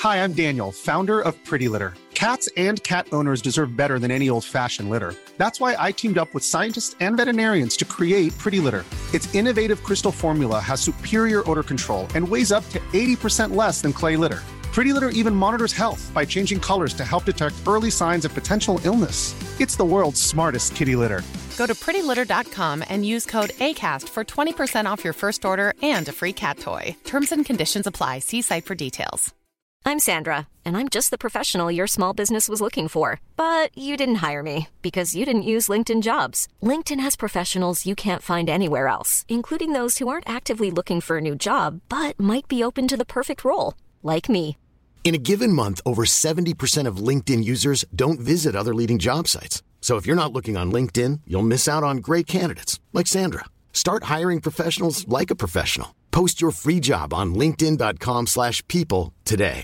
Hi, I'm Daniel, founder of Pretty Litter. Cats and cat owners deserve better than any old-fashioned litter. That's why I teamed up with scientists and veterinarians to create Pretty Litter. Its innovative crystal formula has superior odor control and weighs up to 80% less than clay litter. Pretty Litter even monitors health by changing colors to help detect early signs of potential illness. It's the world's smartest kitty litter. Go to prettylitter.com and use code ACAST for 20% off your first order and a free cat toy. Terms and conditions apply. See site for details. I'm Sandra, and I'm just the professional your small business was looking for. But you didn't hire me because you didn't use LinkedIn Jobs. LinkedIn has professionals you can't find anywhere else, including those who aren't actively looking for a new job, but might be open to the perfect role, like me. In a given month, over 70% of LinkedIn users don't visit other leading job sites. So if you're not looking on LinkedIn, you'll miss out on great candidates like Sandra. Start hiring professionals like a professional. Post your free job on linkedin.com/people today.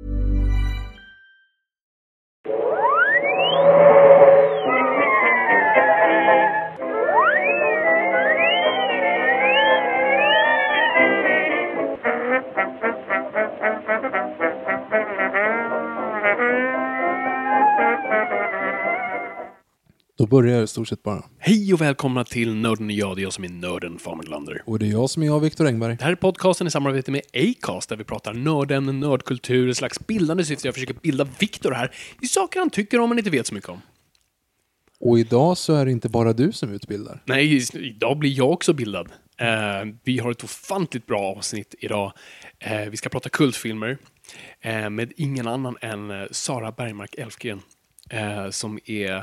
Då börjar jag i stort sett bara. Hej och välkomna till Nörden och jag. Det är jag som är nörden, Farmedlander. Och det är jag som är jag, Viktor Engberg. Det här är podcasten i samarbete med Acast där vi pratar nörden, nördkultur, ett slags bildande syfte. Jag försöker bilda Viktor här i saker han tycker om men inte vet så mycket om. Och idag så är det inte bara du som utbildar. Nej, idag blir jag också bildad. Vi har ett ofantligt bra avsnitt idag. Vi ska prata kultfilmer med ingen annan än Sara Bergmark Elfgren som är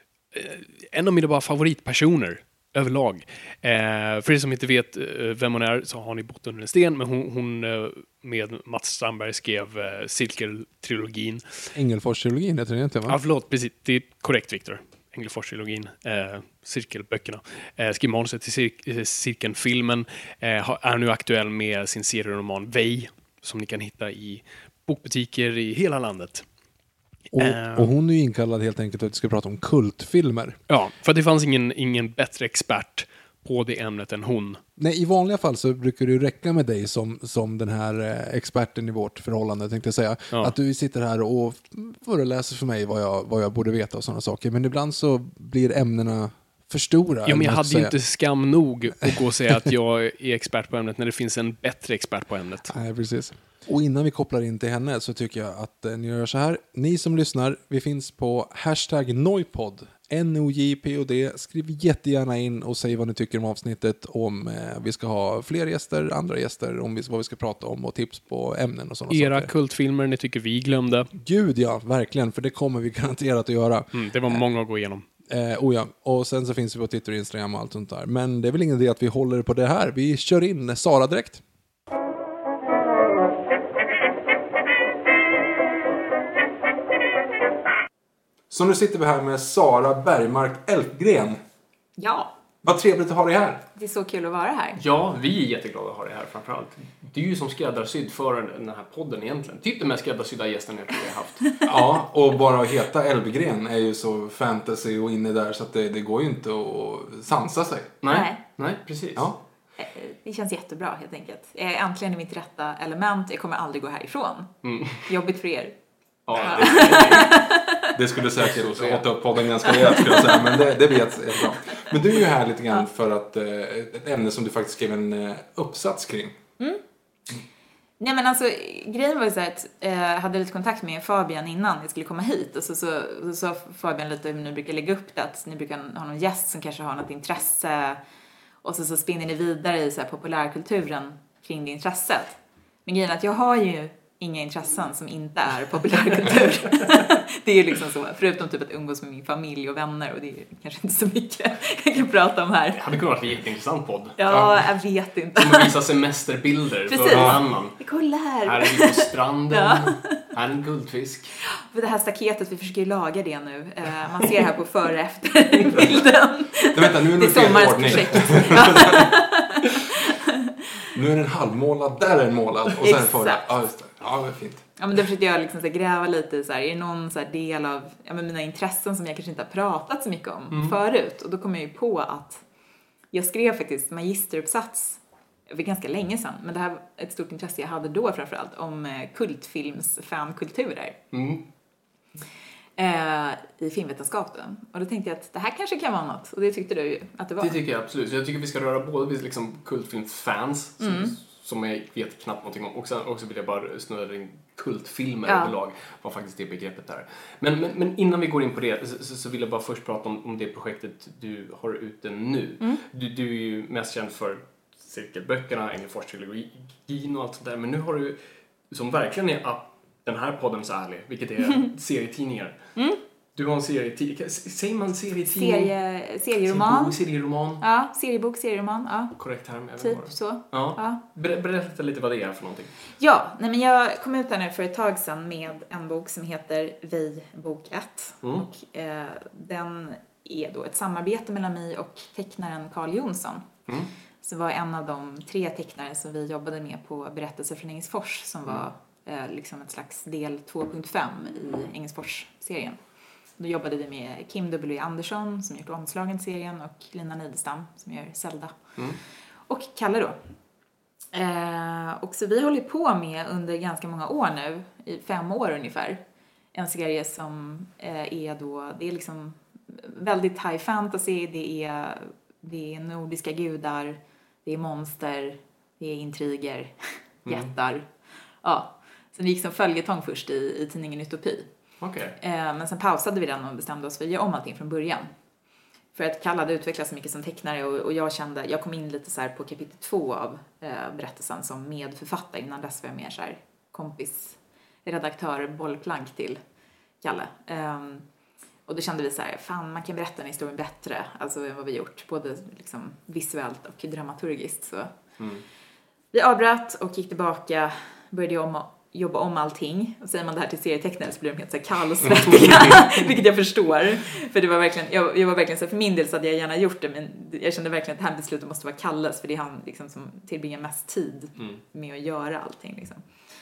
en av mina bara favoritpersoner överlag. För er som inte vet vem hon är så har ni bott under en sten, men hon med Mats Strandberg skrev Cirkeltrilogin. Ängelfors-trilogin heter det egentligen, va? Ja, förlåt, precis. Det är korrekt, Viktor. Ängelfors-trilogin, cirkelböckerna. Skrev manuset till Cirkelfilmen. Är nu aktuell med sin serieroman Vej som ni kan hitta i bokbutiker i hela landet. Och hon är ju inkallad helt enkelt att vi ska prata om kultfilmer. Ja, för det fanns ingen bättre expert på det ämnet än hon. Nej, i vanliga fall så brukar det ju räcka med dig som den här experten i vårt förhållande, tänkte jag säga. Ja. Att du sitter här och föreläser för mig vad jag borde veta och sådana saker. Men ibland så blir ämnena för stora. Ja, men jag hade ju inte skam nog att gå och säga att jag är expert på ämnet när det finns en bättre expert på ämnet. Nej, precis. Och innan vi kopplar in till henne så tycker jag att ni gör så här. Ni som lyssnar, vi finns på #Noipod. NOJPOD. Skriv jättegärna in och säg vad ni tycker om avsnittet. Om vi ska ha fler gäster, andra gäster, om vad vi ska prata om och tips på ämnen och sådana Era saker. kultfilmer ni tycker vi glömde. Gud ja, verkligen. För det kommer vi garanterat att göra. Det var många att gå igenom. Ja. Och sen så finns vi på Twitter och Instagram och allt sånt där. Men det är väl ingen idé att vi håller på det här. Vi kör in Sara direkt. Så nu sitter vi här med Sara Bergmark Elfgren. Ja. Vad trevligt att ha dig här. Det är så kul att vara här. Ja, vi är jätteglada att ha dig här framförallt. Du är ju som skräddarsydd för den här podden egentligen. Typ den mest skräddarsydda gästen jag tror jag har haft. Ja, och bara att heta Elfgren är ju så fantasy och inne där så att det går ju inte att sansa sig. Nej, precis. Ja. Det känns jättebra helt enkelt. Jag är äntligen i mitt rätta element. Jag kommer aldrig gå härifrån. Jobbigt för er. Ja, det skulle säkert åta upp podden ganska rejält skulle jag säga, men det vet jag bra. Men du är ju här lite grann för att ett ämne som du faktiskt skrev en uppsats kring. Nej men alltså, grejen var ju så att jag hade lite kontakt med Fabian innan jag skulle komma hit. Och så sa Fabian lite hur ni brukar lägga upp det, att ni brukar ha någon gäst som kanske har något intresse. Och så spinner ni vidare i så här populärkulturen kring det intresset. Men grejen är att jag har ju inga intressen som inte är populärkultur. Det är ju liksom så, förutom typ att umgås med min familj och vänner, och det är kanske inte så mycket jag kan prata om här. Det hade kunnat vara en jätteintressant podd. Ja, jag vet inte. Som visa semesterbilder för en annan. Kolla här. Här är vi på stranden. Ja. Här är en guldfisk. För det här staketet, vi försöker ju laga det nu. Man ser här på före och efter i bilden. Vänta, nu är det är sommarens projekt. Nu är den halvmålad, där är den målad. Och sen får det. Ja, just det. Ja, det är fint. Ja, men då försökte jag liksom så här gräva lite så här, är det någon så här del av mina intressen som jag kanske inte har pratat så mycket om förut. Och då kom jag ju på att jag skrev faktiskt magisteruppsats för ganska länge sedan. Men det här var ett stort intresse jag hade då framförallt om kultfilms-fankulturer. I filmvetenskap då. Och då tänkte jag att det här kanske kan vara något. Och det tyckte du ju att det var. Det tycker jag absolut. Så jag tycker vi ska röra både vid liksom kultfilmsfans som jag vet knappt någonting om. Och sen också vill jag bara snurra in kultfilmer överlag. Vad faktiskt det begreppet är. Men innan vi går in på det så vill jag bara först prata om det projektet du har ute nu. Du är ju mest känd för cirkelböckerna, Engelfors-trilogin och allt sånt där. Men nu har du, som verkligen är den här poddens ärlig, vilket är serietidningar. Du har en serietidning. Säger man serietidning? Serieroman. Serieroman. Ja, seriebok, serieroman. Ja. Korrekt term. Typ så. Ja. Berätta lite vad det är för någonting. Ja, men jag kom ut här nu för ett tag sedan med en bok som heter Vi bok 1. Och den är då ett samarbete mellan mig och tecknaren Carl Jonsson. Som var en av de 3 tecknare som vi jobbade med på Berättelser från Engelsfors som var liksom ett slags del 2.5 i Engelsfors-serien. Då jobbade vi med Kim W. Andersson som gjort omslagen till serien och Lina Nidestam som gör Zelda. Och Kalle då. Och så vi håller på med under ganska många år nu, i 5 år ungefär, en serie som är då, det är liksom väldigt high fantasy, det är nordiska gudar, det är monster, det är intriger, jättar. Ja, så det gick som följetong först i tidningen Utopi. Okay. Men sen pausade vi den och bestämde oss för att göra om allting från början. För att Kalle hade utvecklats så mycket som tecknare och jag kom in lite så här på kapitel 2 av berättelsen som medförfattare. Innan dess var jag mer så här kompis, redaktör, bollplank till Kalle. Och då kände vi så här, fan man kan berätta den historien bättre alltså än vad vi gjort. Både liksom visuellt och dramaturgiskt. Så. Vi avbröt och gick tillbaka, började jobba om allting. Och säger man det här till serietecknare så blir de helt så här kall och svettiga. Vilket jag förstår. För det var verkligen, jag var verkligen så här, för min del så hade jag gärna gjort det. Men jag kände verkligen att det här beslutet måste vara Kalles. För det är han liksom som tillbringar mest tid med att göra allting liksom.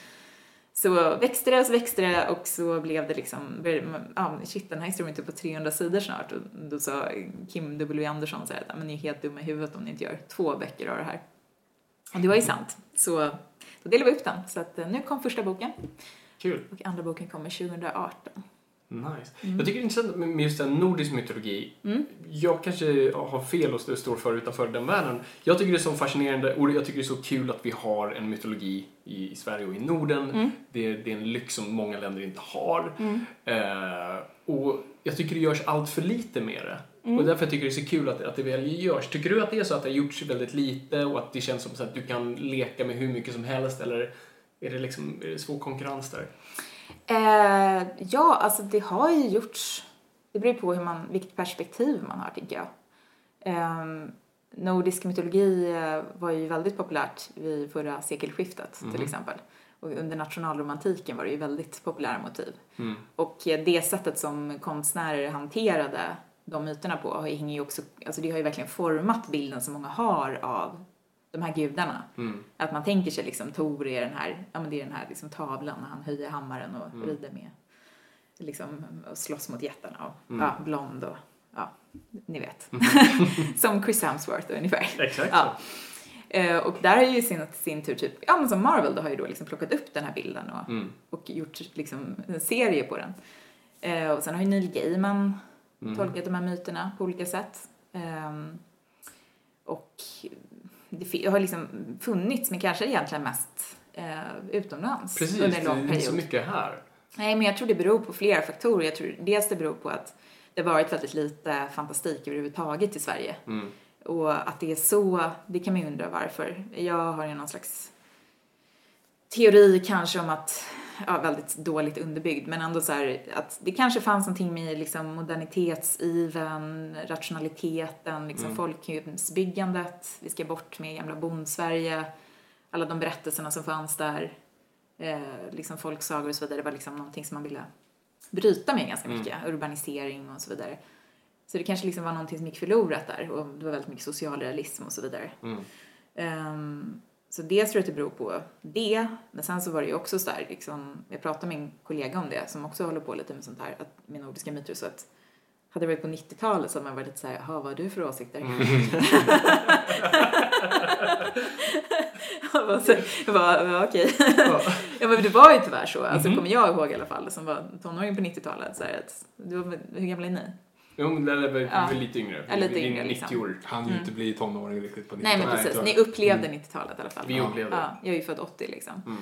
Så växte det och så blev det liksom, shit, den här historien är typ på 300 sidor snart. Och då sa Kim W. Andersson så här, men ni är helt dumma i huvudet om ni inte gör 2 böcker av det här. Och det var ju sant. Så då delade vi upp den. Så att nu kom första boken. Kul. Och andra boken kommer 2018. Nice. Jag tycker det är intressant med just den nordisk mytologi. Jag kanske har fel och står för utanför den världen. Jag tycker det är så fascinerande och jag tycker det är så kul att vi har en mytologi i Sverige och i Norden. Det är en lyx som många länder inte har. Och jag tycker det görs allt för lite med det. Och därför tycker jag det är så kul att det väl görs. Tycker du att det är så att det har gjorts väldigt lite och att det känns som så att du kan leka med hur mycket som helst eller är det svår konkurrens där? Ja, alltså det har ju gjorts. Det beror på vilket perspektiv man har, tänker jag. Nordisk mytologi var ju väldigt populärt vid förra sekelskiftet till exempel. Och under nationalromantiken var det ju väldigt populära motiv. Och det sättet som konstnärer hanterade de myterna på hänger ju också, alltså det har ju verkligen format bilden som många har av de här gudarna. Att man tänker sig liksom Tor är den här, det är den här liksom tavlan när han höjer hammaren och rider med liksom och slåss mot jättarna och blond och ni vet. Som Chris Hemsworth ungefär. Exakt. Ja. Och där har ju sin tur typ, men som Marvel då har ju då liksom plockat upp den här bilden och gjort liksom en serie på den. Och sen har ju Neil Gaiman tolkat de här myterna på olika sätt. Och det har liksom funnits, men kanske egentligen mest utomlands. Precis, under en lång period. Det är så mycket här. Nej, men jag tror det beror på flera faktorer. Jag tror dels det beror på att det har varit väldigt lite fantastik överhuvudtaget i Sverige. Och att det är så, det kan man ju undra varför. Jag har ju någon slags teori kanske om att, väldigt dåligt underbyggd, men ändå så här att det kanske fanns någonting med liksom modernitetsiven, rationaliteten, liksom folkhemsbyggandet. Vi ska bort med gamla bondsverige, alla de berättelserna som fanns där, liksom folksagor och så vidare. Det var liksom någonting som man ville bryta med ganska mycket, urbanisering och så vidare. Så det kanske liksom var någonting som gick förlorat där, och det var väldigt mycket socialrealism och så vidare. Så det tror jag att det beror på det. Men sen så var det ju också så där, liksom, jag pratade med en kollega om det som också håller på lite med sånt här, med nordiska myter, så att hade det varit på 90-talet så hade man varit lite så här, vad har du för åsikter? Jag bara okej. Ja, men det var ju tyvärr så. Alltså kommer jag ihåg i alla fall som var tonåring på 90-talet. Så att, hur gamla är ni? Jo, men det är väl lite yngre. Ja, lite yngre 90 liksom. år. Han ju inte bli tonåring riktigt på 90-talet. Nej, men precis. Ni upplevde 90-talet i alla fall. Vi upplevde. Ja, jag är ju född 80 liksom.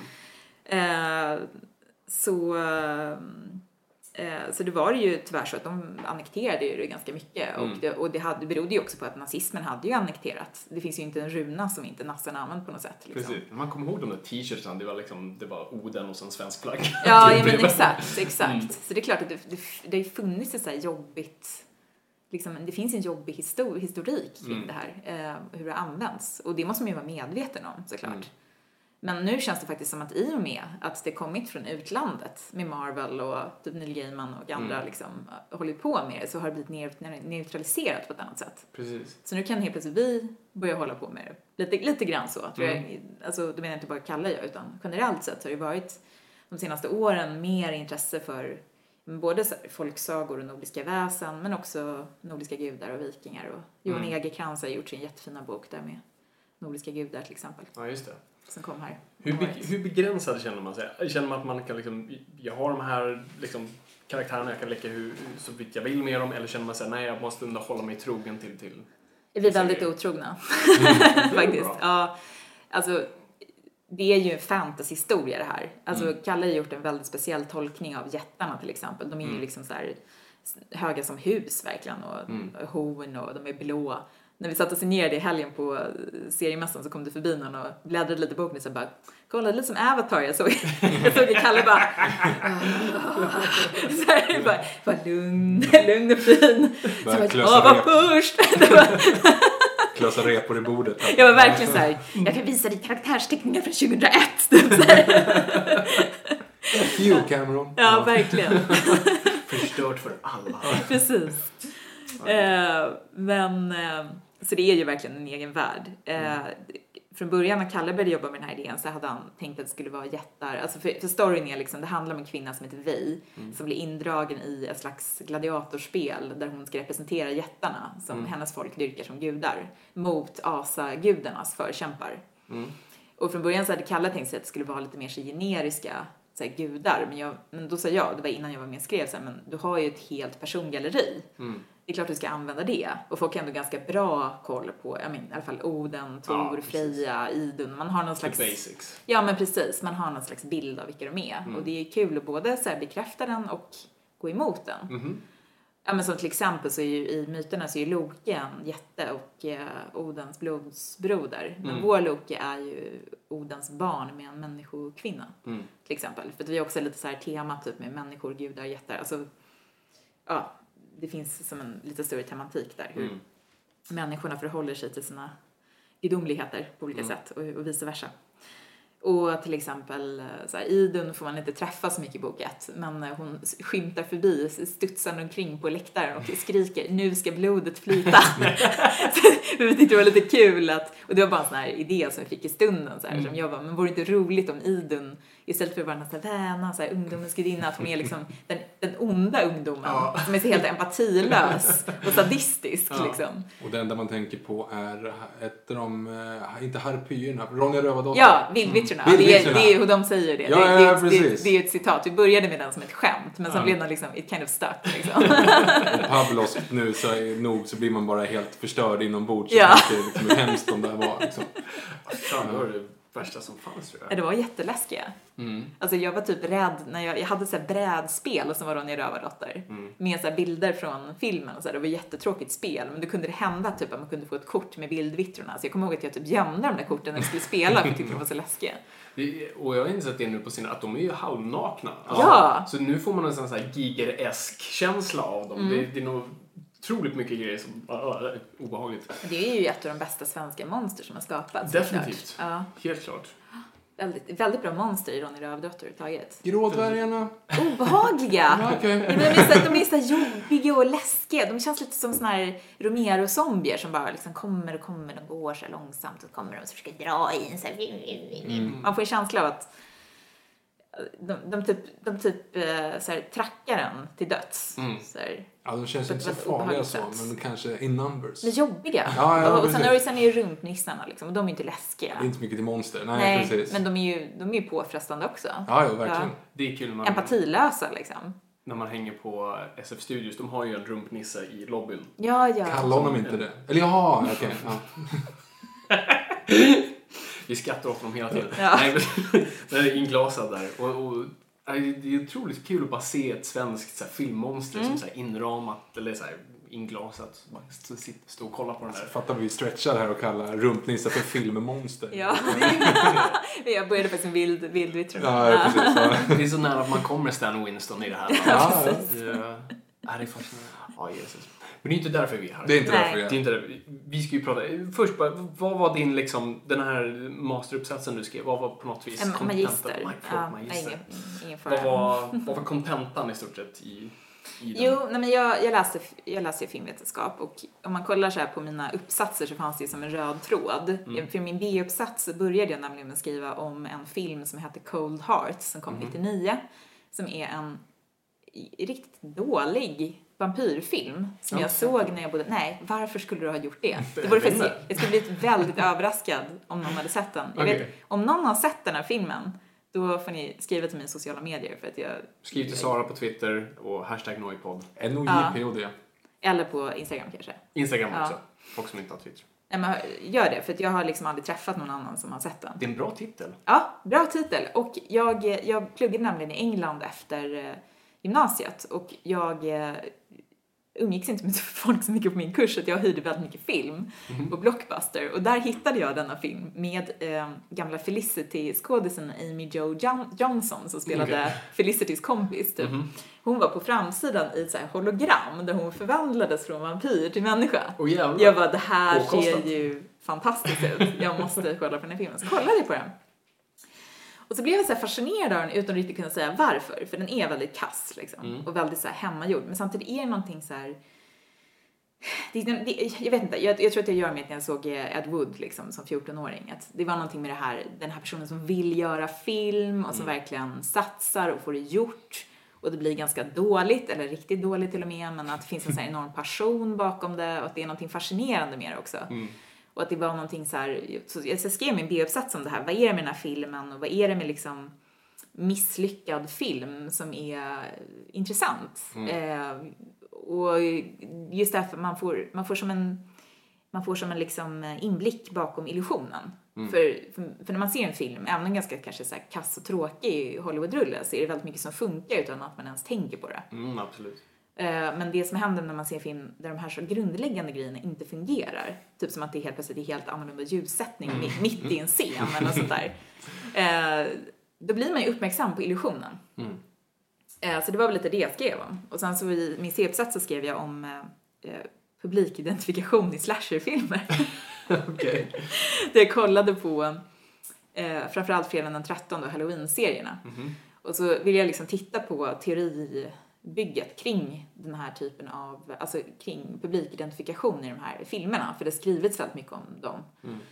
Så det var ju tyvärr så att de annekterade ju det ganska mycket. Och det berodde ju också på att nazismen hade ju annekterat. Det finns ju inte en runa som inte nassarna använt på något sätt. Liksom. Precis. Man kommer ihåg de där t-shirtarna. Det var Oden och sen svensk flagg. Ja, men exakt. Så det är klart att det har funnits ett så här jobbigt... Liksom, det finns en jobbig historik kring det här. Hur det används. Och det måste man ju vara medveten om såklart. Men nu känns det faktiskt som att i och med att det kommit från utlandet med Marvel och typ Neil Gaiman och andra liksom hållit på med det, så har det blivit neutraliserat på ett annat sätt. Precis. Så nu kan helt plötsligt vi börja hålla på med det. Lite grann så. Tror jag, alltså, det menar jag inte bara Kalle jag, utan generellt sett har det varit de senaste åren mer intresse för både folksagor och nordiska väsen, men också nordiska gudar och vikingar. Och Johan Egerkrans har gjort sin jättefina bok där med nordiska gudar till exempel. Ja, just det. Som kom här. Hur begränsad känner man sig? Känner man att man kan liksom, jag har de här liksom karaktärerna, jag kan leka så vitt jag vill med dem, eller känner man sig nej, jag måste hålla mig trogen till Vi är väldigt otrogna. Faktiskt. Ja, alltså det är ju en fantasyhistoria det här. Alltså Kalle har gjort en väldigt speciell tolkning av jättarna till exempel. De är ju liksom så här höga som hus verkligen och horn och de är blå. När vi satt oss ner i helgen på seriemässan så kom det förbi någon och bläddrade lite bok och så bara, kolla lite som Avatar. Jag såg Kalle bara så här, bara lugn och fin. Så bara, var först. Klösa repor i bordet. Jag var verkligen så här, jag kan visa dig karaktärsteckningar från 2001. You Cameron. Ja, verkligen. Förstört för alla. Precis. Men så det är ju verkligen en egen värld. Från början när Kalle började jobba med den här idén så hade han tänkt att det skulle vara jättar. Alltså för storyn är liksom, det handlar om en kvinna som heter Vej som blir indragen i ett slags gladiatorspel där hon ska representera jättarna som hennes folk dyrkar som gudar mot asagudarnas förkämpar. Och från början så hade Kalle tänkt sig att det skulle vara lite mer så generiska så här, gudar. Men då sa jag, det var innan jag var med och skrev så här, men du har ju ett helt persongalleri. Det är klart du ska använda det. Och folk har ändå ganska bra koll på, i alla fall Oden, Tor, Freja, Idun. Man har någon slags... basics. Ja, men precis. Man har någon slags bild av vilka de är. Och det är kul att både så här, bekräfta den och gå emot den. Ja, men som till exempel så är ju i myterna så är ju Loke en jätte och Odens blodsbroder. Men vår Loke är ju Odens barn med en människokvinna. Till exempel. För att vi har också lite så här tema typ med människor, gudar, jättar. Alltså, ja, det finns som en lite större tematik där. Hur människorna förhåller sig till sina gudomligheter på olika sätt och vice versa. Och till exempel så här, Idun får man inte träffa så mycket i bok 1, men hon skymtar förbi, studsar omkring på läktaren och skriker, nu ska blodet flyta. Vi tyckte det var lite kul och det var bara en sån här idé som vi fick i stunden så här, som jag bara, men vore det inte roligt om Idun istället för att vara en sån här väna, så här, ungdomens gudinna, att hon är liksom den onda ungdomen som är så helt empatilös och sadistisk liksom. Och det enda man tänker på är ett av de, inte harpyerna, Ronja Rövardotter. Ja, vildvittrorna. Det är hur de säger det. Det är ett citat. Vi började med den som ett skämt, men sen blev den liksom, it kind of stuck liksom. Och Pavlos nu så blir man bara helt förstörd inombords. Ja. Det är liksom hur hemskt de där var liksom. Det var det värsta som fanns, tror jag. Ja, det var jätteläskiga. Alltså jag var typ rädd när jag hade så här brädspel som var Ronja Rövardotter. Med så här bilder från filmen och så här, det var jättetråkigt spel, men då kunde det hända typ att man kunde få ett kort med bildvittrorna. Så jag kommer ihåg att jag typ gömde de där korten när jag skulle spela för jag tyckte de var så läskiga. Och jag har insett det nu på sina att de är ju halvnakna. Ja. Så nu får man en sån här gigeresk känsla av dem. Det är nog otroligt mycket grejer som är obehagligt. Det är ju ett av de bästa svenska monster som har skapats. Definitivt. Ja. Helt klart. Väldigt bra monster i Ronja Rövardotter taget. Grådvärgarna. Obehagliga. Ja, okay. De är så jobbiga och läskiga. De känns lite som såna här Romero-zombier som bara liksom kommer och kommer. De går så långsamt och kommer och försöker dra in. Så här. Man får en känsla av de typ så här, trackar den till döds. Så här, Ja, de känns inte så farliga så, men kanske in numbers. Men jobbiga. Ja, och sen är ju rumpnissarna liksom, och de är inte läskiga. Det är inte mycket till monster. Nej, precis. Men de är ju påfrestande också. Ja, verkligen. Ja. Det är kul när empatilösa liksom. När man hänger på SF Studios, de har ju en rumpnisse i lobbyn. Ja. Kallar honom inte det? Eller jaha, okej. Ja. Vi skrattar åt dem hela tiden. Ja. Nej, men den är inglasad där. Och det är otroligt kul att bara se ett svenskt så här, filmmonster som så här, inramat eller så här, inglasat. Bara stå och kolla på den där. Fattar vi stretchar här och kallar rumpnisse för filmmonster. Ja, jag började faktiskt en vild vitron. Ja, precis. Ja. Det är så nära att man kommer Stan Winston i det här. Ja, det är fascinerande. Ja, Jesus. Men det är inte därför vi är här. Det är inte därför vi är. Det är inte där. Vi ska ju prata. Först bara, vad var din liksom, den här masteruppsatsen du skrev? Vad var på något vis kontentan? Magister. Magister. Ingen vad var kontentan i stort sett i den? Jo, nej, men jag läste filmvetenskap, och om man kollar så här på mina uppsatser så fanns det som en röd tråd. För min B-uppsats började jag nämligen med att skriva om en film som heter Cold Hearts som kom 99, som är en riktigt dålig vampyrfilm som jag såg när jag bodde. Nej, varför skulle du ha gjort det? Det vore faktiskt, jag skulle blivit väldigt överraskad om någon hade sett den. Jag vet, om någon har sett den här filmen, då får ni skriva till mig i sociala medier för att jag... Skriv till Sara på Twitter och #Noipod. NOJPOD. Eller på Instagram kanske. Instagram också. Folk som inte har Twitter. Nej, men gör det, för att jag har liksom aldrig träffat någon annan som har sett den. Det är en bra titel. Ja, bra titel. Och jag pluggade nämligen i England efter gymnasiet, och jag umgicks inte med folk så mycket på min kurs, att jag hyrde väldigt mycket film på Blockbuster, och där hittade jag denna film med gamla Felicity-skådisen Amy Jo Johnson som spelade Felicitys kompis typ. Hon var på framsidan i ett så här hologram där hon förvandlades från vampyr till människa. Jag bara, det här ser ju fantastiskt ut, jag måste kolla på den här filmen. Så kollade jag på den. Och så blev jag så här fascinerad av den utan att riktigt kunna säga varför. För den är väldigt kass liksom. Och väldigt så här hemmagjord. Men samtidigt är det någonting så här... jag vet inte, jag tror att jag gör med att när jag såg Ed Wood liksom, som 14-åring. Att det var någonting med det här, den här personen som vill göra film och som verkligen satsar och får det gjort. Och det blir ganska dåligt, eller riktigt dåligt till och med. Men att det finns en så här enorm passion bakom det och att det är någonting fascinerande med det också. Och att det var någonting så här, så jag skrev min B-uppsats om det här. Vad är det med den här filmen och vad är det med liksom misslyckad film som är intressant? Och just därför man får som en liksom inblick bakom illusionen. För när man ser en film, även en ganska kanske så här kass och tråkig Hollywood-rulle, så är det väldigt mycket som funkar utan att man ens tänker på det. Absolut. Men det som händer när man ser film där de här så grundläggande grejerna inte fungerar, typ som att det helt plötsligt är helt annorlunda ljussättning mitt i en scen eller sånt där, då blir man ju uppmärksam på illusionen. Så det var väl lite det jag skrev om. Och sen så i min C-uppsats så skrev jag om publikidentifikation i slasherfilmer. Okay. Där jag kollade på framförallt fredagen den 13 och Halloween-serierna. Och så vill jag liksom titta på teoribygget kring den här typen av, alltså kring publikidentifikation i de här filmerna. För det har skrivits väldigt mycket om dem.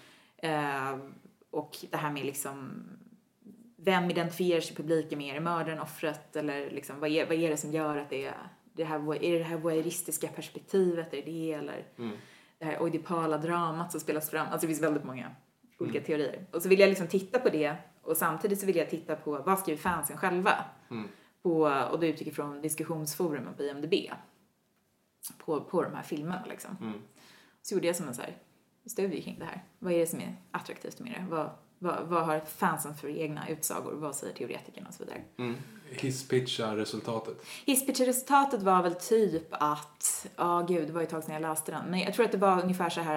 Och det här med liksom, vem identifierar sig publiken med? Är det mördaren, offret? Eller liksom, vad är det som gör att är det här voyeuristiska perspektivet? Är det eller det här oidipala dramat som spelas fram? Alltså det finns väldigt många olika teorier. Och så vill jag liksom titta på det. Och samtidigt så vill jag titta på vad skriver fansen själva? Och då utgick från diskussionsforum på IMDb. På de här filmerna liksom. Så gjorde jag som en så här studie kring det här. Vad är det som är attraktivt med det? Vad har fansen för egna utsagor? Vad säger teoretikerna och så vidare? Hisspitcha-resultatet var väl typ att... det var ju ett tag sedan jag läste den. Men jag tror att det var ungefär så här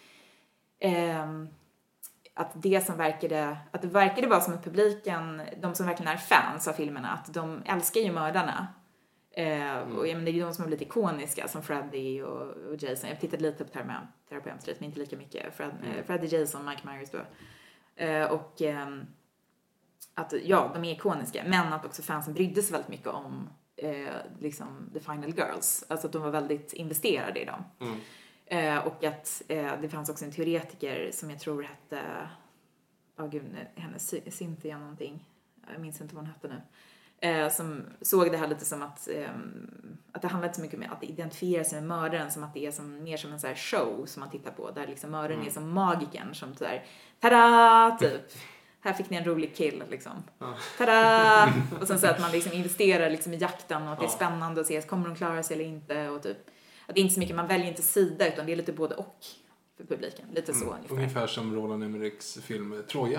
att det verkade vara som att publiken, de som verkligen är fans av filmerna, att de älskar ju mördarna. Och jag menar, det är ju de som har blivit ikoniska, som Freddy och Jason. Jag tittade lite på Terapi på M-Street, men inte lika mycket. Freddy, Jason, Mike Myers då. Och att de är ikoniska, men att också fansen brydde sig väldigt mycket om liksom The Final Girls, alltså att de var väldigt investerade i dem. Och att det fanns också en teoretiker som jag tror hette hennes Cynthia någonting, jag minns inte vad hon hette nu, som såg det här lite som att det handlar inte så mycket om att identifiera sig med mördaren, som att det är som, mer som en så här show som man tittar på, där liksom mördaren är som magikern som så här, tada, typ. Här fick ni en rolig kill liksom. Tada! Och sen så att man liksom investerar liksom i jakten och att det är spännande att se, kommer de klara sig eller inte, och typ att det är inte så mycket, man väljer inte sida, utan det är lite både och för publiken. Lite så ungefär som Roland Emmerichs film Troja.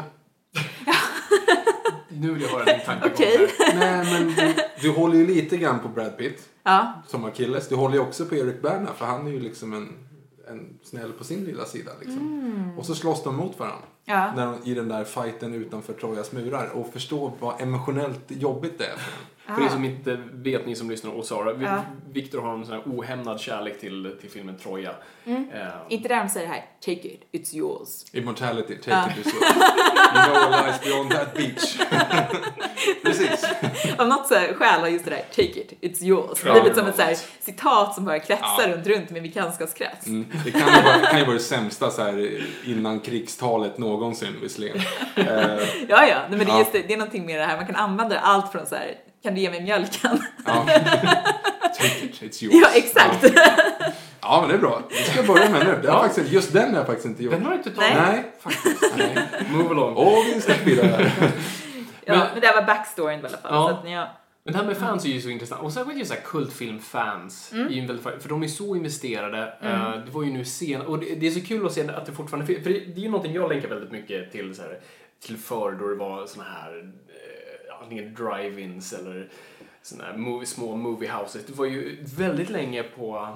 Nu vill jag höra din tanke på Okej. det här. Nej, men du håller ju lite grann på Brad Pitt. Som Achilles. Du håller ju också på Eric Bana, för han är ju liksom en snäll på sin lilla sida liksom. Och så slåss de mot varandra. När de, i den där fighten utanför Trojas murar, och förstå vad emotionellt jobbigt det är. För er som inte vet, ni som lyssnar, och Sara, Victor har en sån här ohämnad kärlek till filmen Troja. Inte där de säger det här, take it, it's yours. Immortality, take it, it's yours. You know what lies beyond that beach. Precis. Av något så här skäl har just det där, take it, it's yours. Det är lite som ett så här citat som bara kretsar runt med bekantskapskrets. Det kan ju vara det sämsta så här innan krigstalet någonsin, visserligen. Nej, men det är just det är någonting med det här, man kan använda allt från så här, kan du ge mig mjölken? Take it, it's yours. Ja, exakt. Ja, men det är bra. Vi ska börja med nu. Just den har jag faktiskt inte gjort. Den har du inte tagit. Nej, faktiskt. Nej. Move along. Vi ska spela här. Men det här var backstoryn i alla fall. Så att, Men det här med fans är ju så intressant. Och särskilt just så här kultfilmfans. För de är så investerade. Det var ju nu senare. Och det är så kul att se att det fortfarande finns. För det är ju någonting jag länkar väldigt mycket till, så här, till förr, då det var såna här antingen drive-ins eller såna här små movie houses. Det var ju väldigt länge på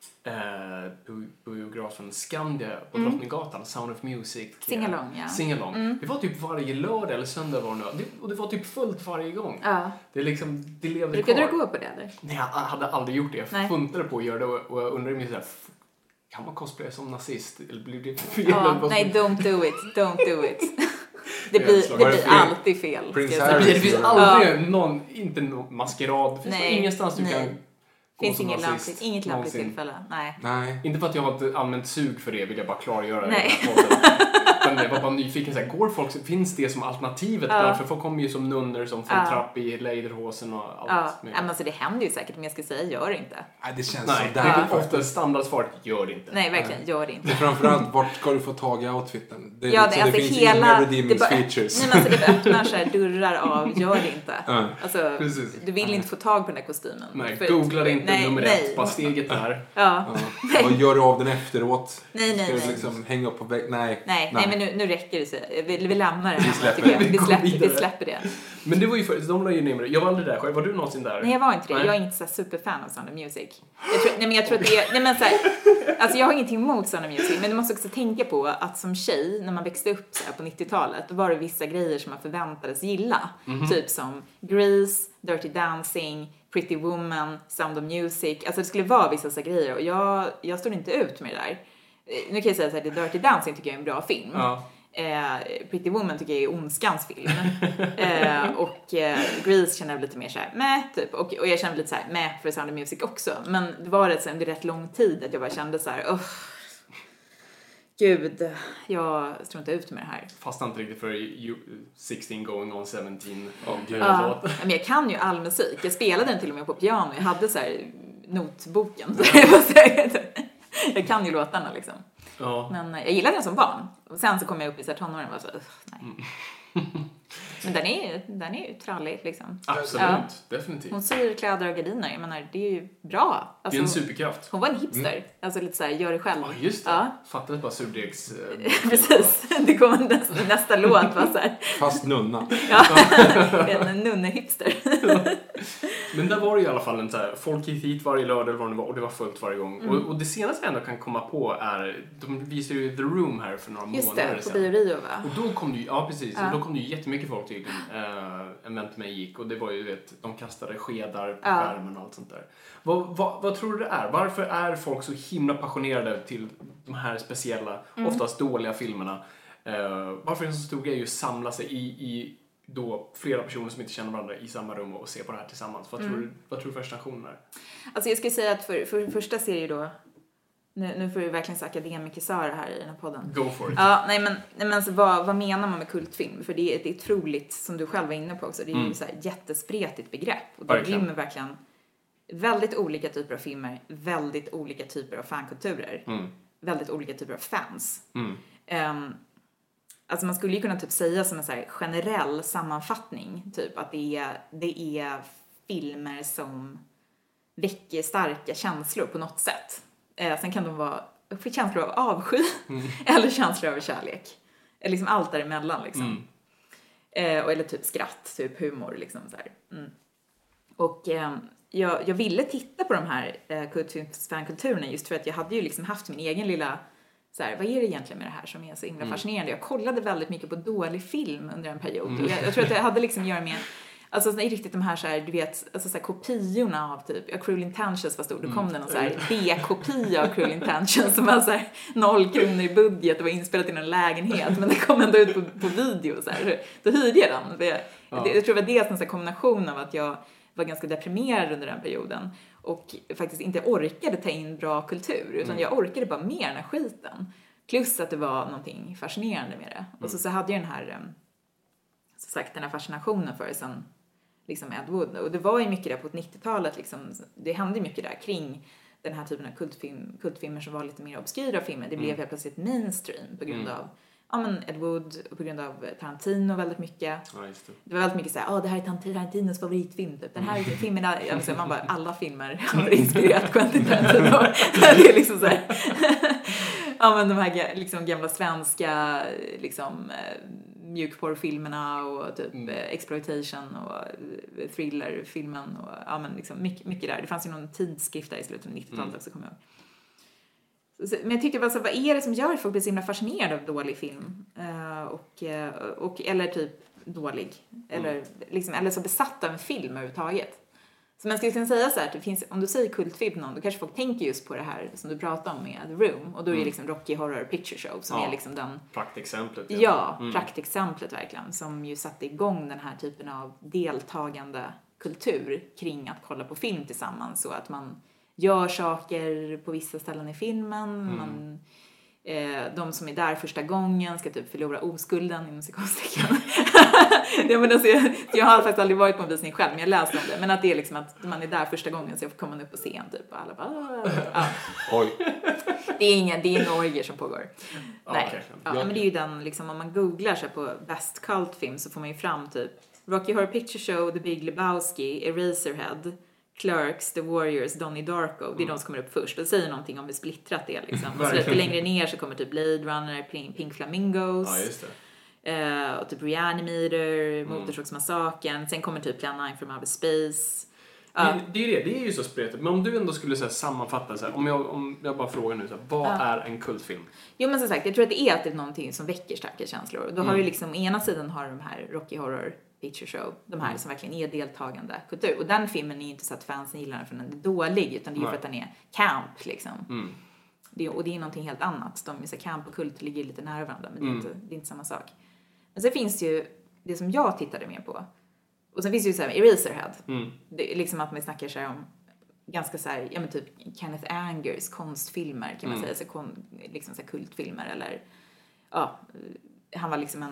biografen Skandia på Drottninggatan, Sound of Music. Singalong. Det var typ varje lördag eller söndag var det, och det var typ fullt varje gång. Det är liksom, det levde brukade kvar. du gå på det eller? Nej, jag hade aldrig gjort det. Jag funtade på att göra det, och jag undrar mig så här, kan man cosplaya som nazist? Eller blir det fel? Nej, don't do it. Det blir alltid fel. Det finns aldrig inte någon maskerad. Det finns ingenstans du kan. Finns inget lämpligt tillfälle. Nej. Inte för att jag har ett allmänt sug för det, vill jag bara klargöra. Men jag var bara nyfiken. Så här, går folk, finns det som alternativet? För folk kommer ju som nunnor som får trapp i lederhosen och allt. Men alltså, det händer ju säkert, men jag ska säga, gör det inte. Nej, det känns så där. Det är ofta standardsvaret, gör det inte. Nej, verkligen, gör det inte. Men framförallt, vart ska du få tag i outfiten? Det finns hela, inga redeeming features. Nej, men alltså, det öppnar så här dörrar av, gör det inte. Alltså, du vill inte få tag på den där kostymen. Nej, googla det inte nummer 1. Bara steget där. Vad gör du av den efteråt? Nej. Ska du liksom hänga upp på vägg? Nej, men nu räcker det. Så vi lämnar det här. Vi släpper det. Men det var ju först, de la ju ner. Jag var aldrig där själv. Var du någonsin där? Nej, jag var inte det. Jag är inte så superfan av Sound of Music. Jag tror att det är... Nej, men så här, alltså jag har ingenting emot Sound of Music, men du måste också tänka på att som tjej, när man växte upp så här på 90-talet, då var det vissa grejer som man förväntades gilla. Typ som Grease, Dirty Dancing, Pretty Woman, Sound of Music. Alltså det skulle vara vissa så grejer, och jag stod inte ut med det där. Nu kan jag säga så här, Dirty Dancing tycker jag är en bra film. Pretty Woman tycker jag är ondskans film. Och Grease känner jag lite mer såhär typ. Och jag känner lite såhär för Sound of Music också. Men det var under rätt lång tid att jag bara kände såhär, gud, jag står inte ut med det här. Fastnar inte riktigt för 16 going on 17. Men jag kan ju all musik. Jag spelade den till och med på piano. Jag hade så här notboken. Jag kan ju låtarna liksom. Men jag gillade den som barn. Och sen så kom jag upp i tonåren och var så nej. Men den är ju trallig liksom. Absolut, definitivt. Hon syr kläder och gardiner. Jag menar, det är ju bra. Alltså, det är en superkraft. Hon var en hipster. Alltså lite så här, gör det själv. Ja, just det. Fattade bara surdegs... Precis. Det kommer nästa låt. Va, så här. Fast nunna. En nunnehipster. Men där var det i alla fall en så här, folk gick hit varje lördag eller vad det var, och det var fullt varje gång. Och det senaste jag ändå kan komma på är, de visade ju The Room här för några månader sedan. Just det, på Bio Rio, va? Och då kom det ju, precis. Och då kom det ju jättemycket folk till en vän till mig gick, och det var ju, de kastade skedar på skärmen och allt sånt där. Vad tror du det är? Varför är folk så himla passionerade till de här speciella, oftast dåliga filmerna? Varför är det så stor grej att samla sig i då flera personer som inte känner varandra i samma rum och se på det här tillsammans? Vad tror du fascinationen är? Alltså jag skulle säga att för första serie då, Nu får vi verkligen så akademikersöra här i den här podden. Go for it. Ja, nej men alltså, vad menar man med kultfilm? För det är otroligt, som du själv var inne på också, det är ju så här jättespretigt begrepp. Och det rymmer verkligen väldigt olika typer av filmer, väldigt olika typer av fankulturer, väldigt olika typer av fans. Alltså man skulle ju kunna typ säga som en så här generell sammanfattning, typ att det är filmer som väcker starka känslor på något sätt. Sen kan de vara känslor av avsky eller känslor av kärlek. Eller liksom allt däremellan liksom. Eller typ skratt, typ humor liksom så här. Och jag ville titta på de här fankulturerna just för att jag hade ju liksom haft min egen lilla så här, vad är det egentligen med det här som är så himla fascinerande? Jag kollade väldigt mycket på dålig film under en period. Och jag tror att det hade liksom att göra med alltså det är riktigt de här du vet, alltså så här kopiorna av typ Cruel Intentions var stor. Då kom det någon så här B-kopia av Cruel Intentions som var så här 0 kronor i budget och var inspelat i en lägenhet, men det kom ändå ut på video så här. Då hyrde jag den. Jag tror det var dels en sån kombination av att jag var ganska deprimerad under den perioden och faktiskt inte orkade ta in bra kultur, utan jag orkade bara mer den här skiten. Plus att det var någonting fascinerande med det. Och så hade jag den här den här fascinationen för sen liksom Ed Wood. Och det var ju mycket där på 90-talet liksom, det hände mycket där kring den här typen av kultfilmer som var lite mer obskyra filmer. Det blev helt plötsligt mainstream på grund av Ed Wood och på grund av Tarantino väldigt mycket. Ja, just det. Det var väldigt mycket såhär, det här är Tarantinos favoritfilm typ. Den här filmen, man bara, alla filmer har inspirerat Quentin Tarantino. Det är liksom såhär, de här liksom gamla svenska liksom mjukporrfilmerna och typ exploitation och thrillerfilmen och liksom mycket där. Det fanns ju någon tidskrift där i slutet av 90-talet också, kommer jag ihåg. Men jag tyckte bara så, vad är det som gör att folk blir så himla fascinerade av dålig film? Och eller typ dålig. Eller så besatt av en film överhuvudtaget. Så man skulle kunna säga så här, att det finns, om du säger kultfilm någon, då kanske folk tänker just på det här som du pratade om med The Room. Och då är det liksom Rocky Horror Picture Show som är liksom den... Praktexemplet. Praktexemplet verkligen. Som ju satte igång den här typen av deltagande kultur kring att kolla på film tillsammans. Så att man gör saker på vissa ställen i filmen. De som är där första gången ska typ förlora oskulden inom cikonstecken. Jag har faktiskt aldrig varit på en visning själv, men jag läste om det. Men att det är liksom att man är där första gången, så kommer man upp på scen typ och alla bara... Oj. Det är inga orger som pågår. Nej. Okay. Men det är ju den liksom, om man googlar så på best cult film så får man ju fram typ Rocky Horror Picture Show, The Big Lebowski, Eraserhead, Clerks, The Warriors, Donnie Darko. Det är de som kommer upp först. Och säger någonting om hur splittrat det är liksom. Och så lite längre ner så kommer typ Blade Runner, Pink Flamingos. Ja, just det. Och typ Reanimator, Motorsågsmassakern. Sen kommer typ Plan 9 from Outer Space. Det är ju så spretigt. Men om du ändå skulle sammanfatta så här, om jag bara frågar nu så här, vad är en kultfilm? Jo, men som sagt, jag tror att det är alltid någonting som väcker starka känslor. Och då har du liksom, ena sidan har de här Rocky Horror Picture Show, de här som verkligen är deltagande kultur. Och den filmen är inte så att fansen gillar den för den är dålig, utan det är för att den är camp liksom. Och det är någonting helt annat. Camp och kult ligger lite nära varandra, men det är inte samma sak. Men så finns ju det som jag tittade mer på. Och sen finns det ju så här Eraserhead. Det är liksom att man snackar så här om ganska så här, typ Kenneth Angers konstfilmer kan man säga, så liksom så här kultfilmer, eller han var liksom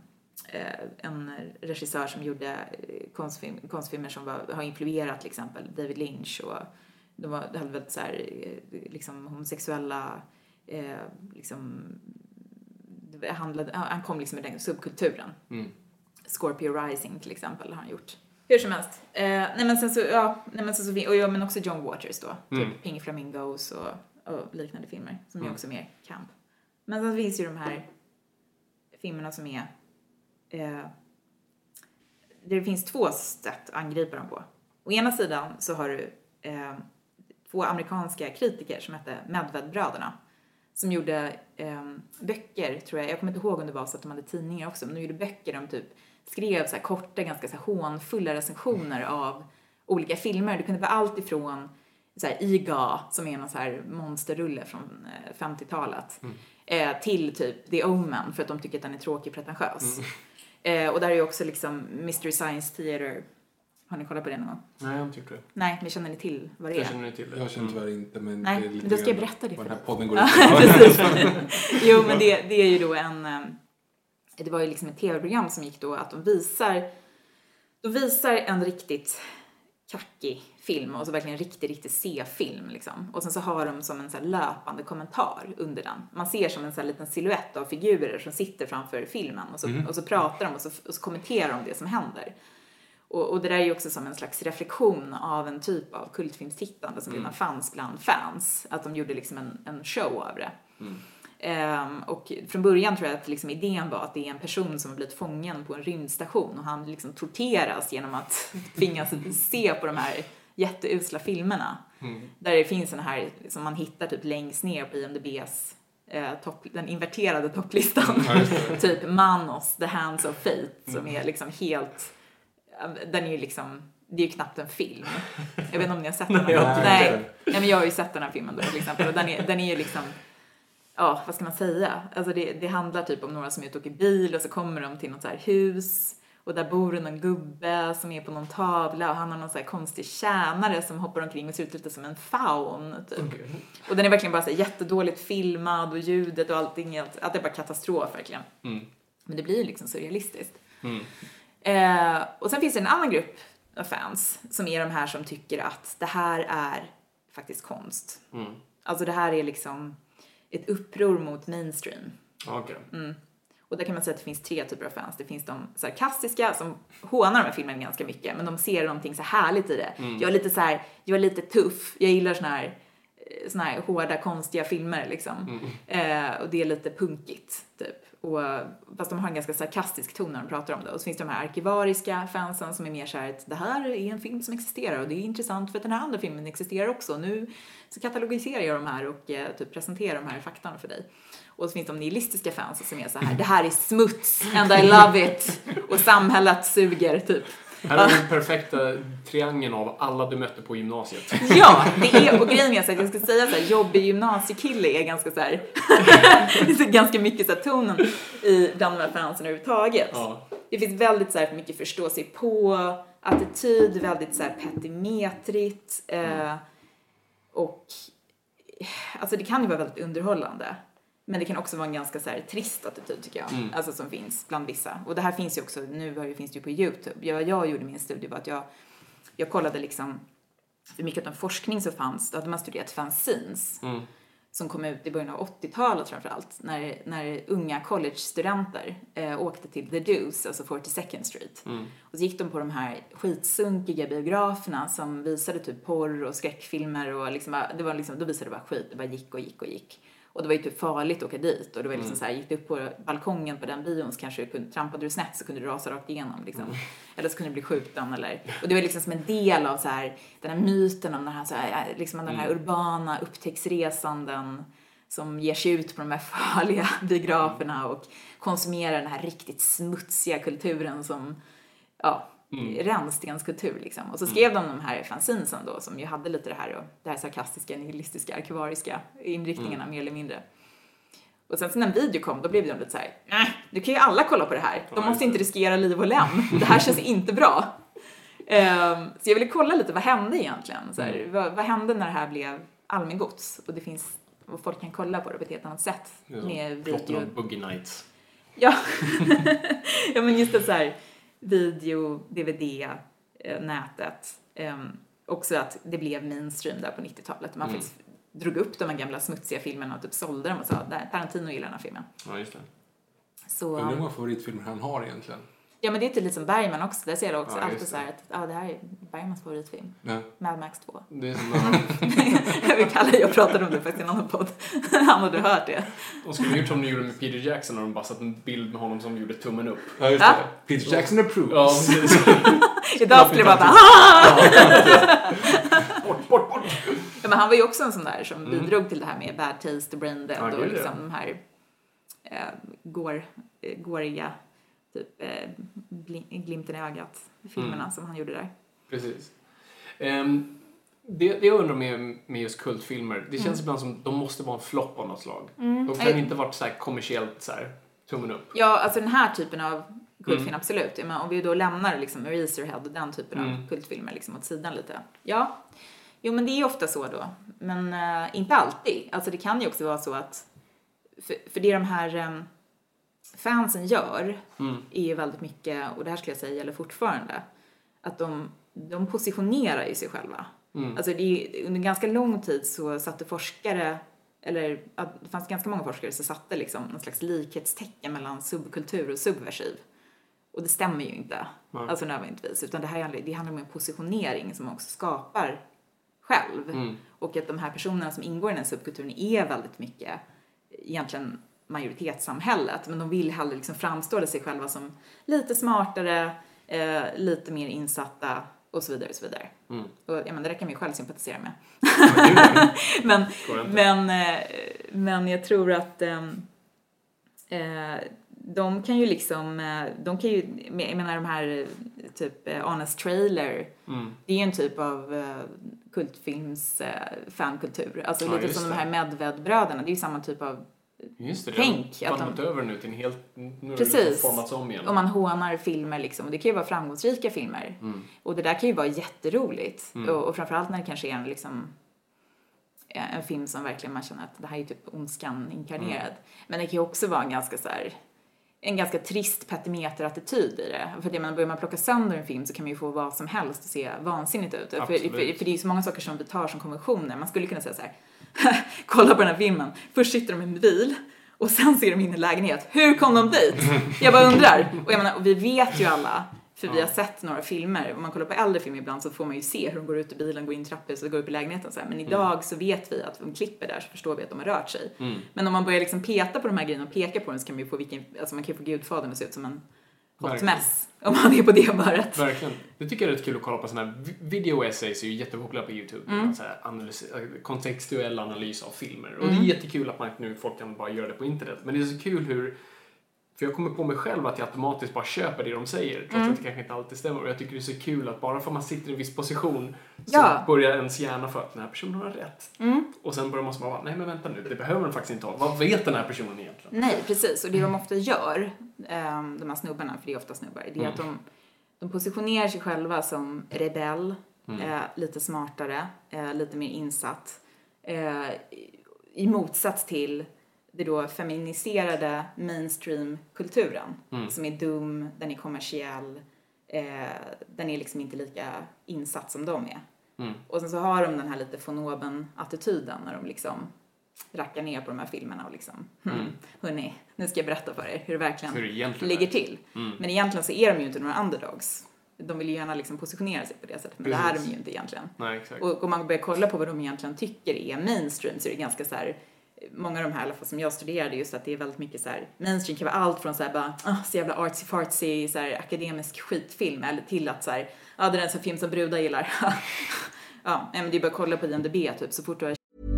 en regissör som gjorde konstfilmer som har influerat till exempel David Lynch, och de hade väldigt så här liksom homosexuella liksom han kom liksom med den subkulturen. Scorpio Rising till exempel har han gjort. Hur som helst. Men också John Waters då. Typ Pink Flamingos och liknande filmer som är också mer camp. Men sen finns ju de här filmerna som är det finns 2 sätt att angripa dem på. Å ena sidan så har du 2 amerikanska kritiker som hette Medvedbröderna, som gjorde böcker, tror jag kommer inte ihåg om det var så att de hade tidningar också, men de gjorde böcker, de typ skrev så här korta, ganska så här hånfulla recensioner av olika filmer. Det kunde vara allt ifrån så här Iga, som är någon så här monsterrulle från 50-talet, till typ The Omen, för att de tycker att den är tråkig och pretentiös. Och där är ju också liksom Mystery Science Theater Har ni kollat på det någon gång? Nej, jag har inte gjort det. Nej, men känner ni till vad det är? Jag känner till det. Jag känner tyvärr inte, men Nej, det är lite men då ska jag grann berätta det vad för den här dig. podden går ut på. Jo, men det är ju då det var ju liksom ett tv-program som gick då att de visar en riktigt kackig film och så verkligen riktigt C-film liksom. Och sen så har de som en så här löpande kommentar under den. Man ser som en så här liten silhuett av figurer som sitter framför filmen och så pratar de och så kommenterar de det som händer. Och det där är ju också som en slags reflektion av en typ av kultfilmstittande som redan fanns bland fans. Att de gjorde liksom en show av det. Och från början tror jag att liksom idén var att det är en person som har blivit fången på en rymdstation och han liksom torteras genom att tvingas se på de här jätteusla filmerna. Där det finns såna här som man hittar typ längst ner på IMDb's den inverterade topplistan. Typ Manos, The Hands of Fate, som är liksom helt, den är ju liksom, det är ju knappt en film. Jag vet inte om ni har sett den. Nej, men jag har ju sett den här filmen då till exempel, och den är ju liksom, ja, vad ska man säga? Alltså det handlar typ om några som är ute och åker bil och så kommer de till något så här hus och där bor någon gubbe som är på någon tavla och han har någon så här konstig tjänare som hoppar omkring och ser ut lite som en faun typ. Okay. Och den är verkligen bara så här jättedåligt filmad och ljudet och allting, att det är bara katastrof verkligen. Men det blir ju liksom så realistiskt. Och sen finns det en annan grupp av fans som är de här som tycker att det här är faktiskt konst. Alltså det här är liksom ett uppror mot mainstream. Okay. Och där kan man säga att det finns 3 typer av fans. Det finns de sarkastiska som hånar de här filmerna ganska mycket, men de ser någonting så härligt i det. Jag är lite så här, jag är lite tuff. Jag gillar såna här hårda, konstiga filmer liksom. Och det är lite punkigt typ. Och fast de har en ganska sarkastisk ton när de pratar om det. Och så finns det de här arkivariska fansen som är mer så här att det här är en film som existerar och det är intressant för att den här andra filmen existerar också. Nu så katalogiserar jag de här och typ presenterar de här faktan för dig. Och så finns de nihilistiska fans som är så här, det här är smuts and I love it. Och samhället suger typ. Här är den perfekta triangeln av alla du mötte på gymnasiet. Ja, det är, och grejen är så att jag ska säga så här, jobbig gymnasiekille är ganska så här, det är ganska mycket så här tonen bland de här fansen överhuvudtaget. Ja. Det finns väldigt så här mycket förstå sig på, attityd, väldigt så här petimetrigt och alltså det kan ju vara väldigt underhållande. Men det kan också vara en ganska så här trist attityd tycker jag. Alltså som finns bland vissa. Och det här finns ju också, finns det ju på YouTube. Jag gjorde min studie var att jag kollade liksom hur mycket av forskning som fanns. Då hade man studerat fanzines. Som kom ut i början av 80-talet framförallt. När unga college-studenter åkte till The Deuce, alltså 42nd Street. Och så gick de på de här skitsunkiga biograferna som visade typ porr och skräckfilmer. Och liksom, det var liksom, då visade det bara skit, det bara gick. Och det var ju typ farligt att åka dit. Och det var liksom så här, gick du upp på balkongen på den bion så kanske trampade du snett så kunde du rasa rakt igenom liksom. Eller så kunde du bli skjuten och det var liksom som en del av så här, den här myten om den här, så här, liksom den här urbana upptäcktsresanden som ger sig ut på de här farliga biograferna och konsumerar den här riktigt smutsiga kulturen som rännstenskultur liksom. Och så skrev de här fanzinesen då som ju hade lite det här sarkastiska, nihilistiska, arkivariska inriktningarna mer eller mindre. Och sen när en video kom, då blev de lite så här, du kan ju alla kolla på det här. De måste inte riskera liv och lem. Det här känns inte bra. Så jag ville kolla lite, vad hände egentligen? Så här, vad hände när det här blev allmängods? Och det finns, och folk kan kolla på det på ett helt annat sätt. Med video. Av Boogie Nights. Ja. Ja, men just det så här, video, DVD, nätet. Också att det blev mainstream där på 90-talet. Man faktiskt drog upp de här gamla smutsiga filmerna och typ sålde dem och sa, Tarantino gillar den här filmen. Ja, just det. Så, hur många favoritfilmer han har egentligen? Ja, men det är inte liksom Bergman också. Där ser jag också alltid så här att det här är Bergmans favoritfilm. Ja. Mad Max 2. Det är som jag pratade om det faktiskt i en annan podd. Han hade hört det. De skulle gjort som de gjorde med Peter Jackson när de bara satt en bild med honom som gjorde tummen upp. Ja, just det. Peter Jackson approves. Ja, precis. Idag skulle jag bara bort. Ja, men han var ju också en sån där som bidrog till det här med Bad Taste och Brain Dead och liksom de här gåriga typ glimten i ögat filmerna som han gjorde där. Precis. Det jag undrar med just kultfilmer, det känns ibland som de måste vara en flopp av något slag. De kan inte vara så här kommersiellt så här tummen upp. Ja, alltså den här typen av kultfilm, absolut. Men om vi då lämnar liksom Eraserhead och den typen av kultfilmer liksom åt sidan lite. Ja, jo men det är ju ofta så då. Men inte alltid. Alltså det kan ju också vara så att, för det de här fansen gör är ju väldigt mycket, och det här skulle jag säga gäller fortfarande, att de positionerar ju sig själva. Alltså under ganska lång tid så satte forskare, eller det fanns ganska många forskare som satte liksom någon slags likhetstecken mellan subkultur och subversiv. Och det stämmer ju inte, alltså nödvändigtvis, utan det handlar om en positionering som man också skapar själv. Och att de här personerna som ingår i den subkulturen är väldigt mycket egentligen majoritetssamhället, men de vill hellre liksom framstå sig själva som lite smartare, lite mer insatta och så vidare och så vidare. Och ja, men det där kan vi själv sympatisera med. men jag tror att de kan ju liksom, jag menar de här typ Honest Trailer, det är ju en typ av kultfilms fankultur. Alltså lite som de här Medved-bröderna, det är ju samma typ av tänk. Det har vandrat över nu till en helt, nu precis, formats om igen. Och man hånar filmer liksom, och det kan ju vara framgångsrika filmer. Och det där kan ju vara jätteroligt. Och framförallt när det kanske är en film som verkligen man känner att det här är typ ondskan inkarnerad. Men det kan ju också vara en ganska trist petimeter-attityd i det. För att börjar man plocka sönder en film så kan man ju få vad som helst att se vansinnigt ut. För det är ju så många saker som vi tar som konventioner. Man skulle kunna säga så här: kolla på den här filmen. Först sitter de i en bil och sen ser de in i en lägenhet. Hur kom de dit? Jag bara undrar. Och vi vet ju alla, för vi har sett några filmer. Om man kollar på äldre filmer ibland så får man ju se hur de går ut i bilen, går in trappor och går upp i lägenheten. Så här. Men idag så vet vi att om de klipper där så förstår vi att de har rört sig. Men om man börjar liksom peta på de här grejerna och peka på dem så kan man ju få man kan ju få Gudfadern att se ut som en hot mess. Om man är på det humöret. Verkligen. Det tycker jag är rätt kul att kolla på sådana här video essays, är ju jättepopulära på YouTube. Så här kontextuell analys av filmer. Och det är jättekul att folk kan bara göra det på internet. Men det är så kul för jag kommer på mig själv att jag automatiskt bara köper det de säger. Trots att det kanske inte alltid stämmer. Och jag tycker det är så kul att bara för man sitter i en viss position så börjar ens hjärna för att den här personen har rätt. Och sen börjar man bara, nej men vänta nu, det behöver man faktiskt inte ha. Vad vet den här personen egentligen? Nej, precis. Och det de ofta gör, de här snubbarna, för det är ofta snubbar, det är att de positionerar sig själva som rebell, lite smartare, lite mer insatt. I motsats till det då feminiserade mainstream-kulturen som är dum, den är kommersiell, den är liksom inte lika insatt som de är. Och sen så har de den här lite von oben-attityden när de liksom rackar ner på de här filmerna och liksom hörni, nu ska jag berätta för er hur det verkligen ligger till. Men egentligen så är de ju inte några underdogs. De vill ju gärna liksom positionera sig på det sättet, men det är de ju inte egentligen. Nej, exakt. Och om man börjar kolla på vad de egentligen tycker är mainstream så är det ganska så här, många av de här i alla fall som jag studerade, just att det är väldigt mycket så här, mainstream kan vara allt från så här bara så jävla artsy-fartsy så här akademisk skitfilm, eller till att så här, det är en sån film som brudar gillar. Men det är bara att kolla på IMDb typ så fort du har.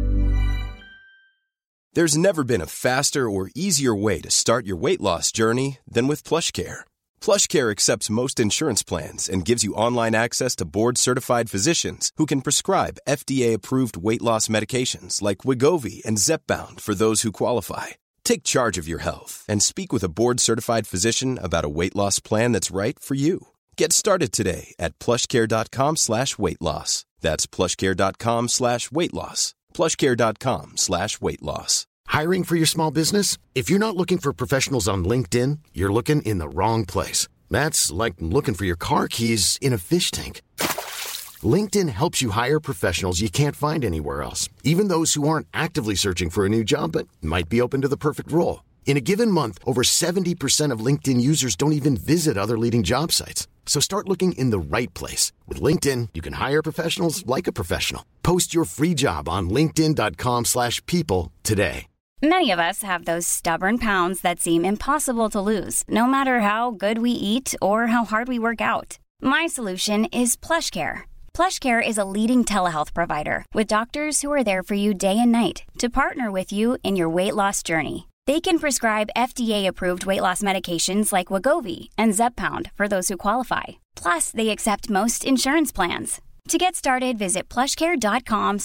There's never been a faster or easier way to start your weight loss journey than with PlushCare. PlushCare accepts most insurance plans and gives you online access to board-certified physicians who can prescribe FDA-approved weight loss medications like Wegovy and Zepbound for those who qualify. Take charge of your health and speak with a board-certified physician about a weight loss plan that's right for you. Get started today at plushcare.com/weightloss. That's plushcare.com/weightloss. plushcare.com/weightloss. Hiring for your small business? If you're not looking for professionals on LinkedIn, you're looking in the wrong place. That's like looking for your car keys in a fish tank. LinkedIn helps you hire professionals you can't find anywhere else, even those who aren't actively searching for a new job but might be open to the perfect role. In a given month, over 70% of LinkedIn users don't even visit other leading job sites. So start looking in the right place. With LinkedIn, you can hire professionals like a professional. Post your free job on linkedin.com/people today. Many of us have those stubborn pounds that seem impossible to lose, no matter how good we eat or how hard we work out. My solution is PlushCare. PlushCare is a leading telehealth provider with doctors who are there for you day and night to partner with you in your weight loss journey. They can prescribe FDA-approved weight loss medications like Wegovy and Zepbound for those who qualify. Plus, they accept most insurance plans. To get started, visit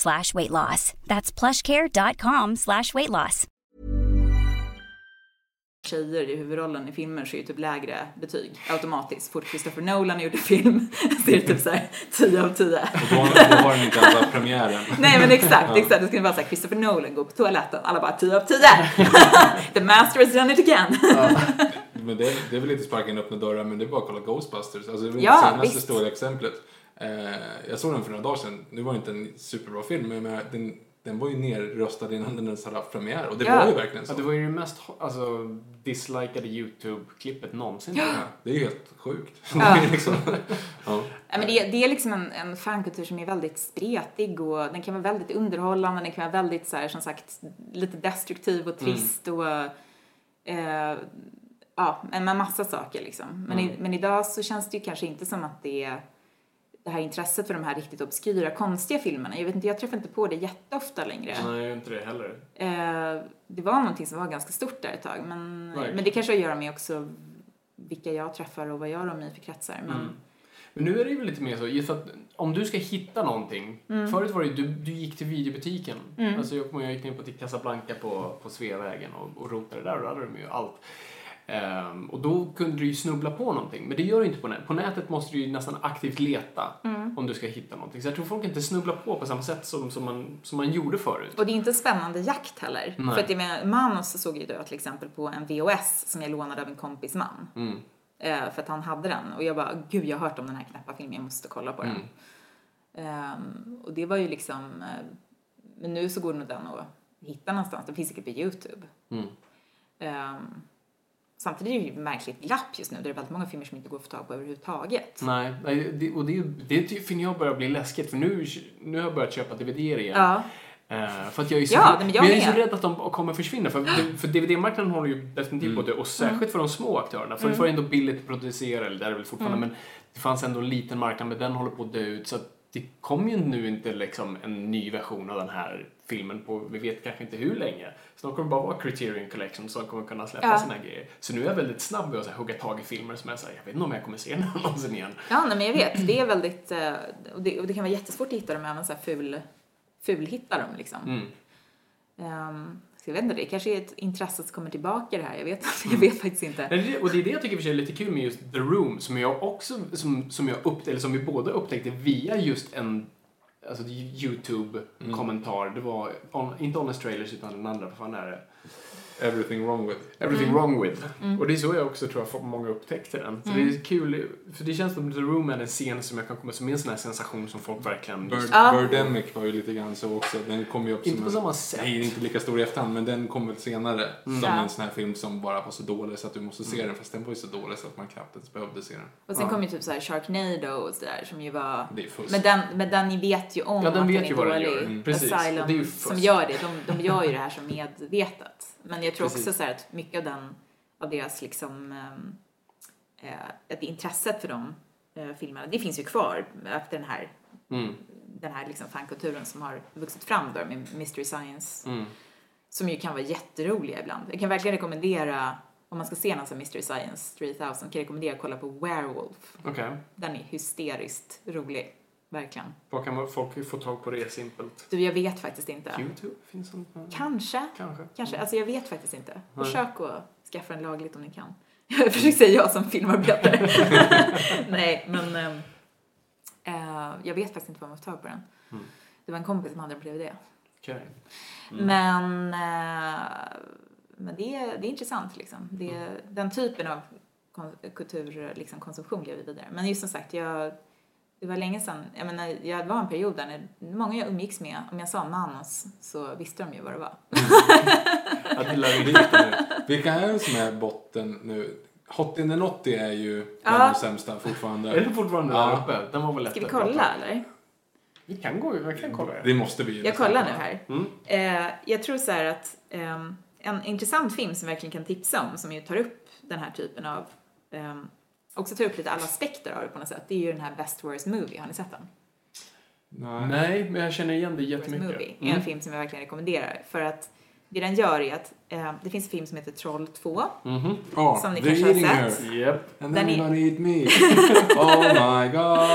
plushcare.com/weightloss. That's plushcare.com/weightloss. tjejer i huvudrollen i filmer så är ju typ lägre betyg automatiskt. Fort Christopher Nolan gjorde film så är det typ såhär 10 av 10. Och då har den inte ens premiären. Nej men exakt. Det skulle vara såhär Christopher Nolan går på toaletten. Alla bara 10 av 10. The master has done it again. Men det är väl inte sparka in öppna dörrar, men det är bara att kolla Ghostbusters. Alltså det är ja, det senaste visst. stora exemplet. Jag såg den för några dagar sedan. Nu var det inte en superbra film, men den var ju nerröstad innan den ens hade haft premiär. Och det var ju verkligen så. Ja, det var ju det mest dislikade YouTube-klippet någonsin. Ja, det är ju helt sjukt. Ja. Liksom, ja. Men det är liksom en fankultur som är väldigt spretig och den kan vara väldigt underhållande, den kan vara väldigt så här, som sagt, lite destruktiv och trist och en massa saker liksom. Men idag så känns det ju kanske inte som att det här intresset för de här riktigt obskyra, konstiga filmerna. Jag vet inte, jag träffar inte på det jätteofta längre. Nej, inte det heller. Det var någonting som var ganska stort där ett tag. Men det kanske har att göra med också vilka jag träffar och vad jag har i för kretsar. Men nu är det ju lite mer så, just att om du ska hitta någonting. Förut var det du gick till videobutiken. Alltså jag gick ner på till Casablanca på Sveavägen och rotade där och då hade de ju allt. Och då kunde du ju snubbla på någonting. Men det gör du inte på nätet. På nätet måste du ju nästan aktivt leta om du ska hitta någonting. Så jag tror folk inte snubblar på samma sätt som man gjorde förut. Och det är inte en spännande jakt heller. Nej. För att med Manos så såg jag då till exempel på en VHS som jag lånade av en kompis man. För att han hade den. Och jag bara, gud jag har hört om den här knäppa filmen, jag måste kolla på den. Och det var ju liksom, men nu så går det nog den att hitta någonstans. Den finns säkert på YouTube. Samtidigt är det ju ett märkligt glapp just nu. Det är väldigt många filmer som inte går att få tag på överhuvudtaget. Nej, det finner jag börjar bli läskigt. För nu har jag börjat köpa DVD-er igen. Ja. För att jag är så, jag är så rädd att de kommer försvinna. För DVD-marknaden håller ju definitivt på det. Och särskilt för de små aktörerna. För det var ändå billigt att producera. Eller där är det väl fortfarande. Men det fanns ändå en liten marknad. Men den håller på att dö ut. Så att det kommer ju nu inte liksom en ny version av den här filmen på, vi vet kanske inte hur länge. Så de kommer bara vara Criterion Collection så de kommer kunna släppa sina grejer. Så nu är jag väldigt snabb med att hugga tag i filmer som jag säger, jag vet inte om jag kommer se den någonsin igen. Ja, nej, men jag vet. Det är väldigt, och det kan vara jättesvårt att hitta dem även så här fulhitta dem liksom. Så jag vet inte, det kanske är ett intresse som kommer tillbaka det här. Jag vet faktiskt inte. Och det är det jag tycker är lite kul med just The Room som jag också som vi båda upptäckte via just en YouTube-kommentar. Det var inte Honest Trailers utan den andra, vad fan är det? Everything Wrong With. Och det är så jag också tror jag många upptäckte den. Så det är kul, för det känns som The Room är en scen som jag kan komma som en sån här sensation som folk verkligen... Birdemic var ju lite grann så också. Den kom ju upp inte som på samma sätt. Nej, inte lika stor i efterhand, men den kom väl senare som en sån här film som bara var så dålig så att du måste se den, fast den var ju så dålig så att man knappt ens behövde se den. Och sen kom ju typ så här Sharknado och sådär som ju var... Det är fusk. Men den ni vet ju om att den är dålig. Precis. Asylum det är ju som gör det. De gör ju det här som medvetet. Men jag tror också så här att mycket av deras liksom att intresset för de filmerna, det finns ju kvar efter den här liksom fankulturen som har vuxit fram där med Mystery Science som ju kan vara jätteroliga ibland. Jag kan verkligen rekommendera, om man ska se någon som Mystery Science 3000, kan jag rekommendera att kolla på Werewolf. Okay. Den är hysteriskt rolig. Verkligen. Vad kan folk få tag på det simpelt? Du, jag vet faktiskt inte. YouTube? Finns det? Kanske. Alltså jag vet faktiskt inte. Försök att skaffa den lagligt om ni kan. Jag försöker säga jag som filmarbetare. Nej, men jag vet faktiskt inte vad man får tag på den. Det var en kompis som hade den på DVD. Okay. Men det är intressant liksom. Den typen av kultur liksom, konsumtion lever vidare. Men just som sagt, det var länge sedan, jag var en period där när många jag umgicks med, om jag sa Manos så visste de ju vad det var. Vilka är det som är botten nu? Hot in the Notty är ju den sämsta fortfarande. Är det fortfarande där uppe? Den var väl lätt. Ska vi kolla eller? Vi kan kolla. Det måste vi. Jag kollar nu här. Jag tror så här att en intressant film som verkligen kan tipsa om, som ju tar upp den här typen av också tar upp lite alla aspekter av det på något sätt. Det är ju den här Best Worst Movie. Har ni sett den? Nej, men jag känner igen det jättemycket. Movie är en film som jag verkligen rekommenderar. För att det den gör är att det finns en film som heter Troll 2. Som ni kanske har sett. Yep. And then you're gonna eat me. Oh my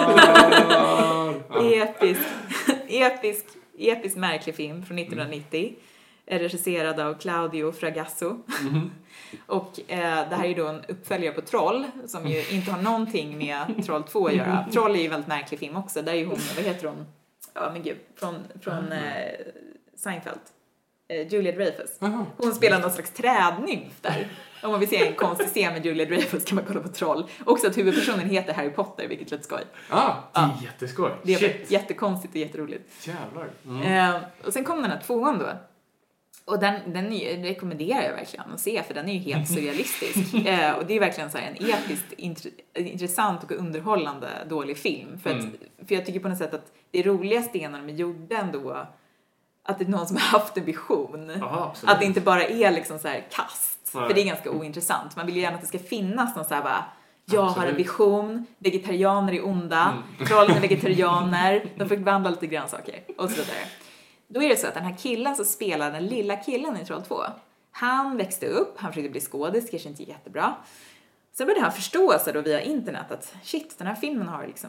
god. Episk märklig film från 1990. Regisserad av Claudio Fragasso. Och det här är ju då en uppföljare på Troll som ju inte har någonting med Troll 2 att göra. Troll är ju en väldigt märklig film också. Där är ju hon, vad heter hon? Ja men gud, från Seinfeld. Julia Dreyfus. Hon spelar någon slags trädnymf där. Om man vill se en konstig scen med Julia Dreyfus kan man kolla på Troll. Också att huvudpersonen heter Harry Potter, vilket är lite skoj. Det är jätteskoj. Det är jättekonstigt och jätteroligt. Jävlar. Och sen kom den här 2:an då. Och den rekommenderar jag verkligen att se, för den är ju helt surrealistisk. Och det är verkligen så här en episkt intressant och underhållande dålig film. För jag tycker på något sätt att det roligaste är när de gjorde ändå att det är någon som har haft en vision. Att det inte bara är liksom så här kast. Nej. För det är ganska ointressant. Man vill ju gärna att det ska finnas någon så här bara, jag har en vision, vegetarianer är onda, trollen är vegetarianer, de får vandla lite grönsaker och så vidare. Då är det så att den här killen som spelar den lilla killen i Troll 2, han växte upp, han försökte bli skådis, kanske inte jättebra. Sen började han förstå så då via internet att shit, den här filmen har liksom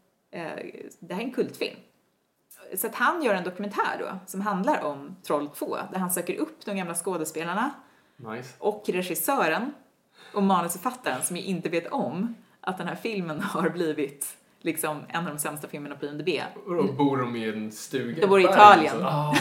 det här är en kultfilm. Så att han gör en dokumentär då som handlar om Troll 2, där han söker upp de gamla skådespelarna och regissören och manusförfattaren som ju inte vet om att den här filmen har blivit liksom en av de sämsta filmerna på IMDb. Och bor de i en stuga? De bor i Italien.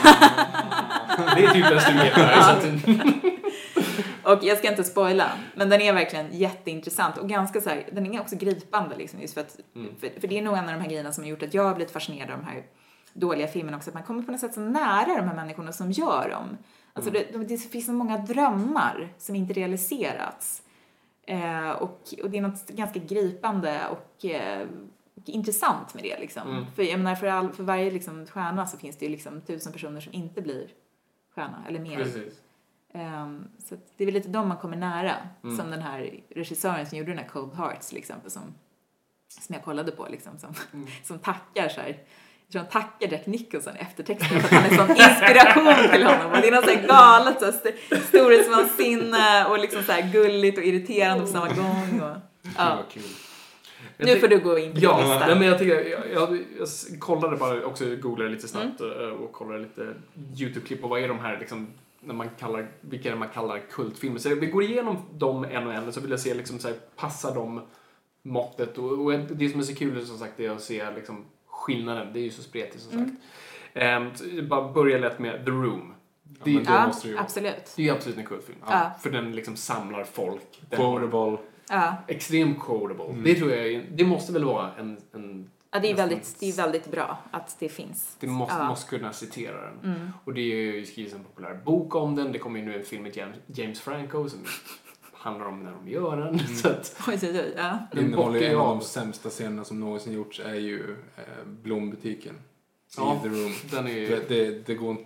Det är typ en stuga. Och jag ska inte spoila, men den är verkligen jätteintressant och ganska så här, den är också gripande liksom, just för att för det är nog en av de här grejerna som har gjort att jag har blivit fascinerad av de här dåliga filmerna också, att man kommer på något sätt så nära de här människorna som gör dem. Alltså det finns så många drömmar som inte realiserats. Och det är något ganska gripande och intressant med det liksom. För jag menar för varje liksom stjärna så finns det ju liksom 1000 personer som inte blir stjärna eller mer. Precis. Så det är väl lite dem man kommer nära, som den här regissören som gjorde den här Cold Hearts till exempel, som jag kollade på liksom, som tackar så här. Jag tror han tackar Jack Nicholson i eftertexten för att han är sån inspiration till honom. Och det är något så här galet, så storhetsvansinne och liksom så här gulligt och irriterande på samma gång. Och, ja. Nu får du gå in på listan. Nej, men jag tycker jag kollade bara också, googlade lite snabbt och kollade lite YouTube-klipp och vad är de här liksom, när man kallar, vilka man kallar kultfilmer. Så vi går igenom dem en och en, så vill jag se liksom så här, passar de måttet och det som är så kul som sagt är att se liksom skillnaden. Det är ju så spretigt som sagt. Bara börja lätt med The Room. Det måste ju absolut. Det är ju absolut en kultfilm. För den liksom samlar folk. Quotable. Extremt quotable. Det tror jag det måste väl vara en ja, det är väldigt bra att det finns. Det måste kunna citera den. Och det är ju skrivits en populär bok om den. Det kommer ju nu en film med James Franco som handlar om när de gör den. Så att den innehåller en av de sämsta scenerna som någonsin gjorts är ju blombutiken i The Room. Den är det går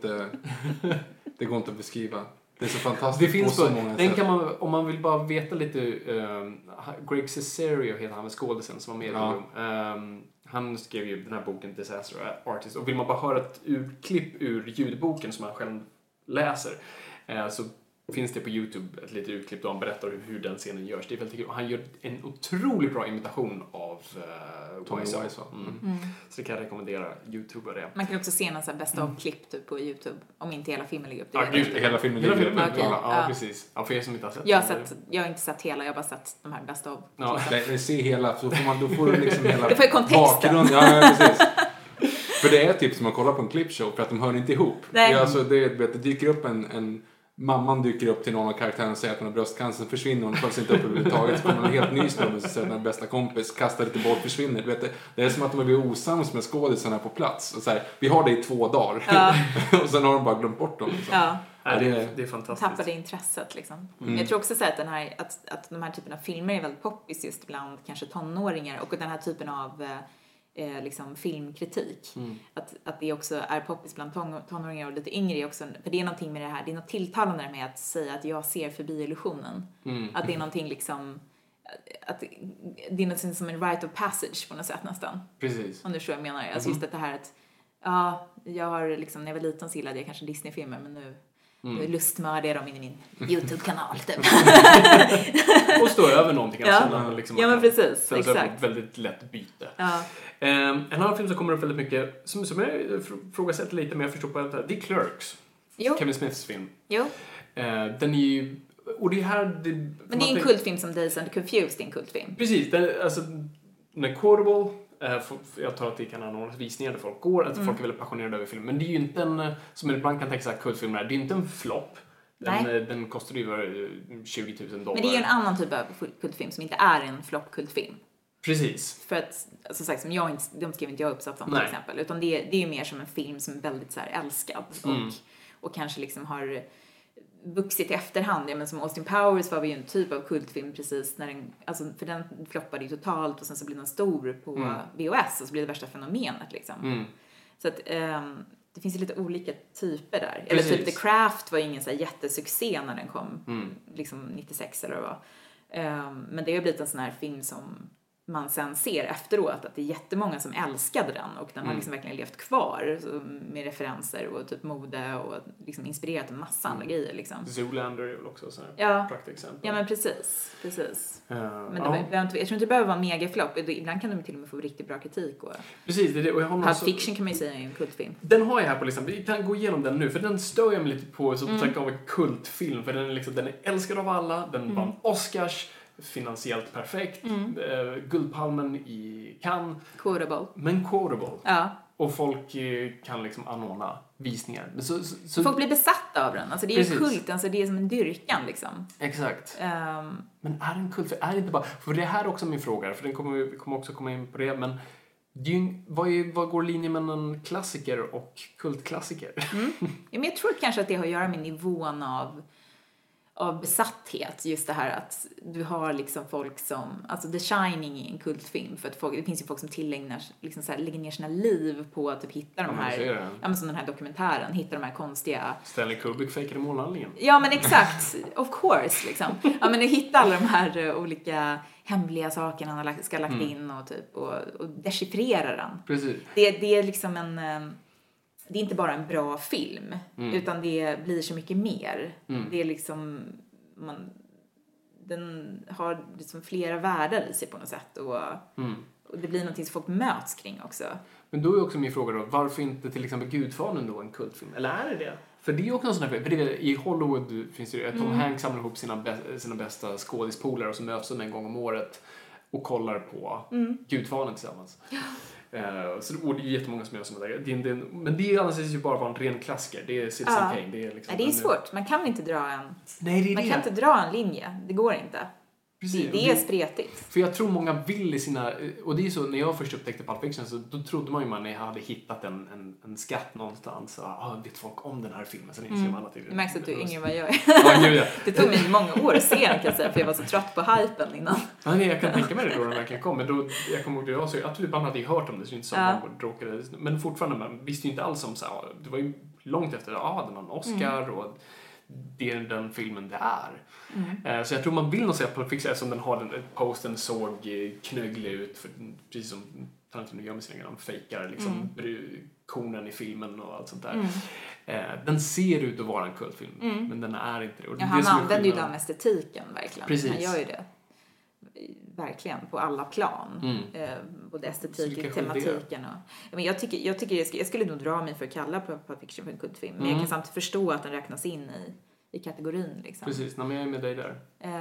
inte att beskriva. Det är så fantastiskt. Det finns så många den kan man, om man vill bara veta lite Greg Cesario heter han, skådisen som var med i The Room. Han skrev ju den här boken Disaster Artist, och vill man bara höra ett klipp ur ljudboken som han själv läser så finns det på YouTube ett litet utklipp då han berättar hur den scenen görs. Det är väldigt kul. Och han gör en otroligt bra imitation av Tommy Wiseau. Så det kan jag rekommendera YouTubare det. Man kan också se någon sån här best of klipp typ på YouTube, om inte hela filmen ligger upp. Hela filmen ligger upp. Ja, precis. Ja, för er som inte har sett jag har inte sett hela, jag har bara sett de här best of. Ja, se hela, så då får du liksom hela du får kontexten. Ja, precis. För det är typ som att kolla på en clipshow, för att de hör inte ihop. Det dyker upp en mamman dyker upp till någon av karaktärerna och säger att hon har bröstcancer, försvinner, hon följs inte upp överhuvudtaget, så kommer en helt ny snubbe och säger att den bästa kompis kastar lite boll, försvinner. Du vet, det är som att de blir osams med skådisarna på plats och så här, vi har det i 2 dagar och sen har de bara glömt bort dem liksom. Det är fantastiskt. Tappade intresset liksom. Jag tror också så att att de här typen av filmer är väldigt poppis just bland kanske tonåringar, och den här typen av liksom filmkritik. Att det också är poppis bland tonåringar och lite yngre också, för det är någonting med det här, det är något tilltalande med att säga att jag ser förbi illusionen. Att det är någonting liksom, att det är något som en rite of passage på något sätt nästan. Precis. Om du förstår vad jag menar. Alltså just det här att jag har liksom, när jag var liten så gillade jag kanske Disney-filmer, men nu lustmördar dem in i min YouTube-kanal typ. Och stå över någonting liksom, men precis, exakt. Väldigt lätt byte. En annan film som kommer upp väldigt mycket som jag frågasätter lite, men jag förstår på det är Clerks. Kevin Smiths film. Den är ju Och det här... Men det är en kultfilm som Dazed and Confused är en kultfilm. Precis, den är quotable. Jag tror att det kan anordnas visningar där folk går, att folk är väldigt passionerade över film. Men det är ju inte en, som man ibland kan tänka sig att kultfilmer är, det är inte en flopp. Den kostar ju $20,000. Men det är ju en annan typ av kultfilm som inte är en flopp-kultfilm. Precis. För att, alltså sagt, som de skrev inte jag uppsatt om till exempel. Utan det är ju mer som en film som är väldigt så här älskad. Och kanske liksom har vuxit i efterhand. Ja, men som Austin Powers var ju en typ av kultfilm precis när den, alltså för den floppade ju totalt och sen så blev den stor på VHS och så blev det värsta fenomenet liksom. Så att det finns ju lite olika typer där. Eller typ The Craft var ju ingen så här jättesuccé när den kom liksom 96 eller vad det var. Men det har blivit en sån här film som man sen ser efteråt att det är jättemånga som älskade den och den har liksom verkligen levt kvar med referenser och typ mode och liksom inspirerat en massa andra grejer liksom. Zoolander är väl också så här praktexempel. Ja men precis. Men jag tror inte det behöver vara en megaflopp. Ibland kan de till och med få riktigt bra kritik. Precis, det och jag har Pulp Fiction kan man ju säga är en kultfilm. Den har jag här på listan. Vi kan gå igenom den nu för den stör jag mig lite på som sagt av en kultfilm för den är älskad av alla. Den vann Oscars. Finansiellt perfekt. Guldpalmen i Cannes. Men quotable. Ja. Och folk kan liksom anordna visningar. Så folk blir besatta av den. Alltså det är ju kult, alltså det är som en dyrkan liksom. Exakt. Men är det en kult? Är det inte bara... För det här är också min fråga. För den kommer också komma in på det. Men vad går linjen mellan klassiker och kultklassiker? Ja, men jag tror kanske att det har att göra med nivån av besatthet, just det här att du har liksom folk som, alltså The Shining är en kultfilm för att det finns ju folk som liksom så här, lägger ner sina liv på att typ hitta de här, men som den här dokumentären, hitta de här konstiga Stanley Kubrick fejkade målhandlingen. Ja men exakt, of course liksom. Ja men hitta alla de här olika hemliga sakerna han ska lagt in och typ och dechiffrera den. Precis. Det är liksom det är inte bara en bra film utan det blir så mycket mer. Det är liksom den har liksom flera världar i sig på något sätt och det blir någonting som folk möts kring också. Men då är också min fråga då, varför inte till exempel Gudfadern då en kultfilm? Eller är det? För det är också en sån här film. I Hollywood finns det Tom Hanks samlar ihop sina bästa skådispolare och så möts de en gång om året och kollar på Gudfadern tillsammans. Och det är jättemånga som gör som det. Men det anses ju bara vara en ren klassiker. Det är Citizen Kane. Det är, liksom, det är svårt. Man kan inte dra man kan inte dra en linje. Det går inte. Precis, det är spretigt. För jag tror många vill i sina... Och det är så, när jag först upptäckte Pulp Fiction så då trodde man ju man hade hittat en skatt någonstans. Och vet folk om den här filmen. Sen inser man att det märks att du är yngre än vad jag är. Det tog mig många år att se den kan jag säga. För jag var så trött på hypen innan. Nej, jag kan tänka mig det då den verkligen kom. Men då, jag kommer ihåg det. Absolut, man hade ju hört om det. Så inte så man råkade... Men fortfarande, man visste ju inte alls om så här, det var ju långt efter. Den har en Oscar och... Det är den filmen det är. Så jag tror man vill nog säga Pulp Fiction eftersom den har posten såg knögglig ut för, precis som Tarantino gör med sina grejer. De fejkar liksom konen i filmen och allt sånt där. Den ser ut att vara en kultfilm men den är inte det. Och han använder ju den estetiken verkligen. Precis. Han gör ju det. Verkligen på alla plan. Både estetik, tematiken och... Men jag skulle nog dra mig för att kalla Pulp Fiction för en kultfilm. Men jag kan samtidigt förstå att den räknas in i kategorin. Liksom. Precis, när jag är med dig där.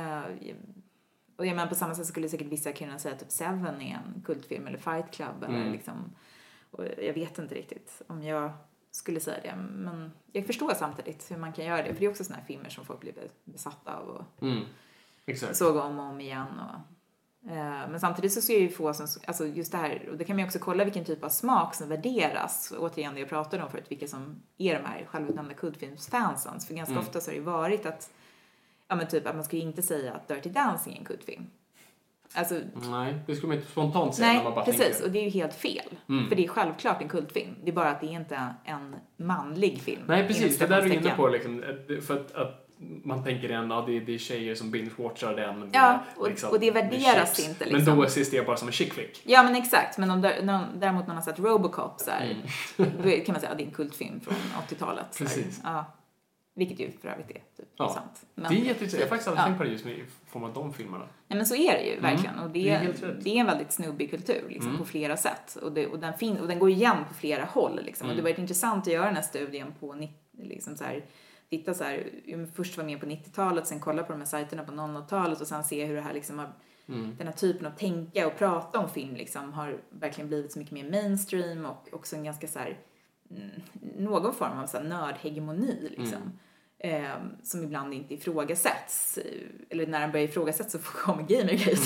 Och jag menar, på samma sätt skulle säkert vissa kunna säga att typ Seven är en kultfilm eller Fight Club. Eller liksom, och jag vet inte riktigt om jag skulle säga det. Men jag förstår samtidigt hur man kan göra det. För det är också såna här filmer som folk blir besatta av och såg om och om igen och... Men samtidigt så ser jag ju få som, alltså just det här, och det kan man ju också kolla vilken typ av smak som värderas, återigen det jag pratade om förut, vilka som är de här självutnämnda kultfilmsfansen, för ganska ofta så har det ju varit att typ att man skulle inte säga att Dirty Dancing är en kultfilm. Alltså, nej, det skulle man inte spontant säga när man bara precis, tänker. Och det är ju helt fel. För det är självklart en kultfilm. Det är bara att det är inte en manlig film. Nej, precis, det där är du inne på liksom, för att man tänker det är tjejer som binge-watchar den. Och det värderas inte. Liksom. Men då ses det bara som en chick flick. Ja, men exakt. Men däremot när man har sett Robocop så här, då kan man säga att det är en kultfilm från 80-talet. Precis. Vilket ju för övrigt är typ sant. Men, det är jätteintressant. Jag har faktiskt aldrig tänkt på det just i form av de filmerna. Nej, men så är det ju verkligen. Och det är en väldigt snubbig kultur liksom, på flera sätt. Och den går igen på flera håll. Liksom. Och det var intressant att göra den här studien på liksom så här, titta så här, först vara med på 90-talet, sen kolla på de här sajterna på 00-talet och sen se hur det här liksom har, den här typen av tänka och prata om film liksom har verkligen blivit så mycket mer mainstream och också en ganska så här, någon form av så här nördhegemoni liksom. Som ibland inte ifrågasätts, eller när den börjar ifrågasätts så kommer Gamergate.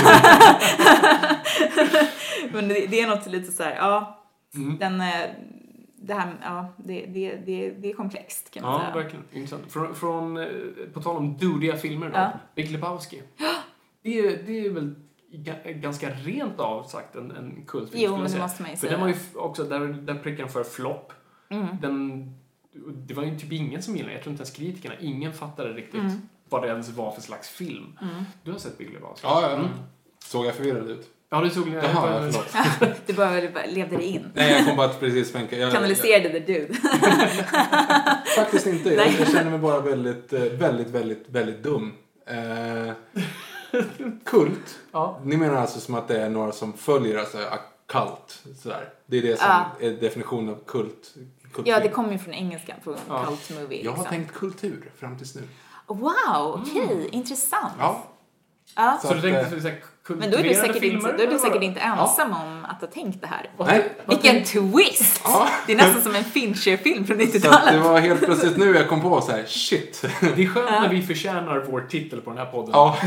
Men det är något lite så här, det här, det är komplext kan man säga. Ja, verkligen. Intressant. Från på tal om dudiga filmer då. Big Lebowski. Det är väl ganska rent av sagt en kultfilm. Jo, men det måste man ju säga. För den var ju också, där pricken för flopp. Det var ju typ ingen som gillade. Jag tror inte ens kritikerna. Ingen fattade riktigt vad det ens var för slags film. Du har sett Big Lebowski? Ja. Såg jag förvirrad ut? Ja, du såg... Du bara levde det in. Nej, jag kom bara att precis tänka... Kanaliserade the dude. Faktiskt inte. Jag känner mig bara väldigt dum. Kult. Ja. Ni menar alltså som att det är några som följer alltså kult sådär. Det är det som är definitionen av kult. Ja, det kommer ju från engelskan, från cult movie. Jag har tänkt kultur fram tills nu. Wow, okej. Intressant. Ja. Så du tänkte så här, men då är du säkert inte ensam om att ha tänkt det här. Nej. Vilken twist! Det är nästan som en Fincher-film från 90-talet. Det var helt plötsligt nu jag kom på så här, shit. Det är skönt när vi förtjänar vår titel på den här podden. Ja.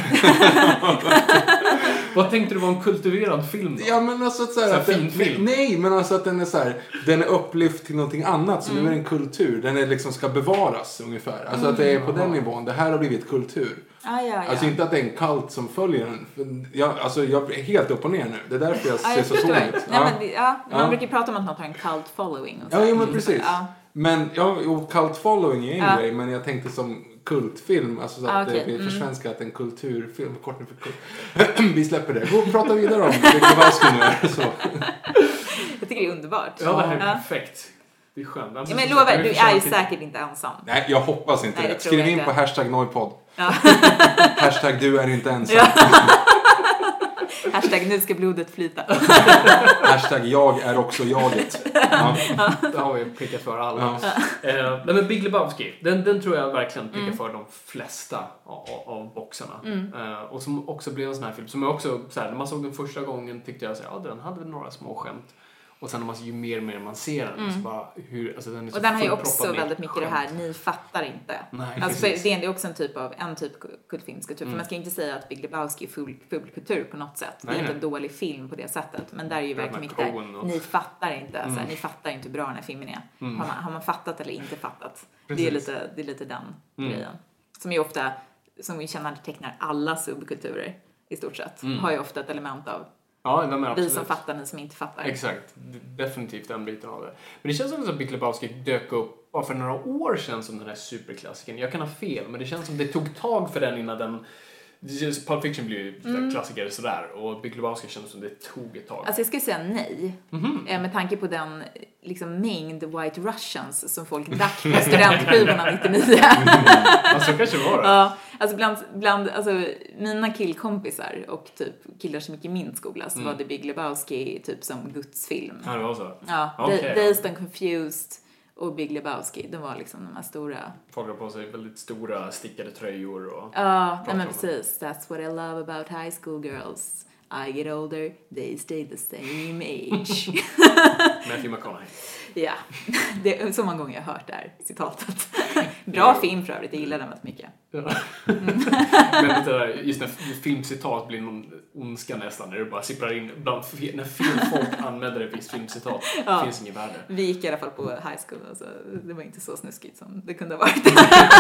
Vad tänkte du var en kultiverad film då? Ja, men alltså så här, fin film. Nej, men alltså att den är så här, den är upplyft till någonting annat, så nu är det en kultur. Den är liksom ska bevaras ungefär. Alltså att det är på den nivån. Det här har blivit kultur. Alltså inte att det är en kult som följer den. Jag är helt upp och ner nu. Det är därför jag ser så sånt ut. Man brukar prata om att något har en cult following. Och så. Ja, men precis. Men cult following är en grej, men jag tänkte som kultfilm, alltså så att det blir försvenskat en kulturfilm, korten för kult. Vi släpper det. Gå och prata vidare om Big Lebowski nu. Så. Jag tycker det är underbart. Ja, det här är perfekt. Det är skönt. Ja, men lovar, du är ju säkert inte ensam. Nej, jag hoppas inte det. Skriv in på #Noipod. Ja. #du är inte ensam. #nu ska blodet flyta. #jag är också jaget. Det har vi prickat för alla. Nej, men Big Lebowski, den tror jag verkligen prickar för de flesta av boxarna. Och som också blev en sån här film som jag också, så här, när man såg den första gången tyckte jag så här, den hade några små skämt. Och sen ju mer man ser den så bara hur, alltså den är så. Och den har ju också väldigt mycket skämt. Det här, ni fattar inte. Nej, alltså det är också en typ kultfilmskultur. För man ska inte säga att Big Lebowski är fulkultur på något sätt. Det är inte en dålig film på det sättet. Men där är ju verkligen mycket där, ni fattar inte. Så här, ni fattar inte hur bra den här filmen är. Har man fattat eller inte fattat? Det är lite den grejen. Som är ofta, som vi känner alla subkulturer i stort sett. Har ju ofta ett element av vi som fattar, ni som inte fattar. Exakt, definitivt den biten av det. Men det känns som att Big Lebowski dök upp bara för några år sedan som den här superklassiken. Jag kan ha fel, men det känns som det tog tag för den innan den... Pulp Fiction blev ju klassiker sådär. Och Big Lebowski känns som det tog ett tag. Alltså jag skulle säga nej. Med tanke på den liksom mängd White Russians som folk drack på studentskivorna 99. Alltså kanske var det. Ja, alltså bland alltså, mina killkompisar och typ killar som gick i min skola så var det Big Lebowski typ som gudsfilm. Ja, det var så. Ja, okay, Dazed and Confused och Big Lebowski, de var liksom de här stora. Folk har på sig väldigt stora stickade tröjor och... Ja, men precis. That's what I love about high school girls. I get older, they stay the same age. Matthew McConaughey. Ja, det är så många gånger jag har hört det här citatet. Bra film för övrigt, jag gillar den väldigt mycket. Ja. Men det där, just när filmcitat blir någon ondska nästan, när det bara sipprar in bland, när filmfolk använder ett visst filmcitat, det finns ingen värde. Vi gick i alla fall på high school, alltså, det var inte så snuskigt som det kunde ha varit.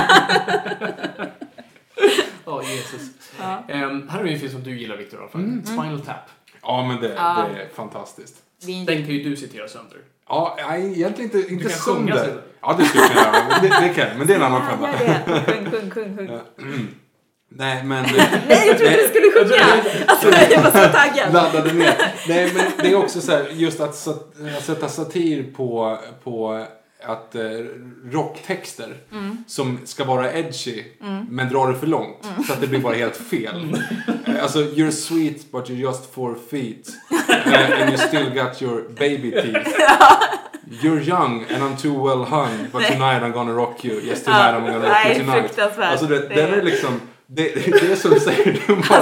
Jesus. Här har vi en film som du gillar, Victor, i alla fall. Spinal Tap. Ja, men det är fantastiskt. Den kan ju du citera sönder. Ja, egentligen inte sönder. Ja, det skulle jag göra. Det kan, men det är en annan femma. Kung. Nej, men... Nej, jag trodde du skulle sjunga. Alltså, jag var så taggad. Laddade ner. Nej, men det är också så här, just att sätta satir på att rocktexter som ska vara edgy men drar det för långt så att det blir bara helt fel. Alltså, you're sweet but you're just 4 feet and you still got your baby teeth. You're young and I'm too well hung, but tonight I'm gonna rock you. Yes, tonight I'm gonna rock you tonight. Alltså den är liksom... Det är som du säger,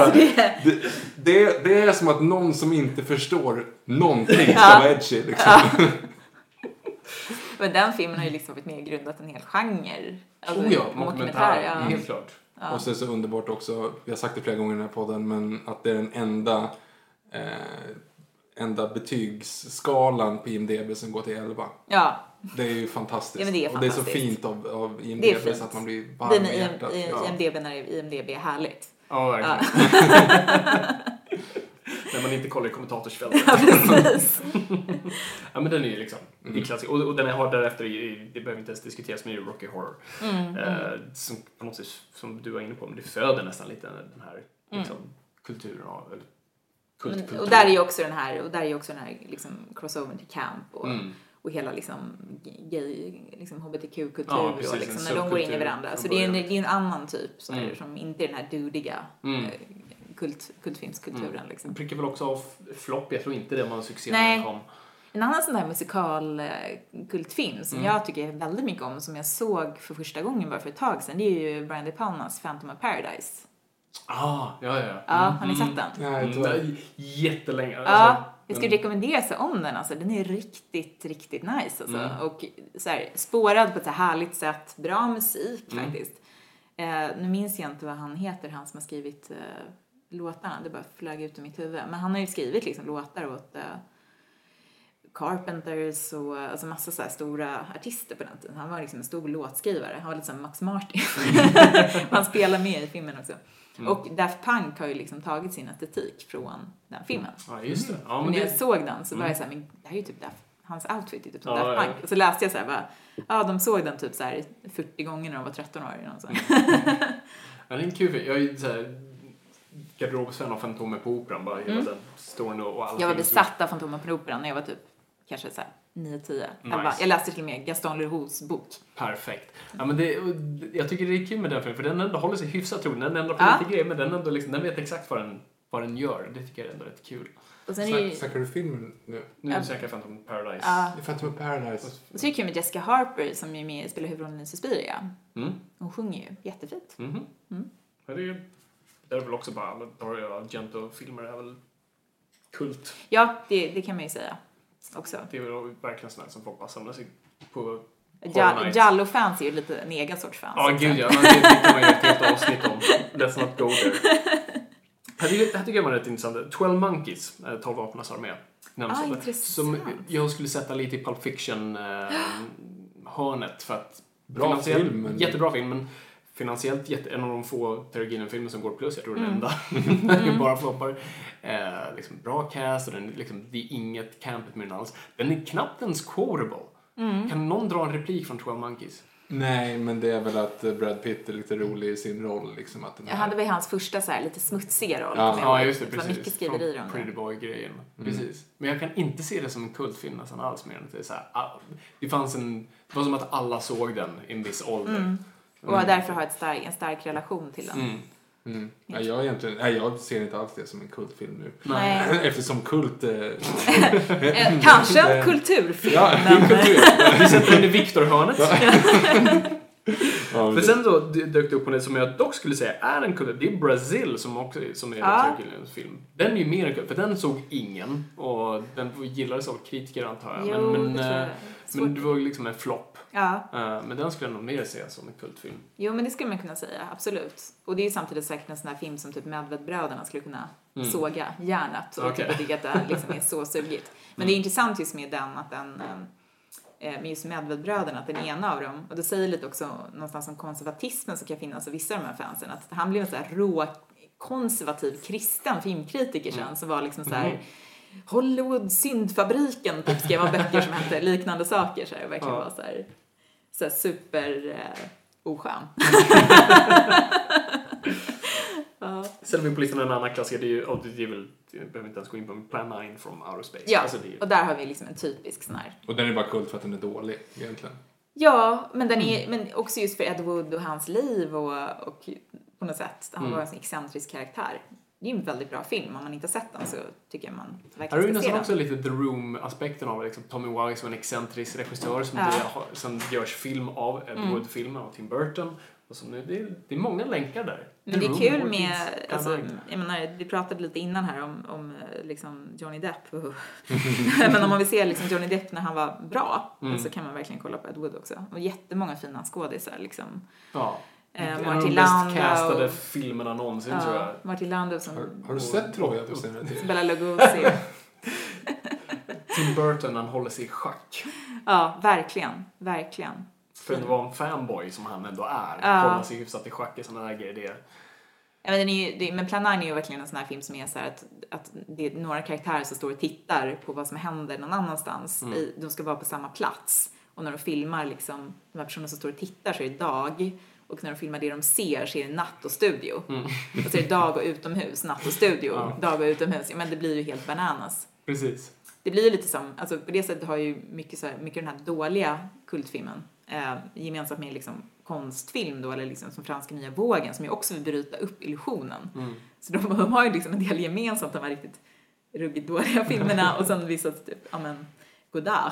det är som att någon som inte förstår någonting ska vara edgy. Liksom. Men den filmen har ju liksom varit mer grundat en hel genre. Alltså, dokumentär, helt klart. Ja. Och sen så underbart också, vi har sagt det flera gånger i den här podden, men att det är den enda betygsskalan på IMDb som går till 11. Ja. Det är ju fantastiskt. Ja, men det är fantastiskt. Och det är så fint av IMDb så att man blir varm i hjärtat. IMDb när IMDb är härligt. Ja, verkligen. När man inte kollar i kommentatorsfältet. Ja, precis. Ja, men den är ju liksom i klassisk. Och den har därefter, det behöver inte ens diskuteras med Rocky Horror. Som på något sätt, som du var inne på, men det föder nästan lite den här liksom, kulturen av kultkultur. Och där är ju också den här liksom crossover till camp och hela liksom gay liksom hbtq-kultur och liksom när de går in i varandra. Så det är en annan typ som inte är den här dudiga kultfilmskulturen liksom. Prickar väl också av flopp, jag tror inte det var en succé när den kom. En annan sån där musikalkultfilm som jag tycker väldigt mycket om, som jag såg för första gången bara för ett tag sedan, det är ju Brian De Palmas Phantom of Paradise. Ja. Har ni sett den? Jättelänge. Ja, jag skulle rekommendera sig om den. Alltså, den är riktigt, riktigt nice. Alltså. Och så här, spårad på ett så här härligt sätt. Bra musik faktiskt. Nu minns jag inte vad han heter, han som har skrivit låtarna. Det bara flög ut i mitt huvud. Men han har ju skrivit liksom, låtar åt Carpenters och alltså massa så här stora artister på den tiden. Han var liksom en stor låtskrivare. Han var lite som Max Martin. Han spelar med i filmen också. Och Daft Punk har ju liksom tagit sin estetik från den filmen. Ja, just det. Ja, men när jag såg den så var jag så här, men det här är ju typ hans outfit är typ som Daft Punk. Och så läste jag så här, de såg den typ så här 40 gånger när de var 13 år. Ja, det är en kul film. Jag är ju så här garderobsfan av Fantomen på Operan. Bara hela den storyn och alla. Jag var besatt av Fantomen på Operan när jag var typ kanske så här 9-10. Nice. Jag läste till och med Gaston Lerouxs bok. Perfekt. Ja, men jag tycker det är kul med den filmen, för den ändå håller sig hyfsat trogen. Den ändå på lite grejer, men den ändå liksom, den vet exakt vad den gör. Det tycker jag är ändå rätt kul. Snackar du filmen nu? Nu söker jag Phantom Paradise. Phantom Paradise. Och så är det kul med Jessica Harper som är med, spelar huvudrollen i Suspiria. Hon sjunger ju jättefint. Det är väl också bara Dario Argento-filmer är väl kult. Ja, det kan man ju säga också. Det är väl verkligen sådana som folk bara samlar sig på. Giallo-fans är ju lite en egen sorts fans. Ja, gud ja. Det kan man ju ett helt avsnitt om. Let's not go there. Här tycker jag var rätt intressant. 12 Monkeys, 12 apornas armé. Intressant. Som jag skulle sätta lite i Pulp Fiction-hörnet. För att bra film. Jättebra film, men finansiellt en av de få Terry Gilliam-filmer som går plus. Jag tror den enda. Bara floppar. Liksom bra cast och det är inget campet med den alls. Den är knappt ens quotable. Kan någon dra en replik från 12 Monkeys? Nej, men det är väl att Brad Pitt är lite rolig i sin roll. Liksom, att jag hade väl hans första så här, lite smutsiga roll. Ja, just det. Precis. Det var mycket skriverier om Pretty Boy-grejen. Precis. Men jag kan inte se det som en kultfilm nästan alls mer än att det är så här, det var som att alla såg den i en viss ålder. Och därför har en stark relation till den. Ja, jag ser inte alls det som en kultfilm nu. Nej. Eftersom kult... kanske en kulturfilm. Ja, kultur. Vi sätter in i Victor-hörnet. För sen då dök det upp på det som jag dock skulle säga är en kultur. Det är Brazil som är en film. Den är ju mer en kultur, för den såg ingen. Och den gillades av kritiker, antar jag. Men det var liksom en flopp. Ja. Men den skulle jag nog mer säga som en kultfilm. Jo, men det skulle man kunna säga, absolut. Och det är ju samtidigt säkert en sån här film som typ Medvedbröderna skulle kunna såga hjärnat. Och tycka att det liksom är så sugigt. Men det är intressant just med den, att den... med just Medvedbröderna, att den ena av dem, och det säger lite också någonstans om konservatismen som kan finnas av vissa av de här fansen, att han blev en så här rå konservativ kristen filmkritiker sen, som var liksom så här Hollywood syndfabriken typ, skrev av böcker som hette liknande saker så här, verkligen var så här super oskön. Sen har vi på listan en annan klassiker, det är ju jag behöver inte ens gå in på Plan 9 from Outer Space. Ja, och där har vi liksom en typisk sån här. Och den är bara kult för att den är dålig egentligen. Ja, men den är men också just för Ed Wood och hans liv och på något sätt, han var en sån excentrisk karaktär. det är en väldigt bra film. Om man inte har sett den så tycker jag man Här är verkligen ju ska se nästan den. också lite The Room-aspekten av liksom Tommy Wiseau, en excentrisk regissör som görs film av Ed Wood-filmer av Tim Burton. Och så nu, det är många länkar där. Men det är kul med, alltså, jag menar, vi pratade lite innan här om liksom Johnny Depp. Men om man vill se liksom Johnny Depp när han var bra så kan man verkligen kolla på Ed Wood också. Och jättemånga fina skådisar liksom. Ja. Martin Landau. En av de bäst castade filmerna någonsin tror jag. Martin Landau som... Har du sett Troja på senare tid? Bela Lugosi. Tim Burton, han håller sig i schack. Ja, verkligen. Verkligen. För att vara en fanboy som han ändå är. Hålla sig hyfsat i schack i sådana där grejer. Ja, men Plan 9 är ju verkligen en sån här film som är så här att det är några karaktärer som står och tittar på vad som händer någon annanstans. De ska vara på samma plats. Och när de filmar liksom, de här personerna som står och tittar så är det dag. Och när de filmar det de ser så är det natt och studio. Och så är det dag och utomhus, natt och studio, dag och utomhus. Ja, men det blir ju helt bananas. Precis. Det blir ju lite som, alltså på det sättet har ju mycket den här dåliga kultfilmen gemensamt med liksom konstfilm då, eller liksom som franska nya vågen som ju också vill bryta upp illusionen. Så de har ju liksom en del gemensamt, de här riktigt ruggigt dåliga filmerna och sen vissa typ, ja men, Godard.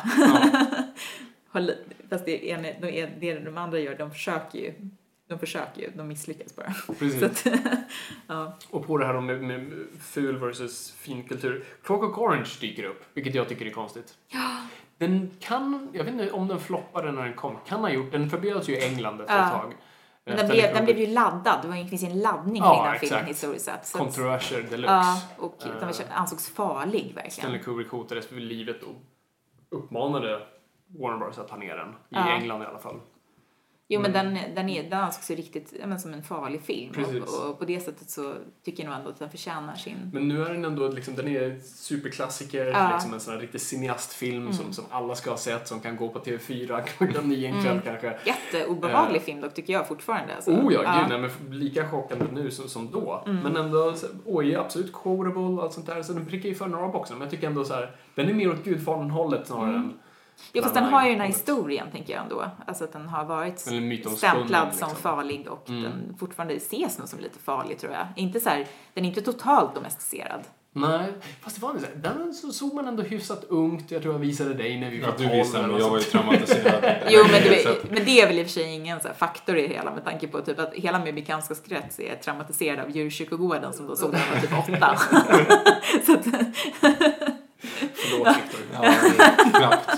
Fast det de andra gör, de försöker ju, de misslyckas bara. Precis. Så att, ja. Och på det här med ful versus fin kultur. Clockwork Orange dyker upp, vilket jag tycker är konstigt. Den kan, jag vet inte om den floppade när den kom, kan ha gjort, den förbjöds ju i England efter ett tag. Men den blev ju laddad, det finns en laddning kring den filmen historiskt sett. Controversial deluxe. Ja, och den ansågs farlig verkligen. Stanley Kubrick hotades för livet och uppmanade Warner Bros att ta ner den. I England i alla fall. Jo, men den ansågs ju riktigt som en farlig film. Och på det sättet så tycker jag nog ändå att den förtjänar sin... Men nu är den ändå, liksom, den är superklassiker. Liksom en sån här riktig cineastfilm som alla ska ha sett. Som kan gå på TV4 klockan 9 en kväll kanske. Jätteobehaglig film dock tycker jag fortfarande. Alltså. Nej, men lika chockande nu som då. Men ändå, absolut quotable och allt sånt där. Så den prickar ju för några boxar. Men jag tycker ändå så här, den är mer åt Gudfadern-hållet snarare än... Jo, fast den har ju den här historien, tänker jag ändå. Alltså att den har varit stämplad som farlig och den fortfarande ses nog som lite farlig, tror jag. Inte så här, den är inte totalt domesticerad. Nej, fast det var så här, den så såg man ändå hyfsat ungt. Jag tror jag visade dig när vi var 12. Du visade mig, jag var ju traumatiserad. Jo, men det är väl i och för sig ingen så här faktor i det hela, med tanke på typ att hela min bekantskapskrets är traumatiserad av djurkyrkogården som då såg när jag var typ 8. Så att... Förlåt, Victor. Ja, knappt.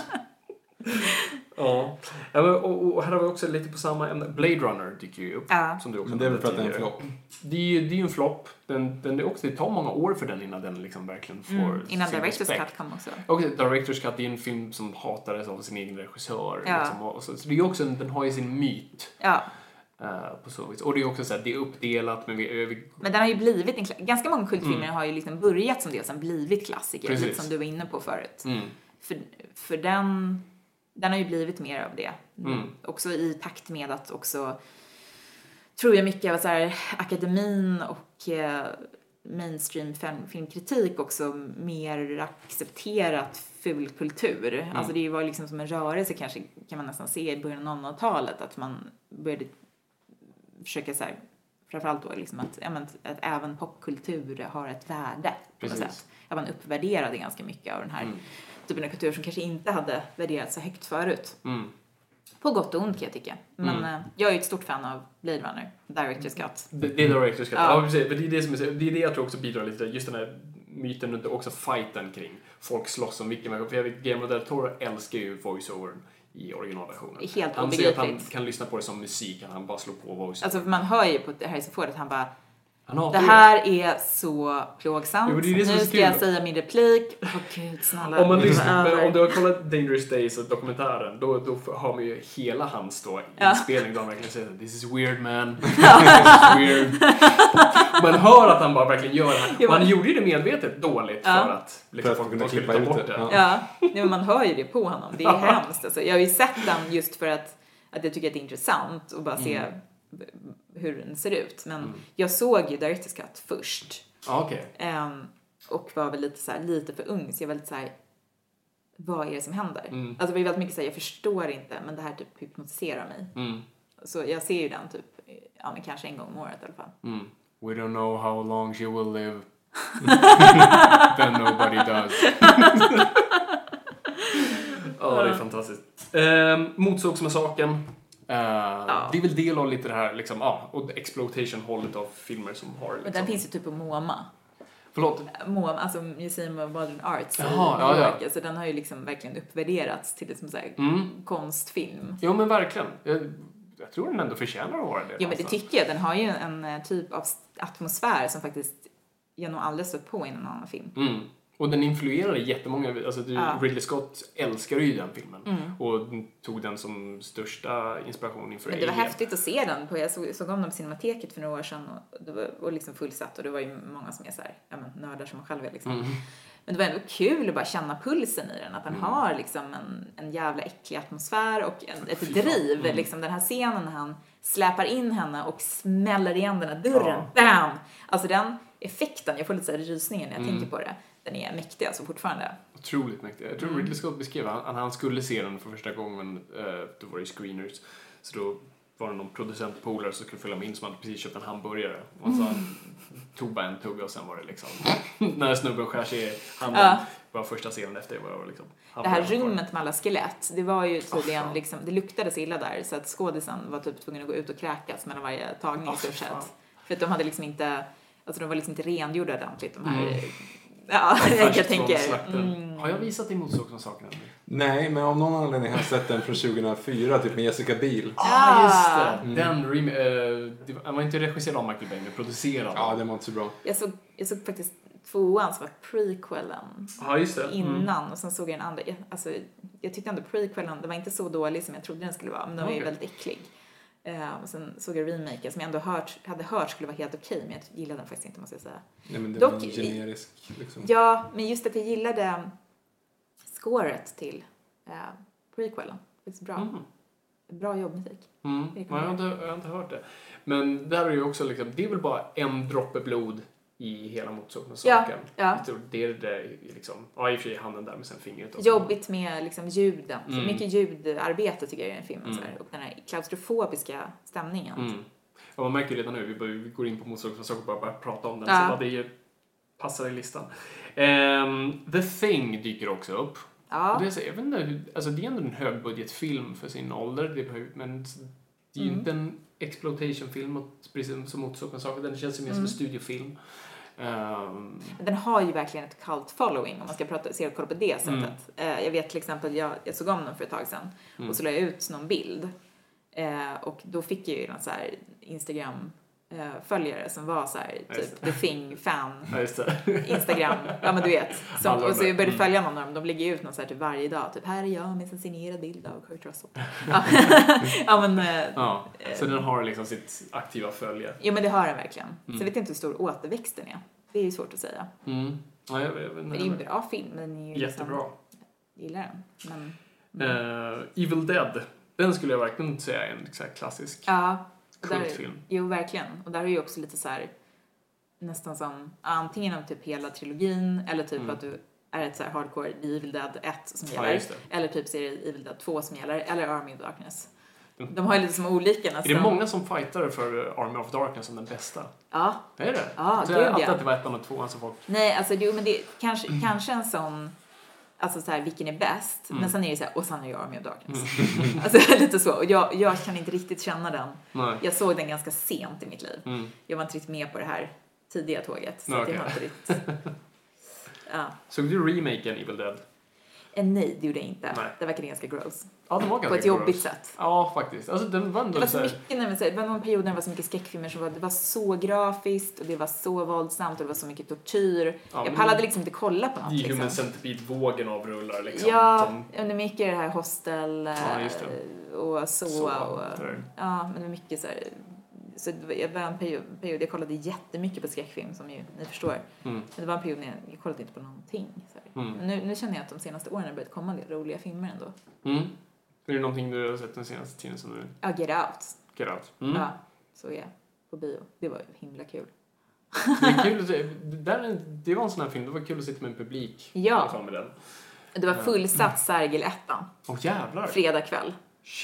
Ja, och här har vi också lite på samma ämne. Blade Runner dyker ju upp. Som du också. Men det är väl för att det är en flopp. Det är ju en flopp. Det tar många år för den innan den liksom verkligen får innan Director's Cut kom också. Och Director's Cut är en film som hatades av sin egen regissör. Liksom, så det är också, den har ju sin myt. Ja. På så vis. Och det är också så här, det är uppdelat men men den har ju blivit ganska många kultfilmer har ju liksom börjat som det och sen blivit klassiker. Precis. Lite som du var inne på förut. För den har ju blivit mer av det. Också i takt med att också, tror jag, mycket av så här, akademin och mainstream filmkritik också mer accepterat fulkultur. Alltså det var liksom som en rörelse, kanske kan man nästan se i början av 00-talet, att man började försöka så här, framförallt då liksom att även popkultur har ett värde på något sätt. Att man uppvärderade ganska mycket av den här typen av kultur som kanske inte hade värderats så högt förut. På gott och ont, kan jag tycka. Men jag är ju ett stort fan av Blade Runner, Director's Cut. Det är Director's Cut. Ja, precis. Men det är det jag tror också bidrar lite. Just den här myten och också fighten kring folk slåss om vilken människa. För jag vet, Guillermo del Toro älskar ju voice-overn i originalversionen. Helt han säger att han kan lyssna på det som musik, han bara slår på voice-over. Alltså man hör ju på Harrison Ford att han bara, det här är så plågsamt. Nu ska jag säga min replik. Gud, snälla. Om du har kollat Dangerous Days och dokumentären, då hör man ju hela hans inspelning där han verkligen säger this is weird, man. This is weird. Man hör att han bara verkligen gör det här. Och han gjorde ju det medvetet dåligt för att liksom, folk skulle ta bort det. Ja, men man hör ju det på honom. Det är hemskt. Alltså, jag har ju sett den just för att jag tycker att det är intressant och bara se hur den ser ut. Men jag såg ju Director's Cut först. Och var väl lite för ung. Så jag var lite så här, vad är det som händer? Alltså det var ju väldigt mycket så här, jag förstår inte, men det här typ hypnotiserar mig. Så jag ser ju den typ, men kanske en gång om året i alla fall. We don't know how long she will live. Then nobody does. Ja, det är fantastiskt. Motorsågsmassakern. Det är väl del av lite det här liksom, och exploitation-hållet av filmer som har liksom... Men den finns ju typ på MoMA. Förlåt? MoMA, alltså Museum of Modern Arts. Ja. Så den har ju liksom verkligen uppvärderats till liksom så här konstfilm. Jo, men verkligen. Jag tror den ändå förtjänar att vara det. Jo, men det tycker jag. Den har ju en typ av atmosfär som faktiskt jag nog aldrig stött på i någon annan film. Och den influerade jättemånga, alltså Ridley Scott älskar ju den filmen och tog den som största inspiration inför Men det var häftigt att se den jag såg om den på Cinemateket för några år sedan och det var liksom fullsatt och det var ju många som är så här, nördar som man själv är liksom. Men det var ändå kul att bara känna pulsen i den, att den har liksom en jävla äcklig atmosfär och ett driv, liksom den här scenen när han släpar in henne och smäller igen den här dörren, bam! Alltså den effekten, jag får lite så här rysningar när jag tänker på det. Den är mäktig alltså fortfarande. Otroligt mäktig. Jag tror Ridley Scott beskrev att han skulle se den för första gången, då var det screeners. Så då var det någon producentpolare som skulle följa med in som hade precis köpt en hamburgare. Och så han tog bara en tugga och sen var det liksom när snubben skär sig i handen. Var första scenen efter det var liksom det här rummet med alla skelett, det var ju tydligen liksom, det luktade så illa där så att skådisen var typ tvungen att gå ut och kräkas mellan varje tagning i stort sett. För att de hade liksom inte, alltså de var liksom inte rengjorda ordentligt de här. Ja, jag tänker. Har jag visat emot sakerna? Nej, men om någon anledning har jag sett den från 2004 typ med Jessica Biel. Just det. Den den var inte regisserad av Michael Bay, men producerad. Ja, den var inte så bra. Jag såg faktiskt 2:an som var prequelen. Ja, just det. Innan och sen såg jag den andra. Alltså jag tyckte ändå prequelen, det var inte så dålig som jag trodde den skulle vara, men den var ju väldigt äcklig. Och sen såg jag remaken som jag ändå hade hört skulle vara helt okej, men jag gillade den faktiskt inte, måste jag säga. Nej, men det var generisk liksom. Ja, men just att jag gillade scoret till prequelen. Det är bra. Bra jobbmusik. Jag har inte hört det. Men där är ju också liksom, det är väl bara en droppe blod i hela motorsågsmassakern. Ja. Det är det liksom, i och för sig handen där med sen fingret också. Jobbigt med liksom ljuden. Så mycket ljudarbete tycker jag i den filmen. Så här, och den här klaustrofobiska stämningen. Ja, man märker redan nu, vi går in på motorsågsmassakern och bara prata om den. Så det passar i listan. The Thing dyker också upp. Ja. Och det är så, jag vet inte, alltså det är ändå en högbudgetfilm för sin ålder. Men det är ju inte en exploitation-film precis som motorsågsmassakern. Den känns ju mer som en studiofilm. Den har ju verkligen ett cult following om man ska kolla på det sättet. Jag vet till exempel, jag såg om den för ett tag sedan och så la jag ut någon bild och då fick jag ju någon så här Instagram följare som var så här typ The Thing fan Instagram, ja men du vet och så jag började följa någon av dem, de lägger ut någon så här typ varje dag typ här är jag med en signerad bild av Kurt Russell. Så den har liksom sitt aktiva följe. Jo, men det har den verkligen. Så jag vet inte hur stor återväxten är. Det är ju svårt att säga. Ja, jag vet, men det är ju en bra film, men den är ju jättebra. Jag gillar den. Evil Dead, den skulle jag verkligen säga är en så här klassisk kultfilm. Jo, verkligen. Och där är ju också lite så här nästan som antingen av typ hela trilogin eller typ att du är ett så här hardcore Evil Dead 1 som gäller eller typ ser Evil Dead 2 som gäller eller Army of Darkness. De har ju lite som olika nästan. Är det många som fightar för Army of Darkness som den bästa? Ja. Är det? Ja, så jag att det var ettan och tvåan som folk... Nej, alltså men det kanske en sån alltså så här, vilken är bäst? Men sen är det så här, och sen är jag Army of Darkness. Alltså lite så. Och jag kan inte riktigt känna den. Nej. Jag såg den ganska sent i mitt liv. Jag var inte riktigt med på det här tidiga tåget. Så det var inte riktigt... Såg du remaken Evil Dead? Nej, det gjorde jag inte. Nej. Det verkade ganska gross. Ja, det var ganska på ett jobbigt sätt. Ja, faktiskt. Alltså, det var så mycket, det var någon period när det var så mycket skräckfilmer som det var så grafiskt och det var så våldsamt och det var så mycket tortyr. Ja, jag pallade liksom inte kolla på något. Det är ju med Centipede-vågen av rullar liksom. Ja, under mycket det här Hostel och så och, ja, men det var mycket så här. Så det var en period jag kollade jättemycket på skräckfilm som ju ni förstår. Men det var en period när jag kollade inte på någonting. Nu känner jag att de senaste åren har börjat komma lite roliga filmer ändå. Är det någonting du har sett den senaste tiden som du... Ja, Get Out. Get Out. Ja, så är på bio. Det var himla kul. Det är kul att se. Det var en sån här film. Det var kul att sitta med en publik. Ja. Med den. Det var fullsatt Sergel 1. Åh jävlar. Fredag kväll. Shit.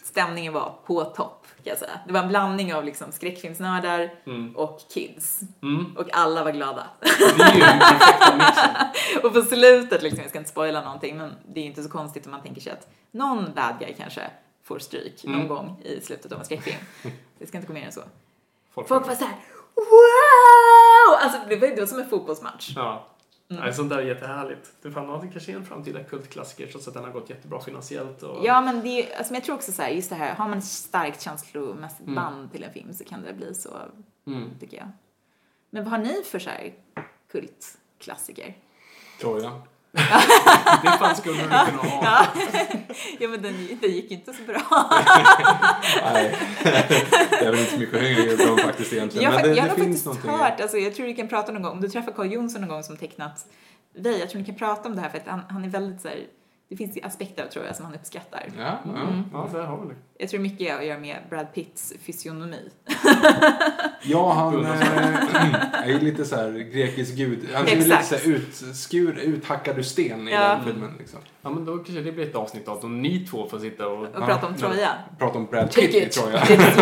stämningen var på topp, kan jag säga. Det var en blandning av liksom skräckfilmsnördar och kids. Och alla var glada. Det är ju den perfekta mixen. Och på slutet, liksom, jag ska inte spoila någonting, men det är inte så konstigt om man tänker sig att någon bad guy kanske får stryk någon gång i slutet av en skräckfilm. Det ska inte gå mer än så. Folk var så här: wow! Alltså det var som en fotbollsmatch. Ja. Nej, sånt där är jättehärligt. Det fanns kanske en framtida kultklassiker trots att den har gått jättebra finansiellt. Och... Ja, men det är, alltså, jag tror också så här, just det här, har man ett starkt känslomässigt band till en film så kan det bli så, tycker jag. Men vad har ni för så här kultklassiker? Troja. Det fanns skulle man kunna ha. Ja, men den gick inte så bra. Nej, det är väl inte så mycket högre bra faktiskt egentligen. Men jag har finns faktiskt någonting. hört, alltså, jag tror du kan prata någon gång, om du träffar Carl Jonsson någon gång som tecknat Vi, jag tror ni kan prata om det här för att han är väldigt så här, det finns aspekter tror jag som han uppskattar. Ja, det har vi. Jag tror mycket att göra med Brad Pitts fysionomi. Ja, han är ju lite så här grekisk gud. Han är ju lite så här uthackad ur sten i den filmen liksom. Ja, men då kanske det blir ett avsnitt av om ni två får sitta och prata om Troja. Prata om Brad Pitt i Troja.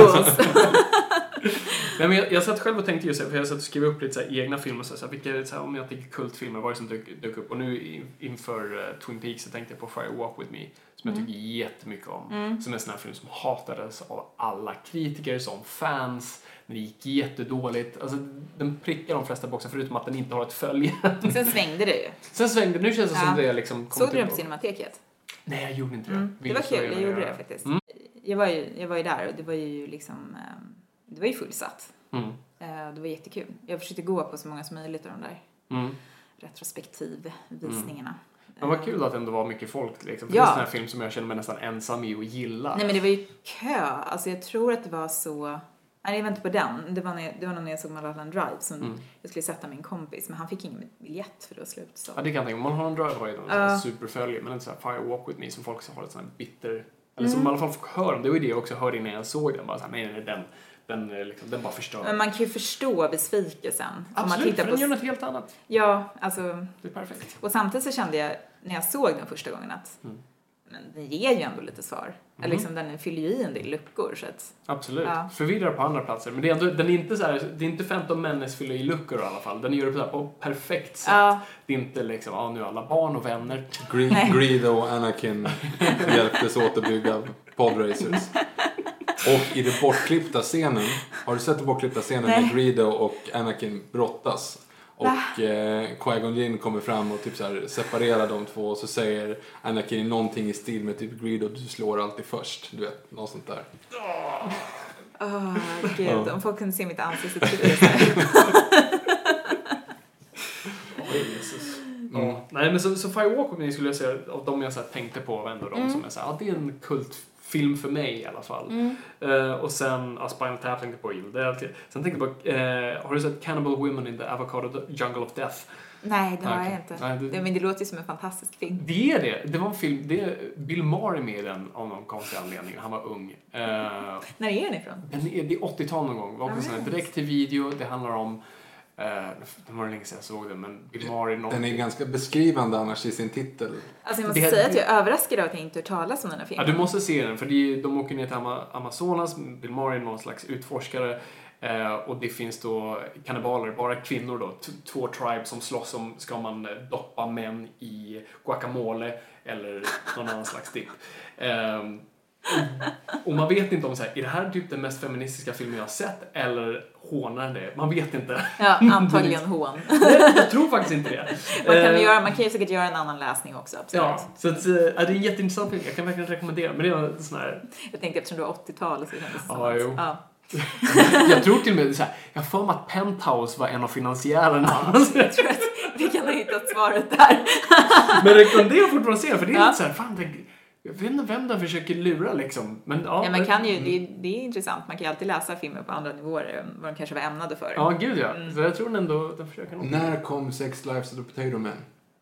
Nej, men jag satt själv och tänkte just för jag satt och skrev upp lite så här egna filmer så här, vilka så här, om jag tänker kultfilmer vad är det som dök upp och nu inför Twin Peaks så tänkte jag på Fire Walk With Me som jag tycker jättemycket om som är en sån här film som hatades av alla kritiker som fans. Den gick jättedåligt. Alltså, den prickar de flesta boxar förutom att den inte har ett följe. Sen svängde det ju. Nu känns det som det liksom såg du den på Cinemateket? Nej, jag gjorde inte det. Det var kul, jag gjorde det faktiskt. Jag var ju där och det var ju liksom det var ju fullsatt. Det var jättekul. Jag försökte gå på så många som möjligt av de där retrospektivvisningarna. Men vad kul att det ändå var mycket folk liksom. För det är en sån här film som jag känner mig nästan ensam i och gilla. Nej, men det var ju kö. Alltså jag tror att det var så... Nej, jag var inte på den. Det var nog när jag såg Mulholland Drive som jag skulle sätta min kompis. Men han fick ingen biljett för det var slut. Så. Ja, det kan jag tänka. Mulholland Drive var ju en superfölje. Men en sån här Fire Walk With Me som folk har ett sån här bitter... Eller som i alla fall folk hör om. Det var ju det jag också hörde innan jag såg den. Bara så här, nej, den bara förstör. Men man kan ju förstå besvikelsen. Absolut, för den gör något helt annat. Ja, alltså... Det är perfekt. Och samtidigt så kände jag, när jag såg den första gången att men den ger ju ändå lite svar. Eller liksom, den fyller ju i en del luckor. Så att, absolut. Ja. Förvirrar på andra platser. Men det är ändå, den är inte så här, det är inte 15 människor fyller i luckor i alla fall. Den gör det på perfekt sätt. Ja. Det är inte liksom, nu är alla barn och vänner. Greedo och Anakin hjälptes åt att bygga podracers. Och i den bortklippta scenen, har du sett den bortklippta scenen när Greedo och Anakin brottas? Och Qui-Gon Jinn kommer fram och typ så här separerar de två och så säger Anakin någonting i stil med typ Greedo, du slår alltid först, du vet, något sånt där. Gud, om folk kunde se mitt ansikte till det. Nej, men så Fire Walk With Me skulle jag säga av de jag så här tänkte på var ändå de som är så här, det är en kultfilm för mig i alla fall. Och sen Spinal Tap tänkte på sen tänkte jag på har du sett Cannibal Women in the Avocado Jungle of Death? Nej, det har jag inte. Men det låter ju som en fantastisk film. Det är det. Det var en film. Bill Maher med i den av någon konstig anledning. Han var ung. När är den ifrån? Det är 80-tal någon gång. Det var också direkt till video. Det handlar om det var länge sedan jag såg den, men Bill Maher den är ganska beskrivande annars i sin titel. Alltså jag måste säga att jag är överraskad av att jag inte hört talas om den här filmen. Ja, du måste se den, för de åker ner till Amazonas. Bill Maher är någon slags utforskare. Och det finns då kannibaler, bara kvinnor då, 2 tribes som slåss om ska man doppa män i guacamole eller någon annan slags dipp. Och man vet inte om så här, är det här typ den mest feministiska filmen jag har sett eller hånar det? Man vet inte. Ja, antagligen hån. Jag tror faktiskt inte det. Man kan ju säkert göra en annan läsning också, absolut. Ja, så att, det är en jätteintressant film. Jag kan verkligen rekommendera, men det är en sån här... Jag tänkte eftersom du var 80-tal så kändes det som jag tror till och med så här, jag får med att Penthouse var en av finansiärerna. Jag tror att vi kan ha hittat svaret där. Men rekommenderar fortfarande att se, för det är lite så här, fan, jag vet inte vem de försöker lura liksom. Men, man kan ju, det är intressant. Man kan ju alltid läsa filmer på andra nivåer än vad de kanske var ämnade för. Ja, gud ja. Så jag tror ändå de försöker något. När kom Sex Lives of the Potato Man?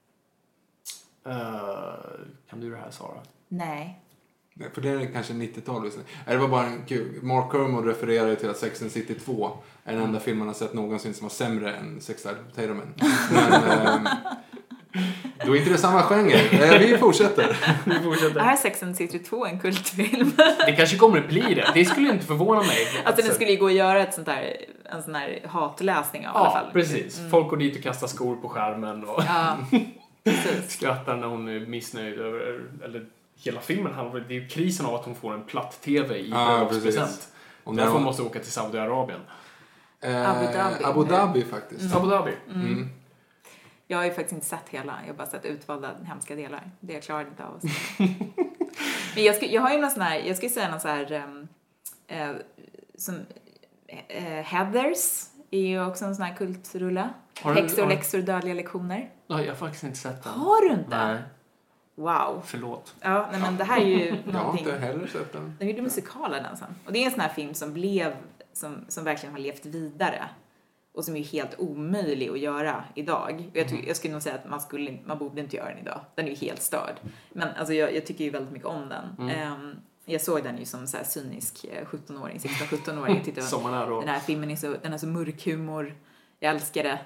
Kan du det här, Sara? Nej. För det är kanske 90-tal. Det var bara en kul. Mark Kermode refererade till att Sex and City 2 är den enda filmen man har sett någonsin som var sämre än Sex Lives of the Potato Man. Men Då är inte det samma genre. Vi fortsätter. Är Sex and the City 2 en kultfilm? Det kanske kommer att bli det. Det skulle inte förvåna mig. Alltså den skulle ju gå att göra en sån här hatläsning av i alla fall. Ja, precis. Folk går dit och kastar skor på skärmen och skrattar när hon är missnöjd över, eller hela filmen handlar det är krisen av att hon får en platt tv i bröllopspresent. Och därför måste åka till Saudiarabien. Abu Dhabi faktiskt. Abu Dhabi. Jag har ju faktiskt inte sett hela. Jag har bara sett utvalda hemska delar. Det jag klarade inte av. Men jag har ju någon sån här, jag ska säga någon så här som Heathers är ju också en sån här kultrulle. Häxor, läxor, dödliga lektioner. Ja, jag har faktiskt inte sett den. Har du inte? Nej. Wow. Förlåt. Ja, nej, men det här är ju någonting. Jag har inte heller sett den. De gjorde musikalen den sen. Och det är en sån här film som blev, som verkligen har levt vidare. Och som är helt omöjlig att göra idag. Och jag skulle nog säga att man borde inte göra den idag. Den är ju helt störd. Men alltså, jag tycker ju väldigt mycket om den. Jag såg den ju som så här cynisk 17-åring, 16-17-åring. Jag tyckte den här filmen den är så mörk humor. Jag älskar det.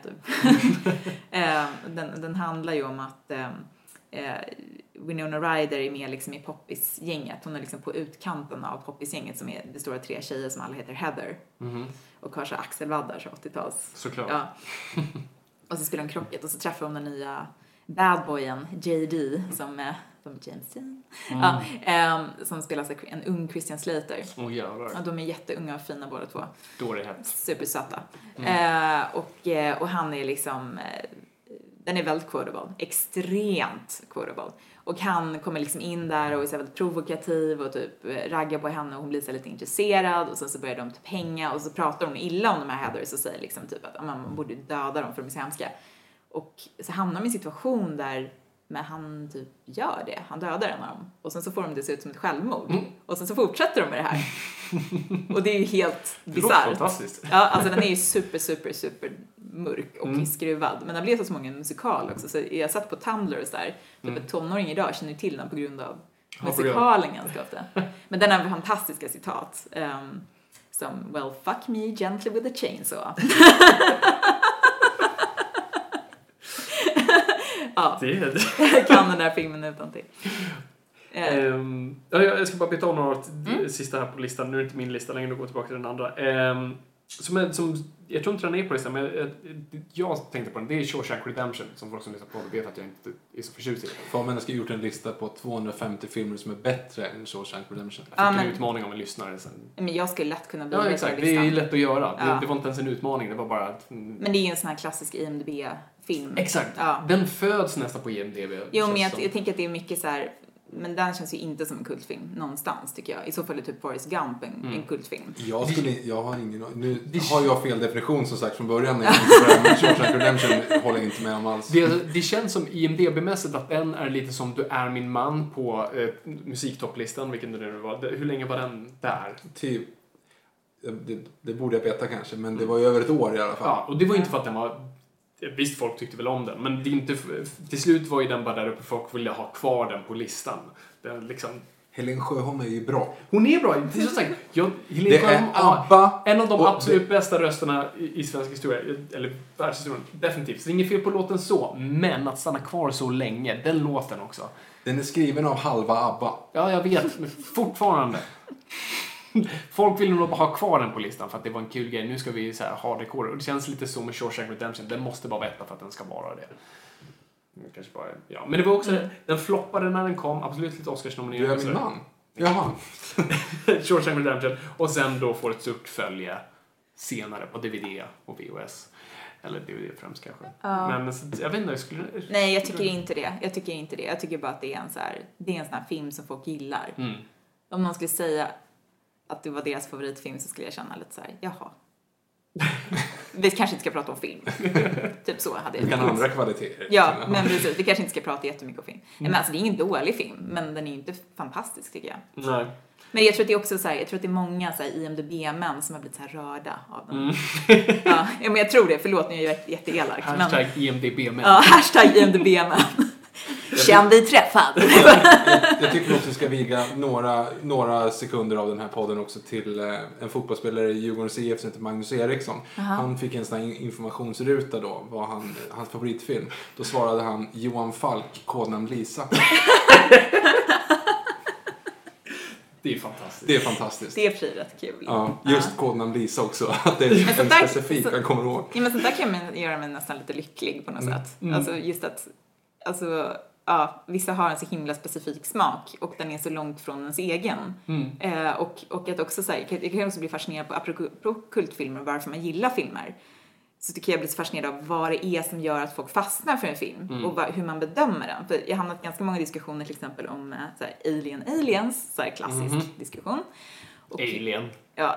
Den handlar ju om att Winona Ryder är med liksom i poppisgänget. Hon är liksom på utkanten av poppisgänget som består av 3 tjejer som alla heter Heather. Och har så axelvaddar så 80-tals. Såklart. Ja. Och så spelar hon krocket och så träffar hon den nya badboyen JD som James Dean. Som spelar en ung Christian Slater. Och de är jätteunga och fina båda två. Då är det hemskt. Supersöta. Och han är liksom den är väldigt quotable. Extremt quotable. Och han kommer liksom in där och är så väldigt provokativ och typ raggar på henne och hon blir så lite intresserad och sen så börjar de typ hänga och så pratar hon illa om de här Heathers och säger liksom typ att man borde döda dem för de är så hemska. Och så hamnar de i en situation där men han typ gör det. Han dödar en av dem. Och sen så får de det se ut som ett självmord. Och sen så fortsätter de med det här. Och det är ju helt bisarrt. Fantastiskt. Ja, alltså den är ju super mörk och skruvad. Men den blev så många musikal också. Så jag satt på Tumblr och där. Typ ett tonåring idag känner till den på grund av musikalen ganska ofta. Men den har fantastiska citat. Som, well, fuck me gently with a chainsaw. Ja, jag kan den där filmen utan till. Jag ska bara byta om några sista här på listan. Nu är det inte min lista längre, då går tillbaka till den andra. Som jag tror inte den är på listan, men jag tänkte på den. Det är Shawshank Redemption, som folk som lyssnar på vet att jag inte är så förtjust i. Fabian ska gjort en lista på 250 filmer som är bättre än Shawshank Redemption. Jag fick en utmaning av en lyssnare sen. Men jag skulle lätt kunna bli Ja, exakt. Det är lätt att göra. Ja. Det var inte ens en utmaning, det var bara att... Men det är ju en sån här klassisk IMDb-film. Exakt. Ja. Den föds nästan på IMDb. Jo, men jag tänker att det är mycket så här. Men den känns ju inte som en kultfilm någonstans, tycker jag. I så fall är typ Forrest Gump en kultfilm. Jag har ingen... Nu har jag fel definition som sagt från början. När jag inte började med Shawshank Redemption håller inte med om alls. Det känns som IMDb-mässigt att den är lite som Du är min man på musiktopplistan. Vilken det nu var. Hur länge var den där? Typ... Det borde jag veta kanske, men det var ju över ett år i alla fall. Ja, och det var inte för att den var... Visst, folk tyckte väl om den, men det är inte, till slut var ju den bara där uppe, folk ville ha kvar den på listan. Den liksom... Helen Sjöholm är ju bra. Hon är bra, det är så sagt. Det är ABBA. En av de absolut bästa rösterna i svensk historia, eller världshistorien, definitivt. Så det är inget fel på låten så, men att stanna kvar så länge, den låten också. Den är skriven av halva ABBA. Ja, jag vet, men fortfarande. Folk vill nog bara ha kvar den på listan för att det var en kul grej. Nu ska vi så här hardcore. Och det känns lite så med Shawshank Redemption. Den måste bara veta för att den ska vara det. Kanske bara, ja. Men det var också den floppade när den kom. Absolut lite Oscars-nominerad. Du är min man. Jaha. Shawshank Redemption. Och sen då får ett stort följe senare på DVD och VHS. Eller DVD främst kanske. Men jag vet inte, Nej, jag tycker inte det. Jag tycker bara att det är en sån här film som folk gillar. Om någon skulle säga att det var deras favoritfilm så skulle jag känna lite så här, jaha. Vi kanske inte ska prata om film. Typ så hade jag. Det kan andra kvaliteter. Ja, men precis. Vi kanske inte ska prata jättemycket om film. Men alltså det är ingen dålig film, men den är inte fantastisk tycker jag. Nej. Men jag tror att det är också så här, jag tror att det är många så här IMDb-män som har blivit så här rörda av den. Ja, men jag tror det. Förlåt, nu är jag jätteelak. Hashtag IMDb-män. Ja, hashtag IMDb-män. Känn dig träffad. Jag tycker också att vi ska viga några sekunder av den här podden också till en fotbollsspelare i Djurgårdens IF som heter Magnus Eriksson. Han fick en sån här informationsruta då, vad hans favoritfilm. Då svarade han Johan Falk, kodnamn Lisa. Det är fantastiskt. Det är fantastiskt. Det är för sig rätt kul. Ja, just kodnamn Lisa också. Att det är en specifik jag kommer ihåg. Ja, men sånt där kan man göra mig nästan lite lycklig på något sätt. Alltså just att vissa har en så himla specifik smak och den är så långt från ens egen. Och att också säga, jag kan också bli fascinerad på kultfilmer, varför man gillar filmer. Så tycker jag blir så fascinerad av vad det är som gör att folk fastnar för en film och hur man bedömer den. För jag har hamnat ganska många diskussioner till exempel om aliens, så här klassisk diskussion. Och, Alien.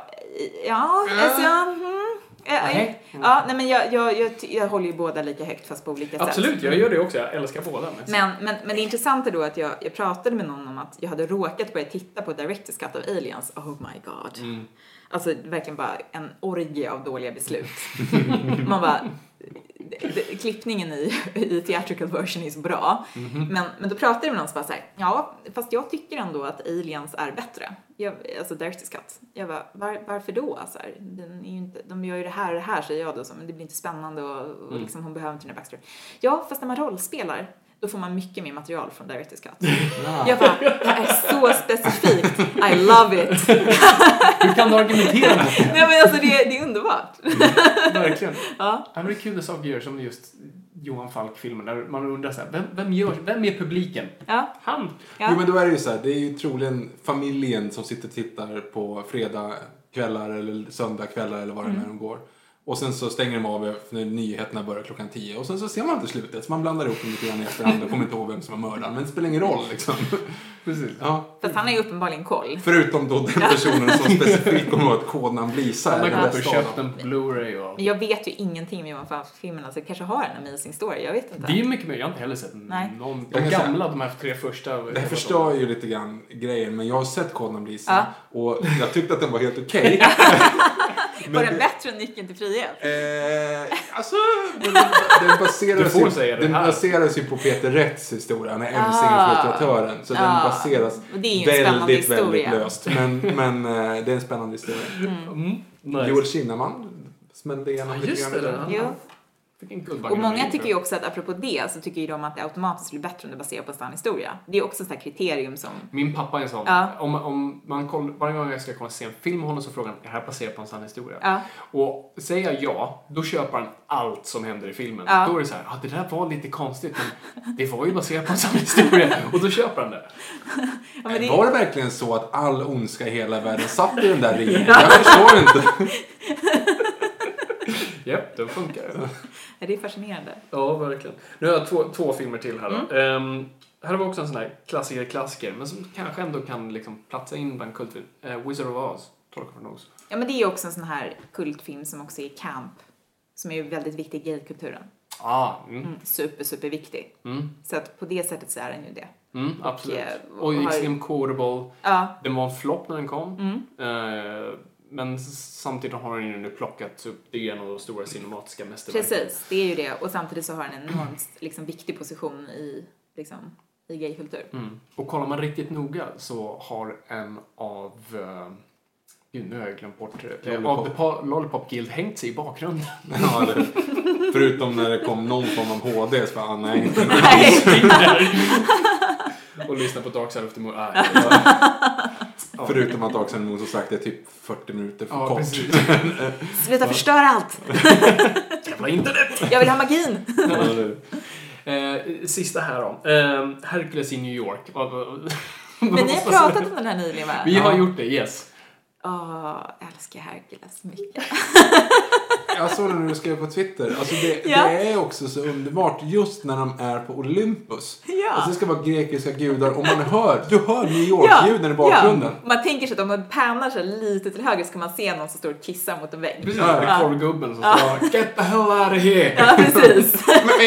Jag håller ju båda lika högt fast på olika sätt. Absolut, jag gör det också. Jag älskar båda. Men det intressanta då att jag pratade med någon om att jag hade råkat börja titta på Director's Cut of Aliens. Oh my god. Alltså verkligen bara en orgie av dåliga beslut. Man bara... klippningen i theatrical version är så bra. Men då pratade jag med någon som bara så här, ja, fast jag tycker ändå att Aliens är bättre. Alltså Director's Cut. Jag bara, varför då? Så här, den är ju inte, de gör ju det här säger jag då, men det blir inte spännande och liksom, hon behöver inte den här backstory. Ja, fast när man rollspelar då får man mycket mer material från Director's Cut. Jag bara, det är så specifikt. I love it. Hur kan du argumentera? Nej, men alltså det är underbart. Verkligen. Ja. Det är kul saker gör som just Johan Falk-filmen. Där man undrar så här, vem är publiken? Ja. Han. Ja. Jo, men då är det ju så här, det är ju troligen familjen som sitter och tittar på fredag kvällar eller söndag kvällar eller vad det är när de går. Och sen så stänger de av när nyheterna börjar 10:00. Och sen så ser man inte slutet. Så man blandar ihop dem lite grann i efterhand och kommer inte ihåg vem som är mördaren. Men det spelar ingen roll liksom. Precis. Ja. Fast han är ju uppenbarligen koll. Förutom då den personen som specifikt kommer ihåg att kodnamn Lisa är den bästa köpt en Blu-ray och... Men jag vet ju ingenting om Johan Falk-filmerna. Så jag kanske har en amazing story. Jag vet inte. Det är ju mycket mer. Jag har inte heller sett någon. De gamla, de här 3 första. Det här förstör ju lite grann grejen. Men jag har sett kodnamn Lisa. Och jag tyckte att den var helt okej. Var den bättre än Nyckeln till frihet? Alltså, den baseras ju på Peter Rätts historia. Han är MC-infiltratören. Så den baseras väldigt löst. Men det är en spännande historia. Nice. Joel Kinnaman smällde igenom lite grann. Ja. Och många tycker ju också att apropå det så tycker ju de att det automatiskt blir bättre om det baserar på en sann historia. Det är också ett sånt här kriterium som... Min pappa är en sån. Om man kollar, varje gång jag ska komma och se en film med honom så frågar han, är det här baserat på en sann historia? Och säger jag ja, då köper han allt som händer i filmen. Då är det så här, det där var lite konstigt men det var ju baserat på en sann historia. Och då köper han det. Var det verkligen så att all ondska i hela världen satt i den där ringen? Jag förstår inte. Japp, det funkar. Det är fascinerande. Ja, verkligen. Nu har jag två filmer till här då. Här har vi också en sån här klassiker, men som kanske ändå kan liksom platsa in bland kultfilm. Wizard of Oz, Torka för Nose. Ja, men det är ju också en sån här kultfilm som också är camp. Som är väldigt viktig i gaykulturen. Super viktig. Så att på det sättet så är den ju det. Absolut. Och extremt quotable. Den var en flopp när den kom. Men samtidigt har den ju nu plockat upp det en av de stora cinematiska mästerverken. Precis, det är ju det. Och samtidigt så har den en enormt liksom, viktig position i gaykultur. Och kollar man riktigt noga så har en av... nu har jag glömt bort av The Lollipop Guild hängt sig i bakgrunden. Ja, förutom när det kom någon form av HD så bara, nej. Och lyssna på Dark Side of the Moon. Förutom att Dark Side of the Moon så sagt det är typ 40 minuter för kort. Sluta förstöra allt. Jävla internet. Jag vill ha magin. Sista här då. Hercules i New York. Men ni har pratat om den här nyligen, va? Vi har gjort det, yes. Älskar Hercules mycket. Jag såg det när du skrev på Twitter. Alltså det är också så underbart just när de är på Olympus. Alltså det ska vara grekiska gudar och du hör New York-ljuden i bakgrunden. Man tänker sig att om man pannar sig lite till höger så kan man se någon som står och kissar mot en vägg. Precis, korvgubben som står get the hell out of here. Ja, precis.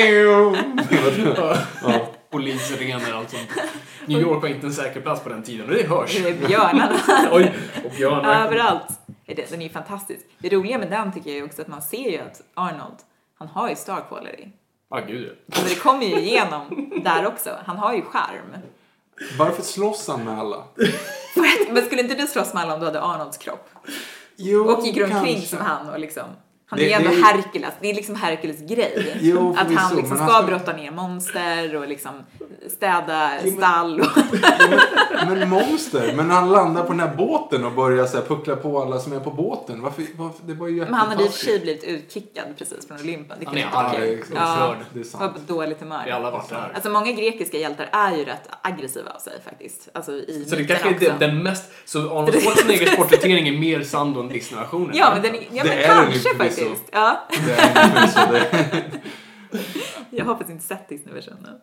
Polisrener och allt sånt. New York var inte en säker plats på den tiden och det hörs. Det är björnarna. Och björnar. Överallt. Den är ju fantastisk. Det roliga med den tycker jag också att man ser ju att Arnold, han har ju star quality. Gud. Men det kommer ju igenom där också. Han har ju charm. Varför slåss han med alla? Men skulle inte du slåss med alla om du hade Arnolds kropp? Jo, Och gick omkring som han och liksom... Han är ändå Herkules. Det är liksom Herkules grej. Jo, att han liksom ska brotta ner monster och liksom städa stall. Men monster? Men han landar på den här båten och börjar så här puckla på alla som är på båten. Varför? Det var ju men han hade i och för sig blivit utkickad precis från Olympen. Det kan inte vara kul. Det är sant. Var på dåligt humör. I alla varit där. Alltså många grekiska hjältar är ju rätt aggressiva av sig faktiskt. Alltså i så det kanske är den mest... Så Arnold Schwarzeneggers porträttering är mer sann än Disney-versionen. Ja, men den men kanske faktiskt. Ja. Det är så det. Jag hoppas inte sett Disney-versionen.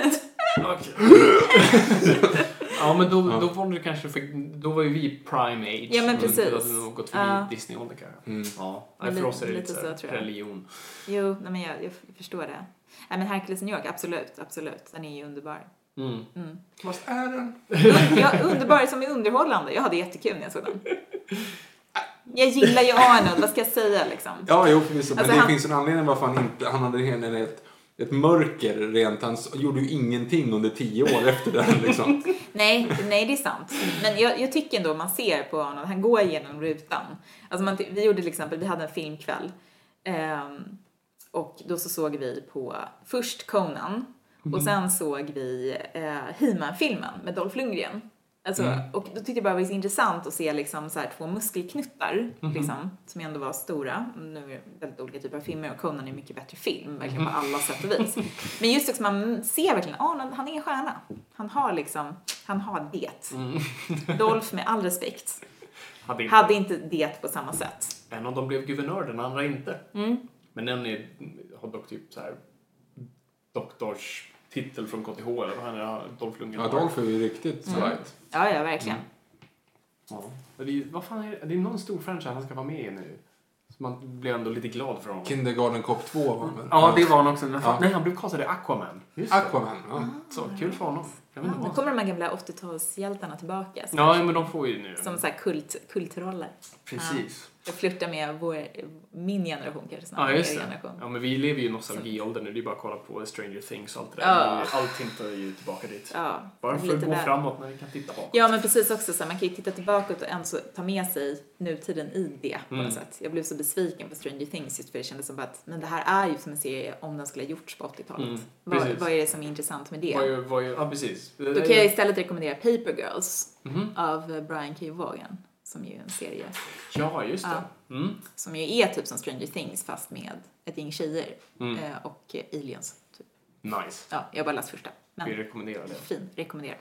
Ja, men då var det kanske då var ju vi prime age. Ja, men precis. Då hade nog gått förbi Disney-åldern kanske. Ja, för oss är det lite så, religion. Jo, nej, men jag förstår det. Nej, men Hercules New York, absolut. Den är ju underbar. Vad är den? Ja, underbar som är underhållande. Jag hade jättekul när jag såg den. Jag gillar ju Arnold, vad ska jag säga liksom? Ja, jo, förvisso. Men alltså, det finns en anledning varför han hade ett mörker rent. Han gjorde ju ingenting under 10 år efter den liksom. Nej, det är sant. Men jag tycker ändå man ser på Arnold, han går igenom rutan. Alltså vi gjorde till exempel, vi hade en filmkväll. Och då så såg vi på först Conan. Och sen såg vi He-Man-filmen med Dolph Lundgren. Alltså, och då tyckte jag bara det var så intressant att se liksom, så här, 2 muskelknuttar liksom, som ändå var stora. Nu är det väldigt olika typer av filmer och Conan är mycket bättre film, verkligen på alla sätt och vis. Men just liksom, man ser verkligen, han är en stjärna. Han har det. Dolph med all respekt hade inte det på samma sätt. En av dem blev guvernör, den andra inte. Men den har dock typ så här doktorstitel från KTH eller vad han är, Dolph Lundgren. Ja, Dolph är ju riktigt right. Ja, verkligen. Ja. Vad fan är det är någon stor franchise han ska vara med i nu. Så man blir ändå lite glad för honom. Kindergarten Cop 2 var han. Ja, det var han också. Nej, han blev kastad i Aquaman. Aquaman, ja. Så kul för honom. Nu kommer de här gamla 80-talshjältarna tillbaka. Ja, men de får ju nu. Som så här kultroller. Precis. Jag flirtar med min generation kanske snarare. Ja, just det. Generation. Ja, men vi lever ju i nostalgiåldern nu. Det är bara att kolla på Stranger Things och allt det där. Allting tar ju tillbaka dit. Ja, bara för att gå framåt när vi kan titta bakåt. Ja, men precis också. Så man kan ju titta tillbaka och ändå ta med sig nutiden i det på något sätt. Jag blev så besviken på Stranger Things just för det kändes som att men det här är ju som en serie om den skulle ha gjorts på 80-talet. Vad är det som är intressant med det? Ja, precis. Då kan jag istället rekommendera Paper Girls av Brian K. Vaughan. Som ju är en serie. Ja, just det. Ja, som ju är typ som Stranger Things fast med ett gäng tjejer. Och aliens. Typ. Nice. Ja, jag har bara läst första. Men vi rekommenderar det. Fin, rekommenderar.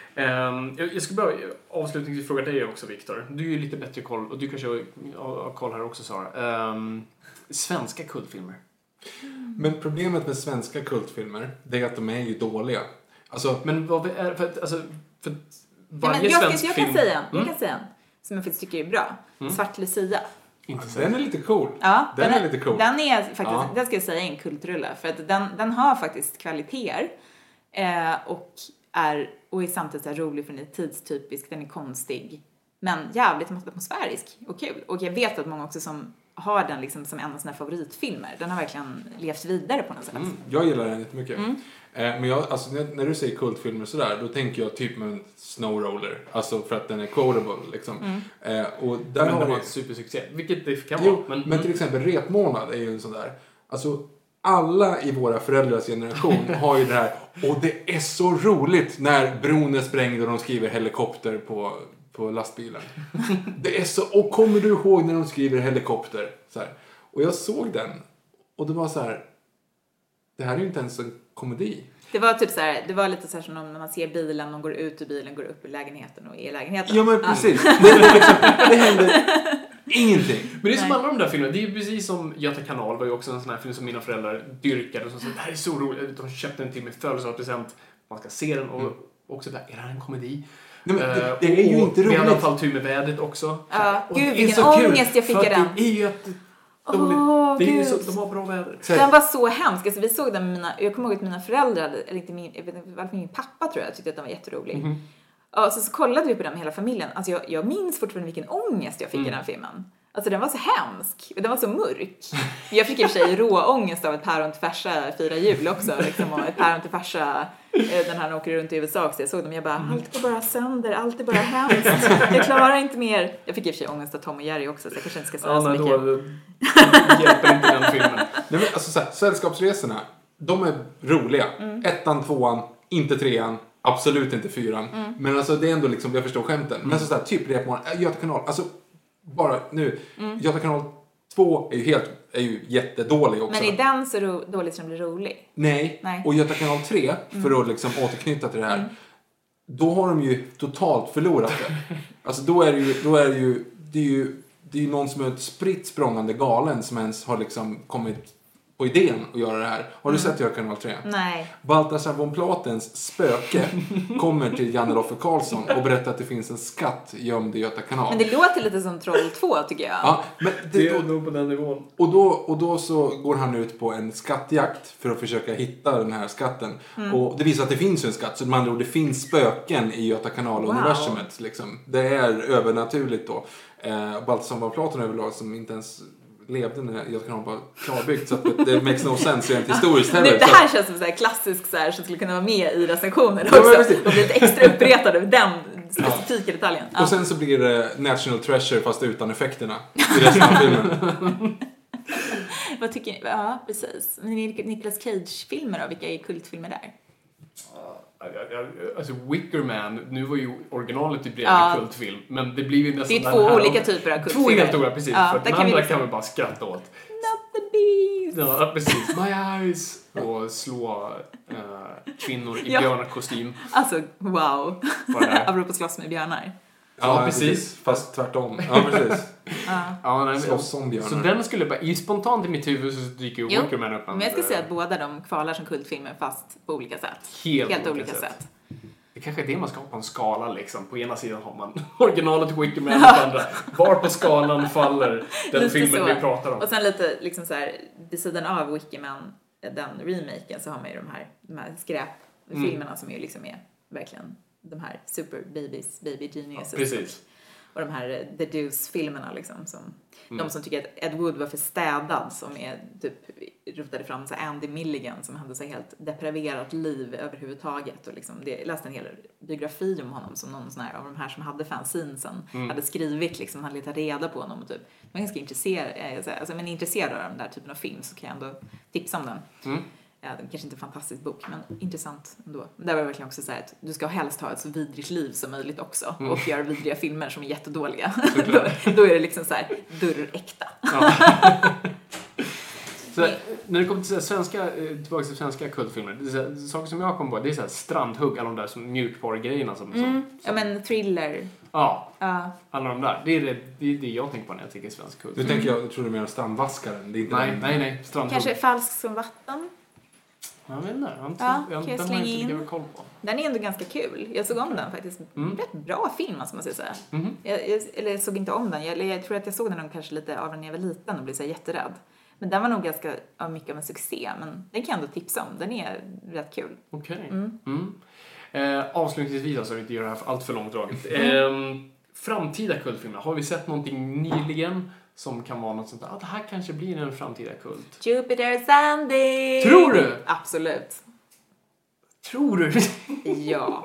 Jag ska bara avslutningsvis fråga dig också, Viktor. Du är ju lite bättre koll, och du kanske har koll här också, Sara. Svenska kultfilmer. Men problemet med svenska kultfilmer, det är att de är ju dåliga. Alltså, men vad är för varje svensk film... Jag kan säga en som jag faktiskt tycker är bra. Svart Lucia. Den är lite cool. Ja, den är lite cool. Den är faktiskt, den ska jag säga, en kultrulle. För att den har faktiskt kvaliteter. Och är samtidigt så här rolig för den är tidstypisk. Den är konstig. Men jävligt atmosfärisk och kul. Och jag vet att många också som har den liksom som en av sina favoritfilmer. Den har verkligen levt vidare på något sätt. Jag gillar den jättemycket. Men alltså, när du säger kultfilmer sådär, då tänker jag typ med en Snowroller. Alltså för att den är quotable liksom. Och där men har det var en supersuccé. Vilket det kan vara. Men till exempel Repmånad är ju en sån där. Alltså alla i våra föräldrars generation har ju det här. Och det är så roligt när bron är sprängd och de skriver helikopter på lastbilen. Det är så, och kommer du ihåg när de skriver helikopter? Så här. Och jag såg den. Och det var så här. Det här är ju inte ens en komedi. Det var typ så här, det var lite så här som när man ser bilen, de går ut ur bilen, går upp i lägenheten och är i lägenheten. Ja, men precis. Det händer ingenting. Men det är som alla de där filmerna. Det är precis som Göta kanal var ju också en sån här film som mina föräldrar dyrkade. Och så det här är så roligt. De köpte den till mig födelsedagspresent. Man ska se den och också där, är det här en komedi? Nej, men det är ju inte roligt. Vi hade i alla fall tur med vädret också. Ja, gud vilken ångest jag fick i den. Det är ju att de har bra väder. Den var så hemsk. Alltså, vi såg den med jag kommer ihåg att mina föräldrar, eller inte min pappa tror jag tyckte att den var jätterolig. Ja, så kollade vi på den med hela familjen. Alltså jag minns fortfarande vilken ångest jag fick i den filmen. Alltså den var så hemsk. Den var så mörk. Jag fick i och för sig råångest av ett päron till farsa 4 jul också. Liksom, och ett päron till farsa, den här åker runt i USA också. Jag såg dem, jag bara, allt går bara sönder, allt är bara hemskt. Jag klarar inte mer. Jag fick i och för sig ångest av Tom och Jerry också, så jag kanske inte ska säga så mycket. Då hjälper inte den filmen. Nej, men alltså så här, sällskapsresorna, de är roliga. 1:an, 2:an, inte 3:an. Absolut inte 4:an. Men alltså det är ändå liksom, jag förstår skämten. Men så där, typ Repmån, Göta kanal, alltså bara nu. Göta kanal 2 är ju jättedålig också. Men är den så dålig som blir rolig? Nej. Och Göta kanal 3, för att liksom återknyta till det här. Då har de ju totalt förlorat det. Alltså då är det ju någon som är ett spritt språngande galen som ens har liksom kommit på idén att göra det här. Har du sett Göta kanal 3? Nej. Baltasar von Platens spöke kommer till Janne Roffe Karlsson och berättar att det finns en skatt gömd i Göta kanal. Men det låter lite som Troll 2 tycker jag. Ja, men det är nog på den nivån. Och då så går han ut på en skattjakt för att försöka hitta den här skatten. Och det visar att det finns en skatt. Så med andra ord, det finns spöken i Göta kanal-universumet. Liksom. Det är övernaturligt då. Baltasar von Platen överlag som inte ens levde när Göta kanal var klarbyggt, så att det makes no sense rent historiskt heller. Det här känns som så här klassisk så här, som skulle kunna vara med i recensioner också. Och bli lite extra uppretade över den specifika detaljen. Ja. Och sen så blir det National Treasure fast utan effekterna i resten av filmen. Vad tycker ni? Ja, precis. Men Nicolas Cage-filmer då? Vilka är kultfilmer där? Alltså Wicker Man, nu var ju originalet typ en kultfilm, men det blir ju nästan det är 2 olika typer av kultfilmer. 2 helt olika, precis. Ja, för att den andra kan vi bara skratta åt. Not the beast. Ja, precis. My eyes. Och slå kvinnor i björnarkostym. Alltså, wow. Apropå slåss med björnar. Ja, precis. Fast tvärtom. Ja, precis. Slåss som björnar. Så den skulle bara, i spontant i mitt huvud så dyker ju Wicker Man upp. Men jag ska säga att båda de kvalar som kultfilmer fast på olika sätt. Helt olika sätt. Det kanske är det man ska ha på en skala liksom. På ena sidan har man originalet Wicker Man och på andra. Var på skalan faller den lite filmen så. Vi pratar om. Och sen lite liksom så här, vid sidan av Wicker Man, den remaken, så har man ju de här skräpfilmerna som ju liksom är verkligen de här super babies, baby geniuses. Ja, precis. Och de här The Deuce-filmerna liksom, som de som tycker att Ed Wood var för städad, som är typ rotade fram så Andy Milligan som hade så helt depraverat liv överhuvudtaget, och liksom jag läste en hel biografi om honom som någon sån här av de här som hade fanzinesen hade skrivit, liksom han letade reda på honom och typ man är ganska intresserad, alltså men intresserad av den där typen av film så kan jag ändå tipsa om den. Ja, det är kanske inte en fantastisk bok, men intressant ändå. Där var det verkligen också så här att du ska helst ha ett så vidrigt liv som möjligt också. Och göra vidriga filmer som är jättedåliga. då är det liksom så här dörräkta. Ja. Så när det kommer till tillbaka till svenska kultfilmer, det är saker som jag kommer på, det är så här Strandhugg, alla de där som mjukvarugrejerna som ja, men Thriller. Ja. Alla de där. Det är det jag tänker på när jag tänker svensk kult. Nu tänker jag tror du menar Strandvaskaren. Det är inte nej, Strandhugg. Kanske Falsk som vatten. Jag vet inte. Jag slänga in. Koll på. Den är ändå ganska kul. Jag såg om den faktiskt. Rätt bra film, måste man säga. Jag såg inte om den. Jag tror att jag såg den kanske lite av när jag var liten och blev så jätterädd. Men den var nog ganska mycket av en succé. Men den kan jag ändå tipsa om. Den är rätt kul. Okej. Avslutningsvis, alltså inte göra det här för allt för långdraget. Framtida kultfilmer. Har vi sett någonting nyligen som kan vara något sånt där? Det här kanske blir en framtida kult. Jupiter Ascending! Tror du? Absolut. Tror du? Ja.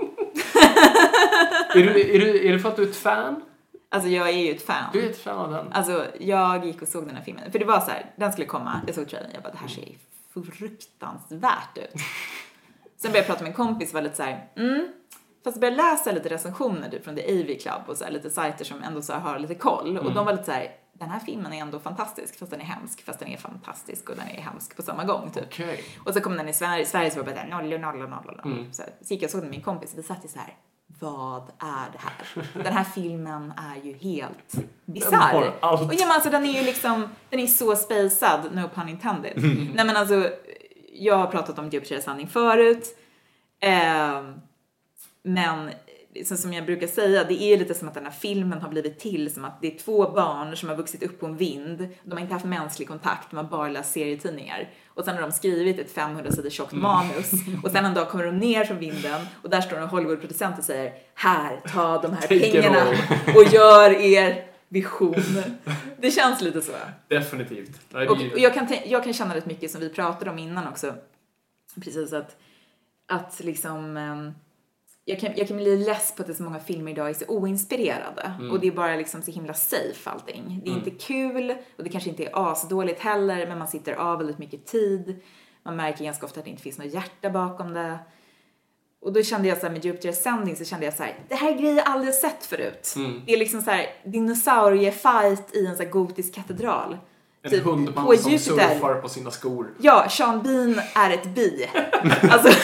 Är det för att du är ett fan? Alltså jag är ju ett fan. Du är ett fan av den? Alltså jag gick och såg den här filmen. För det var så här, den skulle komma. Jag såg trailern. Jag bara, det här ser fruktansvärt ut. Sen började jag prata med en kompis. Var lite så här, fast jag började läsa lite recensioner typ, från The AV Club. Och så här, lite sajter som ändå så här, har lite koll. Och de var lite så här, den här filmen är ändå fantastisk. Fast den är hemsk. Fast den är fantastisk. Och den är hemsk på samma gång typ. Okay. Och så kom den i Sverige. Så var det bara 0. Så gick jag och såg den med min kompis. Och det satt ju så här. Vad är det här? Den här filmen är ju helt bizarr. Och ja, men alltså den är ju liksom, den är så spacad, no pun intended. Nej men alltså, jag har pratat om Jupiter Ascending förut. Men som jag brukar säga, det är lite som att den här filmen har blivit till som att det är 2 barn som har vuxit upp på en vind. De har inte haft mänsklig kontakt, de har bara läst serietidningar. Och sen har de skrivit ett 500 sidor tjockt manus. Och sen en dag kommer de ner från vinden och där står en Hollywood-producent och säger, här, ta de här pengarna och gör er vision. Det känns lite så. Definitivt. Nej, Och jag kan känna rätt mycket som vi pratade om innan också. Precis att liksom... Jag kan bli less på att det är så många filmer idag är så oinspirerade. Och det är bara liksom så himla safe allting. Det är inte kul och det kanske inte är asdåligt heller. Men man sitter av väldigt mycket tid. Man märker ganska ofta att det inte finns något hjärta bakom det. Och då kände jag så här med Jupiter Ascending så kände jag så här, det här är grejer jag aldrig sett förut. Det är liksom så här dinosauriefight i en så här gotisk katedral. En typ, hundman på som Jupiter. surfar på sina skor. Ja, Sean Bean är ett bi. Alltså...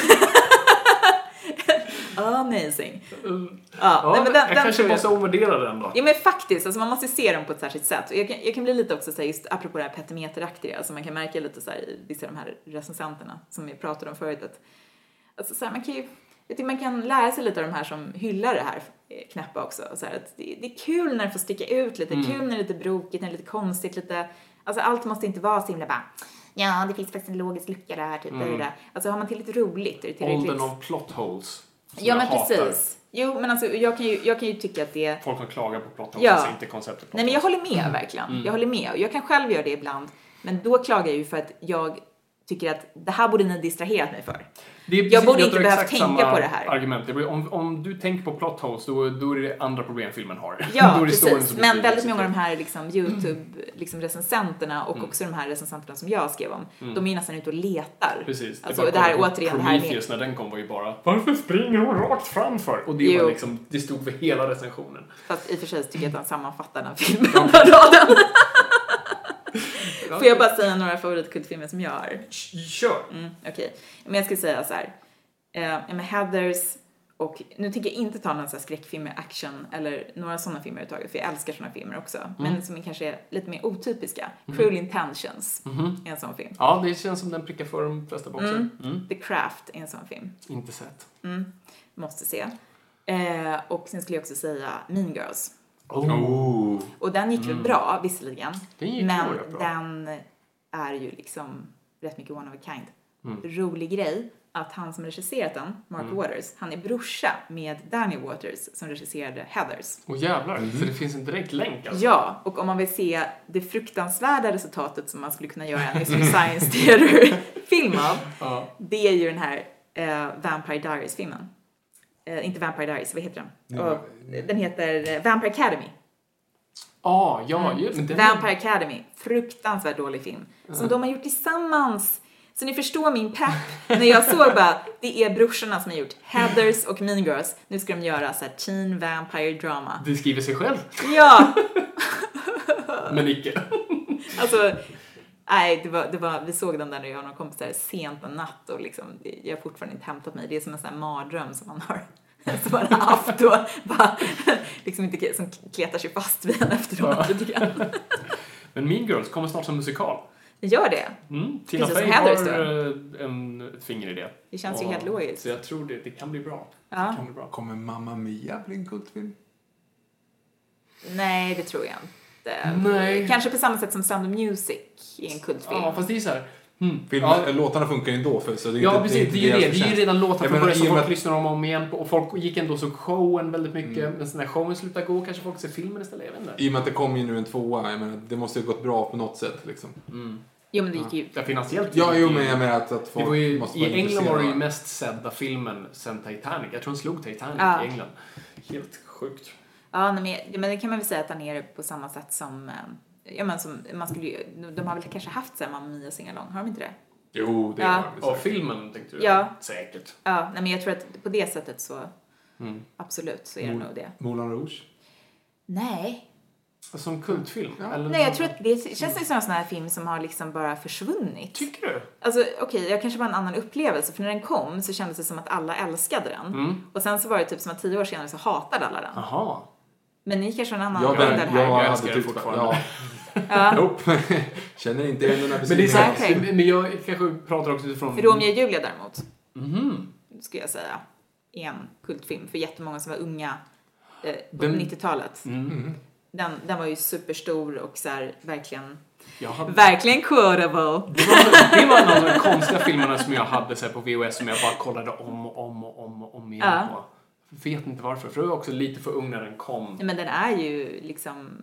Amazing. Ja, nej, men jag kanske tror måste omvärdera den då. Ja, men faktiskt, alltså man måste se dem på ett särskilt sätt. Och jag kan bli lite också så här, just apropå det här petimeteraktiga, alltså man kan märka lite så här i vissa av de här recensenterna som vi pratade om förut. Att, alltså så här, man kan ju, jag tycker man kan lära sig lite av de här som hyllar det här knäppa också. Så här, att det är kul när det får sticka ut lite, kul när det är lite brokigt, när det är lite konstigt, lite, alltså allt måste inte vara så himla bara, ja, det finns faktiskt en logisk lucka där, typ, där. Alltså har man till lite roligt, är det tillräckligt? Åldern av plot holes. Ja, men precis. Jo, men alltså jag kan ju tycka att det... Folk som klagar på plot holes, ja. alltså inte konceptet. Nej, men jag håller med verkligen. Jag håller med. Och jag kan själv göra det ibland. Men då klagar jag ju för att jag tycker att det här borde ni distraherat mig för. Jag borde inte behöva tänka på det här. Argument. Om du tänker på plot holes, då är det andra problem filmen har. Ja, då är det precis. Men väldigt många av de här liksom, YouTube-recensenterna och också de här recensenterna som jag skrev om, de är nästan ute och letar. Precis. Alltså, det här återigen det här Prometheus, när den kom var ju bara, varför springer hon rakt framför? Och det var liksom, det stod för hela recensionen. Fast i och för sig tycker jag att han sammanfattar den filmen på raden. Får jag bara säga några favoritkultfilmer som jag har? Kör. Okej. Men jag ska säga så här. Med Heathers och nu tänker jag inte ta någon så här skräckfilmer, action eller några sådana filmer överhuvudtaget, för jag älskar sådana filmer också. Men som kanske är lite mer otypiska. Cruel Intentions är en sån film. Ja, det känns som den prickar för de flesta boxar. The Craft är en sån film. Inte sett. Måste se. Och sen skulle jag också säga Mean Girls. Oh. Och den gick väl bra, visserligen. Men bra. den är ju liksom rätt mycket one of a kind. Rolig grej att han som regisserat den, Mark Waters, han är brorsa med Daniel Waters som regisserade Heathers. Jävlar, så det finns en direkt länk alltså. Ja, och om man vill se det fruktansvärda resultatet som man skulle kunna göra en Mystery Science Theater-film av, det är ju den här Vampire Diaries-filmen. Inte Vampire Diaries, vad heter den? Den heter Vampire Academy. Vampire Academy, fruktansvärt dålig film. Som de har gjort tillsammans. Så ni förstår min pepp. När jag såg bara, det är brorsorna som har gjort Heathers och Mean Girls. Nu ska de göra så här teen vampire drama. Det skriver sig själv. Ja. Men icke. Alltså, nej, det var, vi såg den där när jag och några kompisar sent en natt och liksom, jag har fortfarande inte hämtat mig. Det är som en sån här mardröm som man har haft och bara, liksom inte, som kletar sig fast vid en efteråt lite grann. Men Mean Girls kommer snart som musikal. Det gör det. Tina Fey har ett finger i det. Det känns ju helt logiskt. Så jag tror det kan bli bra. Ja. Det kan bli bra. Kommer Mamma Mia bli en kultfilm? Nej, det tror jag inte. Nej. Kanske på samma sätt som Sound of Music i en kultfilm. Ja, fast det är så här. Låtarna funkar ju ändå. Så det är ja, precis. Det är ju redan låtar från början som folk lyssnar om igen på. Och folk gick ändå så showen väldigt mycket. Men när showen slutar gå kanske folk ser filmen istället. Jag vet inte. I och med att det kom ju nu en 2:a. Jag menar, det måste ju gått bra på något sätt. Liksom. Jo, men det gick ju... Ja, finansiellt. Ja, jo, men jag menar att folk det var ju, måste i England var det ju mest sedda filmen sen Titanic. Jag tror den slog Titanic i England. Helt sjukt. Ja, men det kan man väl säga att han är på samma sätt som... Ja, men som man skulle ju... De har väl kanske haft så här Mamma Mia singalong. Har de inte det? Jo, det har vi. Och filmen tänkte du? Ja. Säkert. Ja, nej, men jag tror att på det sättet så... Absolut, så är det nog det. Moulin Rouge? Nej. Som kultfilm? Ja. Eller Nej, jag tror att det känns som en sån här film som har liksom bara försvunnit. Tycker du? Alltså, okej, jag kanske var en annan upplevelse. För när den kom så kändes det som att alla älskade den. Och sen så var det typ som att 10 år senare så hatade alla den. Aha. Men ni kanske har en annan Jag här. hade tyckt fortfarande. Nope. Känner inte igen den här Men det är sant. Okay. Men jag kanske pratar också utifrån... För Romeo och Julia däremot. Skulle jag säga. En kultfilm för jättemånga som var unga på 90-talet. Den var ju superstor och så här, verkligen quotable. Det var en av de konstiga filmerna som jag hade så här, på VHS som jag bara kollade om igen på. Vet inte varför. För jag var också lite för ung när den kom. Men den är ju liksom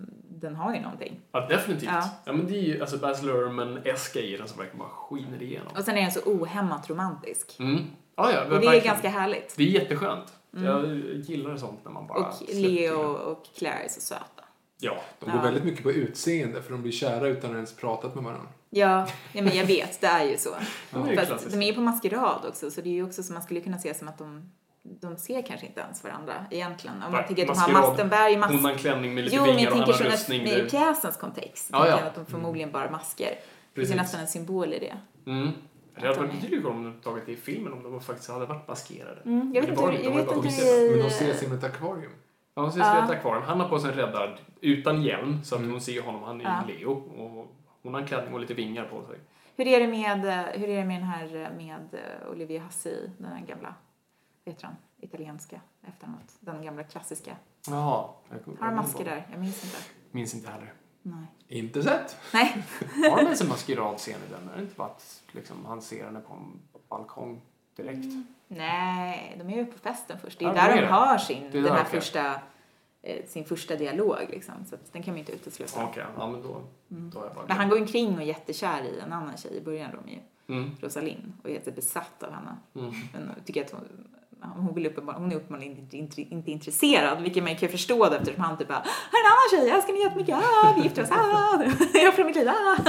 den har ju någonting. Ja, definitivt. Ja, men det är ju alltså Baz Luhrmann-eska i den som verkligen bara skiner igenom. Och sen är den så ohämmat romantisk. Ja, och det är ganska härligt. Det är jätteskönt. Jag gillar sånt när man bara... Och Leo och Claire är så söta. Ja. De går väldigt mycket på utseende för de blir kära utan att ens pratat med varandra. Ja, men jag vet, det är ju så. Fast de är ju på maskerad också, så det är ju också som man skulle kunna se som att de ser kanske inte ens varandra egentligen. Om man tänker att de har Mastenberg hon har en klänning med lite vingar och han har rustning. Jo, men jag tänker som i pjäsens kontext. Att de förmodligen bara masker. Det är nästan en symbol i det. Det hade varit betydligt om de tagit det i filmen om de faktiskt hade varit maskerade. Jag vet inte. Men de ses i ett akvarium. Ja, hon ses i ett akvarium. Han har på sig en räddad utan hjälm så att hon ser honom. Han är Leo och hon har en klänning och lite vingar på sig. Hur är det med den här med Olivia Hussey, den här gamla, vet han, italienska efternamnet, den gamla klassiska. Jaha. Har de masker där? Jag minns inte heller. Nej. Inte sett. Nej. Har de ens en maskeradscen i den? Är det inte bara att liksom, han ser henne på en balkong direkt? Nej, de är ju på festen först. Det är där de har sin första dialog liksom. Så att den kan man inte utesluta. Okej, ja men då är jag bara... Men han går omkring och är jättekär i en annan tjej i början, Rosalind, och är jättebesatt av henne. Men tycker att hon är uppenbarligen inte intresserad, vilket man kan förstå det eftersom han typ bara, här är en annan tjej, jag älskar mig jättemycket, vi gifter oss, jag offrar mitt liv,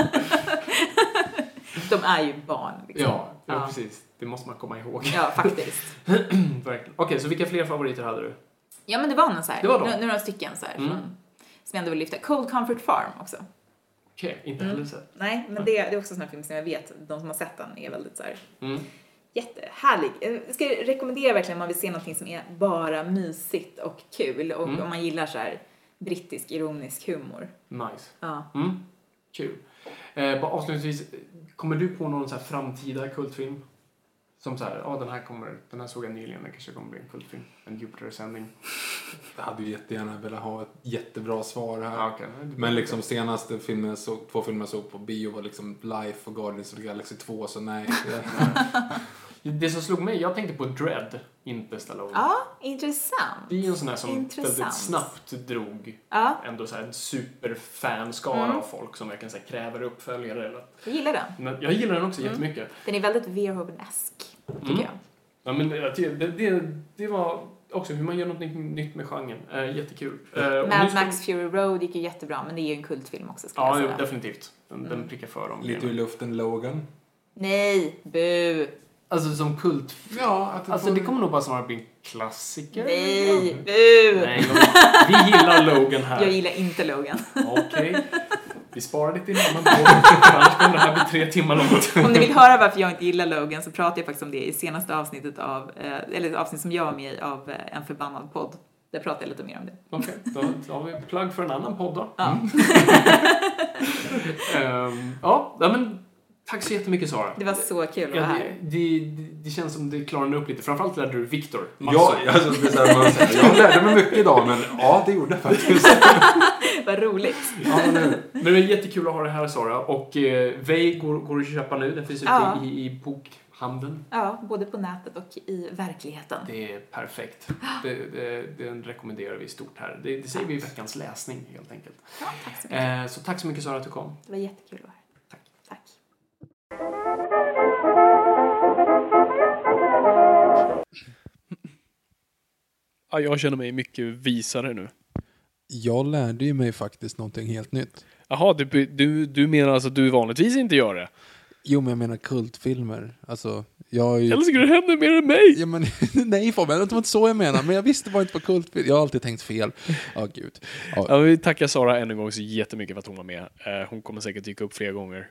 De är ju barn liksom. Ja, precis. Det måste man komma ihåg. Ja, faktiskt. Okej, så vilka fler favoriter hade du? Ja, men det var någon så här. Det var några stycken så här som jag ändå vill lyfta. Cold Comfort Farm också. Okej, inte heller sett. Nej, men det är också en sån här film som jag vet, de som har sett den är väldigt så här jättehärlig. Jag ska rekommendera verkligen om man vill se någonting som är bara mysigt och kul. Och om man gillar så här brittisk ironisk humor. Nice. Ja. Kul. Bara avslutningsvis, kommer du på någon så här framtida kultfilm? Som så här, den här såg jag nyligen, den kanske kommer bli en kultfilm. En Jupiter-sändning. Jag hade ju jättegärna velat ha ett jättebra svar här. Ja, okay. Men liksom senaste två filmer jag såg på bio var liksom Life och Guardians of the Galaxy 2, så nej. Det som slog mig, jag tänkte på Dread, inte Stallone. Ja, intressant. Det är en sån här som väldigt snabbt drog ändå så här en superfanskara av folk som verkligen så här kräver uppföljare. Jag gillar den. Men jag gillar den också jättemycket. Den är väldigt Verhoeven-esk, tycker jag. Ja, men det var också hur man gör något nytt med genren. Jättekul. Mad Max Fury Road gick ju jättebra, men det är ju en kultfilm också, ska jag säga. Ja, definitivt. Den prickar för dem. Lite ur luften Logan. Nej, bu. Alltså som kult. Ja, det kommer nog bara snarare bli en klassiker. Nej, bu. Nej, vi gillar Logan här. Jag gillar inte Logan. Okej. Vi sparar lite i annan podd. Annars kommer det här bli 3 timmar långt. Om ni vill höra varför jag inte gillar Logan så pratar jag faktiskt om det i senaste avsnittet avsnitt som jag var med i av En förbannad podd. Där pratar jag lite mer om det. Okej, då har vi plugg för en annan podd då. Ja. Men tack så jättemycket, Sara. Det var så kul att vara här. Det känns som det klarade upp lite. Framförallt lärde du Victor. Ja, alltså, jag lärde mig mycket idag, men ja, det gjorde jag faktiskt. Vad roligt. Ja, men det är jättekul att ha det här, Sara. Och Vej går att köpa nu. Den finns ute i bokhandeln. Ja, både på nätet och i verkligheten. Det är perfekt. Den rekommenderar vi stort här. Det säger vi i veckans läsning, helt enkelt. Ja, tack så mycket. Så tack så mycket, Sara, att du kom. Det var jättekul att vara här. Tack. Ja, jag känner mig mycket visare nu. Jag lärde ju mig faktiskt någonting helt nytt. Jaha, du menar alltså att du vanligtvis inte gör det? Jo, men jag menar kultfilmer. Alltså, jag älskar det händer mer än mig. Ja, men, nej, Fabian, det var inte så jag menar. Men jag visste bara inte på kultfilm. Jag har alltid tänkt fel. Gud. Ja, vi tackar Sara än en gång så jättemycket för att hon var med. Hon kommer säkert dyka upp fler gånger.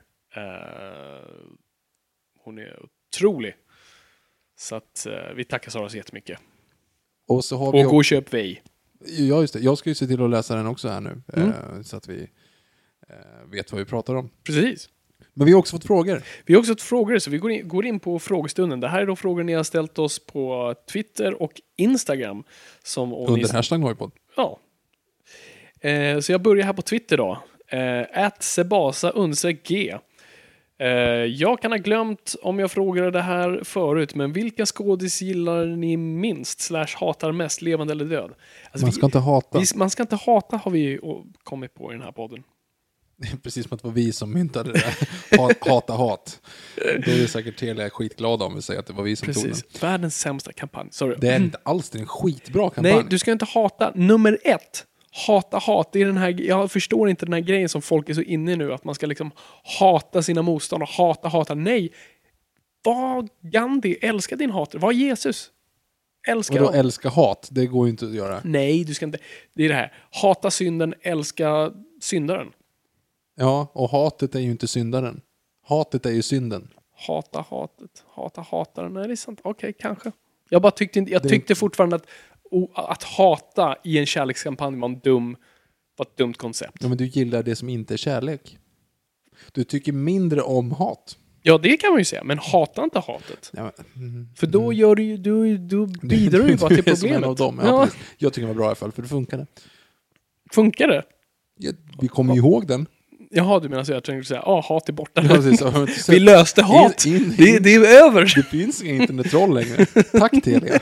Hon är otrolig. Så att vi tackar Sara så jättemycket. Och så har vi gå och köp Vej. Ja, just det. Jag ska ju se till att läsa den också här nu. Så att vi vet vad vi pratar om. Precis. Men vi har också fått frågor. Vi har också fått frågor, så vi går in på frågestunden. Det här är då frågor ni har ställt oss på Twitter och Instagram. Under hashtag Noipod. Ja. Så jag börjar här på Twitter då. @sebasa_g. Jag kan ha glömt om jag frågade det här förut, men vilka skådis gillar ni minst / hatar mest, levande eller död? Alltså Man ska inte hata. Man ska inte hata, har vi kommit på i den här podden. Precis som att det var vi som myntade det där. Hat. Då är det säkert Telia skitglada om vi säger att det var vi som tog den. Världens sämsta kampanj. Sorry. Det är inte alls en skitbra kampanj. Nej, du ska inte hata. Nummer 1. Hat. Det är den här, jag förstår inte den här grejen som folk är så inne i nu. Att man ska liksom hata sina motståndare. Hata. Nej. Var Gandhi. Älska din hater. Var Jesus. Älska dem. Älska hat. Det går ju inte att göra. Nej, du ska inte. Det är det här. Hata synden. Älska syndaren. Ja, och hatet är ju inte syndaren. Hatet är ju synden. Hata hatet. Hataren. Nej, det är sant. Okej, kanske. Jag bara tyckte fortfarande att hata i en kärlekskampanj var ett dumt koncept. Ja, men du gillar det som inte är kärlek. Du tycker mindre om hat. Ja, det kan man ju säga. Men hata inte hatet. Ja, för då gör du bidrar du bara till problemet. Av dem. Ja, jag tycker det var bra i alla fall, för det funkade. Funkar det? Ja, vi kommer ju ihåg den. Jaha, du menar så jag tänkte säga, hat är borta. Ja, precis, vi löste hat. Det är över. Det finns inga internettroll längre. Tack Telia.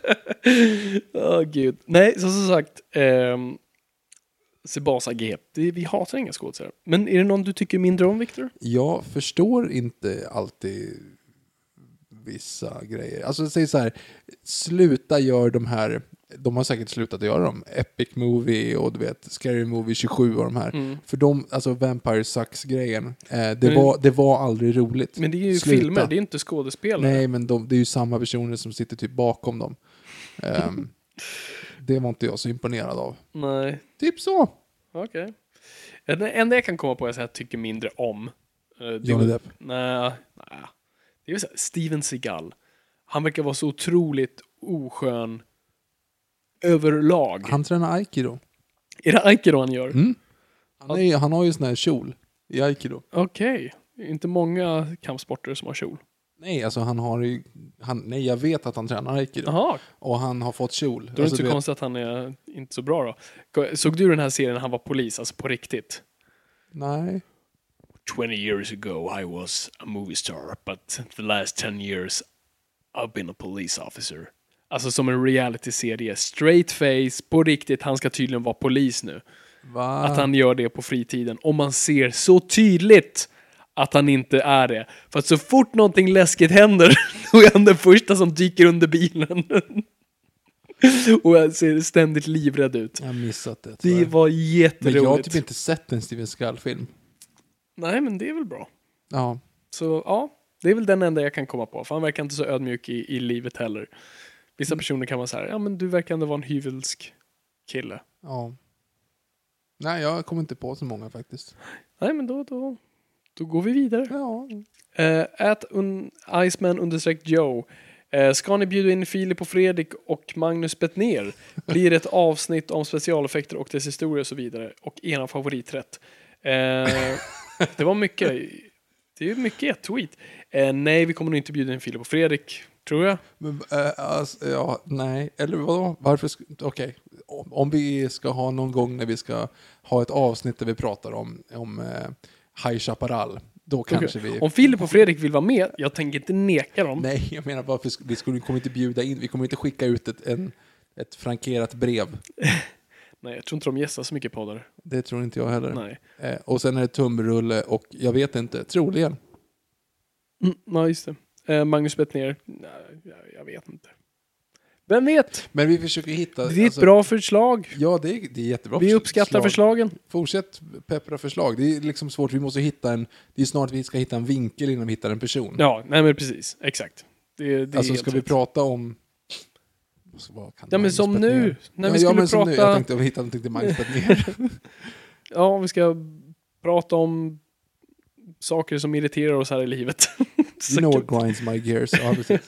Gud. Nej, så som sagt, Sebasa G. Vi hatar inga skådespelare. Men är det någon du tycker mindre om, Victor? Jag förstår inte alltid vissa grejer. Alltså säg så här, sluta gör de här. De har säkert slutat göra dem. Epic Movie och du vet Scary Movie 27 och de här. För de, alltså Vampire Sucks-grejen, det var aldrig roligt. Men det är ju filmer, det är inte skådespelare. Nej, men det är ju samma personer som sitter typ bakom dem. Det var inte jag så imponerad av. Nej. Typ så. Okej. Det enda jag kan komma på är att jag tycker mindre om. Johnny Depp? Nej. Det är så här, Steven Seagal. Han verkar vara så otroligt oskön överlag. Han tränar Aikido. Är det Aikido han gör? Mm. Han har ju sån här kjol i Aikido. Okej. Inte många kampsporter som har kjol. Nej, alltså nej, jag vet att han tränar Aikido. Aha. Och han har fått kjol. Då är det inte så konstigt att han är inte så bra då. Såg du den här serien när han var polis, alltså på riktigt? Nej. 20 years ago I was a movie star, but the last 10 years I've been a police officer. Alltså som en reality-serie. Straight face, på riktigt. Han ska tydligen vara polis nu. Va? Att han gör det på fritiden. Och man ser så tydligt att han inte är det. För att så fort någonting läskigt händer då är han den första som dyker under bilen. Och jag ser ständigt livrädd ut. Jag har missat det. Det var jätteroligt. Men jag har typ inte sett en Steven Seagal-film. Nej, men det är väl bra. Ja. Så ja, det är väl den enda jag kan komma på. För han verkar inte så ödmjuk i livet heller. Vissa personer kan vara så här, ja men du verkar ändå vara en hyvelsk kille. Ja. Nej, jag kommer inte på så många faktiskt. Nej, men då går vi vidare. Ja. Iceman_Joe. Ska ni bjuda in Filip och Fredrik och Magnus Bettner? Blir ett avsnitt om specialeffekter och dess historia och så vidare. Och ena favoriträtt. Det var mycket. Det är mycket i ett tweet. Nej, vi kommer nog inte bjuda in Filip och Fredrik. Tror jag. Men, ja, nej. Eller vadå? Varför? Okej. Om vi ska ha någon gång när vi ska ha ett avsnitt där vi pratar om High Chaparral, då kanske vi... Om Filip och Fredrik vill vara med, jag tänker inte neka dem. Nej, jag menar varför vi kommer inte bjuda in, vi kommer inte skicka ut ett frankerat brev. Nej, jag tror inte de gästar så mycket poddar. Det tror inte jag heller. Nej. Och sen är det tumrulle och jag vet inte, troligen. Ja, just det. Magnus Bettner. Nej, jag vet inte. Vem vet? Men vi försöker hitta... Det är ett bra förslag. Ja, det är jättebra. Vi uppskattar förslagen. Fortsätt peppra förslag. Det är liksom svårt. Vi måste hitta det är snart vi ska hitta en vinkel innan vi hittar en person. Ja, nej men precis. Exakt. Det alltså ska vi prata om... Ja, men som nu. När vi skulle prata... Nu. Jag tänkte att vi hittar någonting till Magnus ner. Ja, vi ska prata om saker som irriterar oss här i livet. You know what grinds my gears. Ja, precis.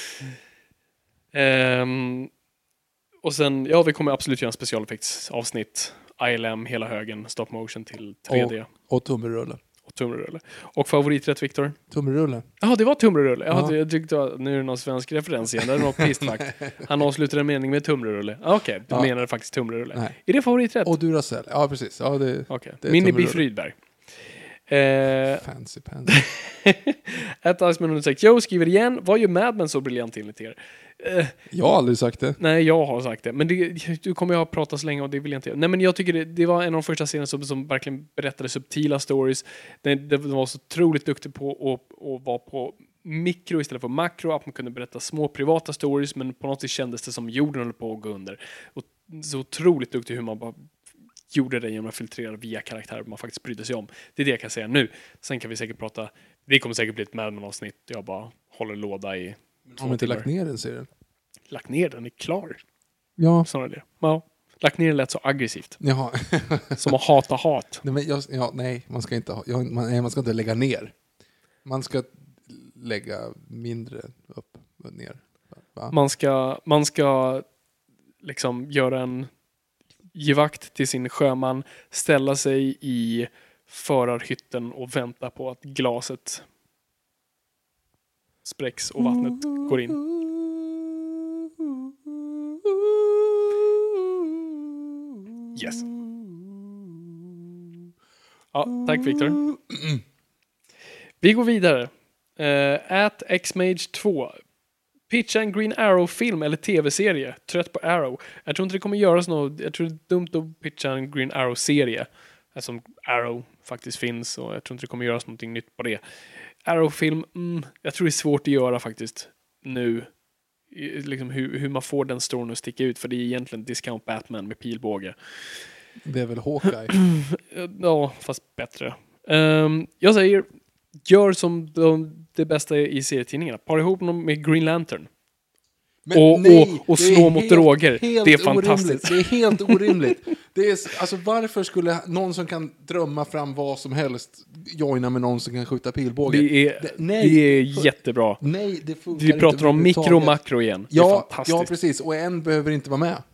Och sen, vi kommer absolut göra en specialeffektsavsnitt. ILM, hela högen, stop motion till 3D. Och tumrulle. Och favoriträtt, Victor? Tumrulle. Ja, det var tumrulle. Jag tyckte att nu är det någon svensk referens igen. Det är något pistfakt. Han avslutar en mening med tumrulle. Okej, du menar faktiskt tumrulle. Nej. Är det favoriträtt? Och Duracell. Ja, precis. Ja, Okej. Minnie B. Frydberg. Fancy pants. @Iceman106 skriver igen, vad gör Mad Men så briljant enligt er? Jag har aldrig sagt det. Nej, jag har sagt det. Men du kommer jag att prata så länge och det vill jag inte. Nej, men jag tycker det var en av de första serierna som verkligen berättade subtila stories. Det var så otroligt duktig på att vara på mikro istället för makro. Att man kunde berätta små privata stories, men på något sätt kändes det som jorden höll på att gå under. Och så otroligt duktig hur man bara gjorde det genom att filtrera via karaktärer man faktiskt brydde sig om. Det är det jag kan säga nu. Sen kan vi säkert prata, det kommer säkert bli ett Mad Men-avsnitt. Jag bara håller låda i 2 Har man inte timmar. lagt ner den serien? Lagt ner den, är klar. Ja. Snarare det. Ja. Lagt ner den lät så aggressivt. Jaha. Som att hata hat. Nej, men nej, man ska inte man ska inte lägga ner. Man ska lägga mindre upp och ner. Va? Man ska liksom göra en givakt till sin sjöman, ställa sig i förarhytten och vänta på att glaset spräcks och vattnet går in. Yes. Ja, tack Victor. Vi går vidare. @xmage2. Pitcha en Green Arrow-film eller tv-serie. Trött på Arrow. Jag tror inte det kommer göras något. Jag tror det är dumt att pitcha en Green Arrow-serie. Eftersom Arrow faktiskt finns. Och jag tror inte det kommer göras någonting nytt på det. Arrow-film, jag tror det är svårt att göra faktiskt nu. Liksom hur man får den storyn att sticka ut. För det är egentligen Discount Batman med pilbåge. Det är väl Hawkeye? Ja, fast bättre. Jag säger, gör som det bästa i serietidningarna. Para ihop dem med Green Lantern. Och slå mot droger. Det är fantastiskt. Det är helt orimligt. Det är, alltså, varför skulle någon som kan drömma fram vad som helst joina med någon som kan skjuta pilbåge? Det är jättebra. Nej, det funkar Vi pratar inte om mikro och makro igen. Det är fantastiskt. Ja, precis. Och en behöver inte vara med.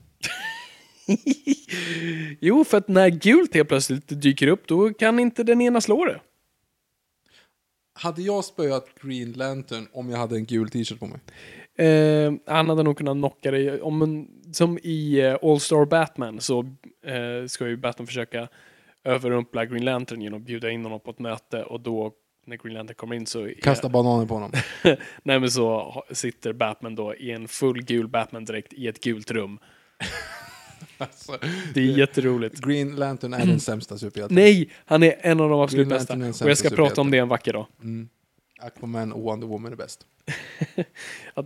Jo, för att när gult helt plötsligt dyker upp, då kan inte den ena slå det. Hade jag spöat Green Lantern om jag hade en gul t-shirt på mig? Han hade nog kunnat knocka dig. Som i All-Star Batman så ska ju Batman försöka överrumpla Green Lantern genom att bjuda in honom på ett möte. Och då, när Green Lantern kommer in så... Kasta bananer på honom. Nej, men så sitter Batman då i en full gul Batman-dräkt i ett gult rum. Alltså, det är jätteroligt. Green Lantern är den sämsta superhjälten. Nej, han är en av de absolut bästa. Och jag ska prata om det en vacker dag. Aquaman och Wonder Woman är bäst. Ja,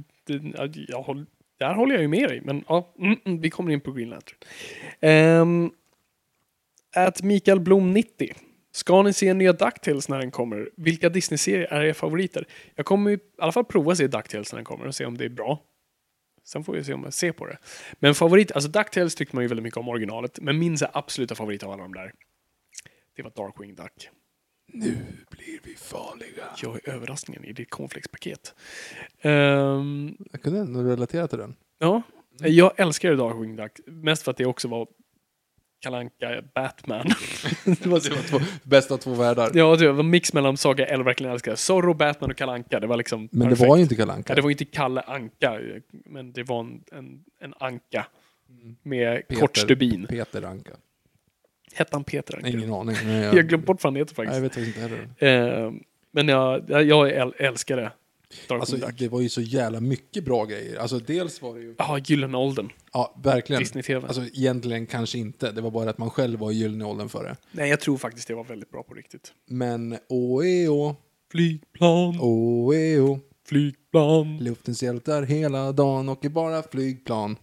där håller jag ju med dig. Men ja, vi kommer in på Green Lantern. Mikael Blom 90. Ska ni se nya DuckTales när den kommer? Vilka Disney-serier är era favoriter? Jag kommer i alla fall prova att se DuckTales när den kommer och se om det är bra. Sen får vi se om jag ser på det. Men favorit, alltså DuckTales tyckte man ju väldigt mycket om originalet. Men min absoluta favorit av alla de där, det var Darkwing Duck. Nu blir vi farliga. Jag är överraskningen i ditt cornflakespaket. Jag kunde ändå relatera till den. Ja, jag älskar Darkwing Duck. Mest för att det också var Kalle Anka Batman. Det var bästa av två världar. Ja, det var en mix mellan saker jag verkligen älskar. Zorro, Batman och Kalle Anka. Det var liksom men perfekt. Det var ju inte Kalle Anka. Ja, det var inte Kalle Anka. Men det var en anka. Med kort stubin. Peter Anka. Hette han Peter Anka? Ingen aning. Jag glömde bort vad han heter faktiskt. Nej, jag vet inte heller. Men jag älskar det. Alltså, det var ju så jävla mycket bra grejer. Alltså dels var det ju... Ja, Gyllene åldern. Ja, verkligen. Disney-TV. Alltså egentligen kanske inte. Det var bara att man själv var i Gyllene åldern för det. Nej, jag tror faktiskt det var väldigt bra på riktigt. Men åh. Flygplan. Åh. Flygplan. Luftens hjältar hela dagen och är bara flygplan.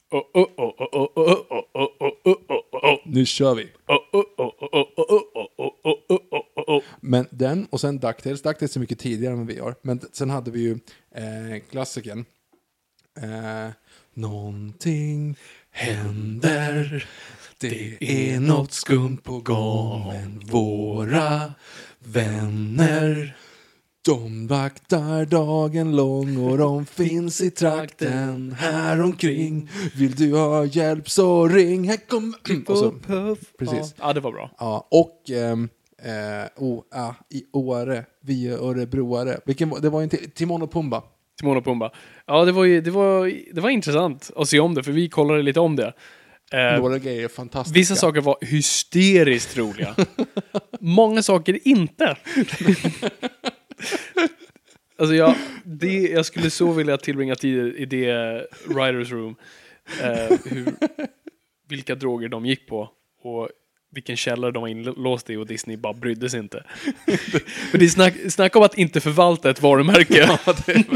Nu kör vi. Men den och sen DuckTales är mycket tidigare än vi har. Men sen hade vi ju klassiken. Någonting händer. Det är något skumt på gång. Men våra vänner, de vaktar dagen lång och de finns i trakten här omkring. Vill du ha hjälp så ring. Här kom... och så, precis. Ja, det var bra. Ja, och i Åre, vi är Örebroare. Det var inte Timon och Pumba. Timon och Pumba. Ja, det var intressant att se om det, för vi kollade lite om det. Några grejer är fantastiska. Vissa saker var hysteriskt roliga. Många saker inte. Alltså jag skulle så vilja tillbringa tid i det writers room. Vilka droger de gick på och vilken källare de var inlåst i, och Disney bara brydde sig inte. Men det är snack om att inte förvalta ett varumärke. Ja,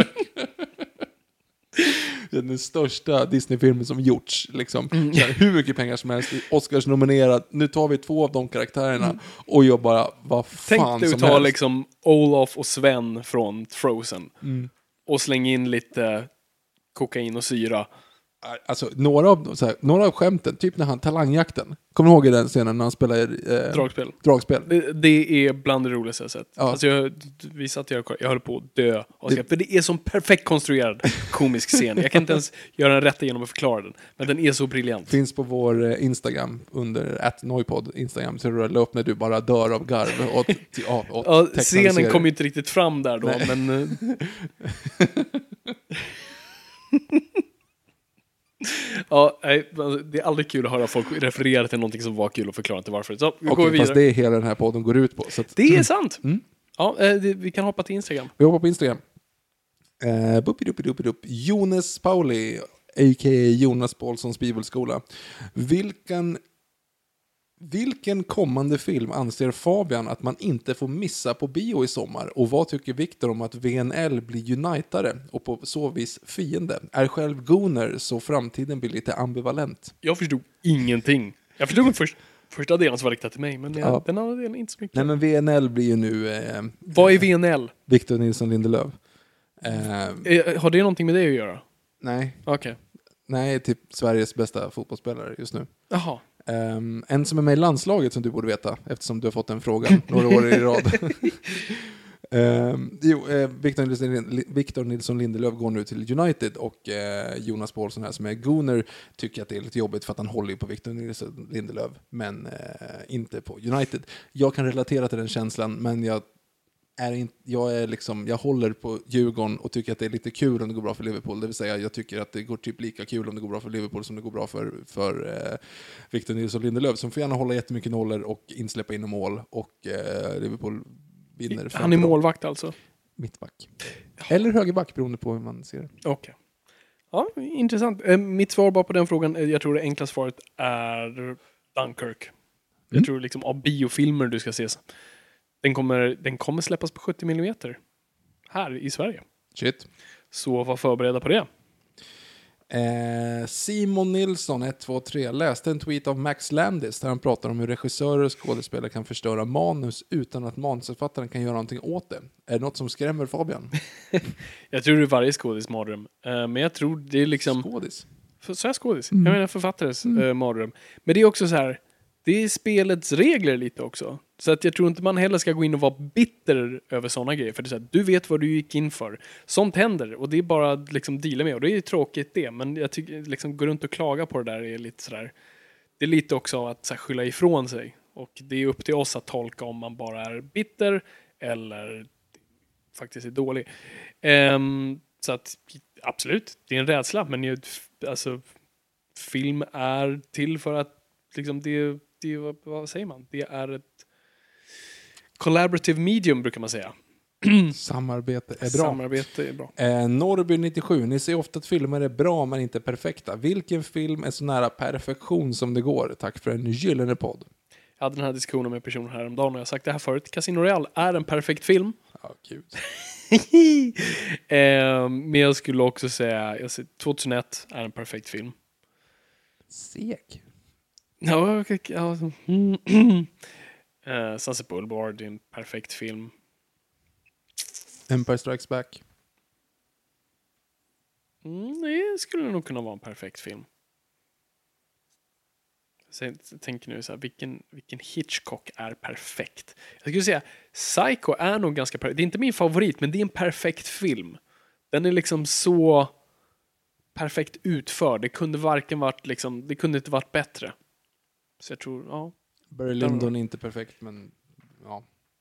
det är den största Disney-filmen som gjorts. Liksom. Hur mycket pengar som helst. Oscars nominerad. Nu tar vi 2 av de karaktärerna och jag bara, vad fan. Tänk dig att ta liksom Olaf och Sven från Frozen och slänga in lite kokain och syra. Alltså, några av skämten, typ när han talangjakten. Kommer du ihåg i den scenen när han spelar dragspel? Det är bland det roligaste jag sett. Ja. Alltså jag höll på att dö. För det är som perfekt konstruerad komisk scen. Jag kan inte ens göra den rätta genom att förklara den. Men den är så briljant. Finns på vår Instagram under @noipod Instagram, så du la upp när du bara dör av garv. Scenen kom ju inte riktigt fram där då. Men... Ja, det är aldrig kul att höra folk referera till någonting som var kul och förklara inte varför. Så, vi går vidare. Fast det är hela den här podden går ut på. Så att... Det är sant. Ja, vi kan hoppa till Instagram. Vi hoppar på Instagram. Jonas Pauli, a.k.a. Jonas Paulssons bibelskola. Vilken kommande film anser Fabian att man inte får missa på bio i sommar? Och vad tycker Victor om att VNL blir unitare och på så vis fiende? Är själv Gunnar så framtiden blir lite ambivalent? Jag förstod ingenting. Jag förstod första delen som var riktat till mig, men den andra delen inte så mycket. Nej, men VNL blir ju nu... vad är VNL? Victor Nilsson Lindelöf. Har det någonting med det att göra? Nej. Okej. Nej, typ Sveriges bästa fotbollsspelare just nu. Jaha. En som är med i landslaget som du borde veta, eftersom du har fått en fråga några år i rad. Victor Nilsson Lindelöf går nu till United och Jonas Paulsson här som är Gunnar tycker att det är lite jobbigt för att han håller på Victor Nilsson Lindelöf men inte på United. Jag kan relatera till den känslan, men jag håller på Djurgården och tycker att det är lite kul om det går bra för Liverpool. Det vill säga, jag tycker att det går typ lika kul om det går bra för Liverpool som det går bra för Victor Nilsson Lindelöf, som får gärna hålla jättemycket nollor och insläppa in mål, och Liverpool vinner. Han är målvakt alltså? Mittback. Eller högerback, beroende på hur man ser det. Okej. Ja, intressant. Mitt svar bara på den frågan, jag tror det enkla svaret är Dunkirk. Jag tror liksom av biofilmer du ska se. Den kommer släppas på 70 mm här i Sverige. Shit. Så var förberedda på det. Simon Nilsson 123 läste en tweet av Max Landis där han pratar om hur regissörer och skådespelare kan förstöra manus utan att manusförfattaren kan göra någonting åt det. Är det något som skrämmer Fabian? Jag tror det är varje skådis mardröm. Men jag tror det är liksom... Skådis? Så är skådis. Jag menar författares mardröm. Men det är också så här... Det är spelets regler lite också. Så att jag tror inte man heller ska gå in och vara bitter över sådana grejer. För det är så här, du vet vad du gick in för. Sånt händer. Och det är bara att liksom deala med. Och det är ju tråkigt det. Men jag tycker liksom gå runt och klaga på det där är lite sådär. Det är lite också att så här, skylla ifrån sig. Och det är upp till oss att tolka om man bara är bitter. Eller faktiskt är dålig. Så att absolut, det är en rädsla. Men alltså, film är till för att liksom vad säger man? Det är ett collaborative medium brukar man säga. Samarbete är bra. Samarbete är bra. Norrby 97, ni säger ofta att filmer är bra men inte perfekta. Vilken film är så nära perfektion som det går? Tack för en gyllene podd. Jag hade den här diskussionen med personen häromdagen och jag har sagt det här förut. Casino Royale är en perfekt film. Ja, gud. Men jag skulle också säga 2001 är en perfekt film. Sek. Ja, Sunset Boulevard är en perfekt film. Empire Strikes Back. Det skulle nog kunna vara en perfekt film. Så jag tänker nu så här, vilken Hitchcock är perfekt? Jag skulle säga Psycho är nog ganska perfekt. Det är inte min favorit, men det är en perfekt film. Den är liksom så perfekt utförd. Det kunde varken varit liksom, det kunde inte varit bättre. Så jag tror, ja. Barry Lyndon är inte perfekt, men ja.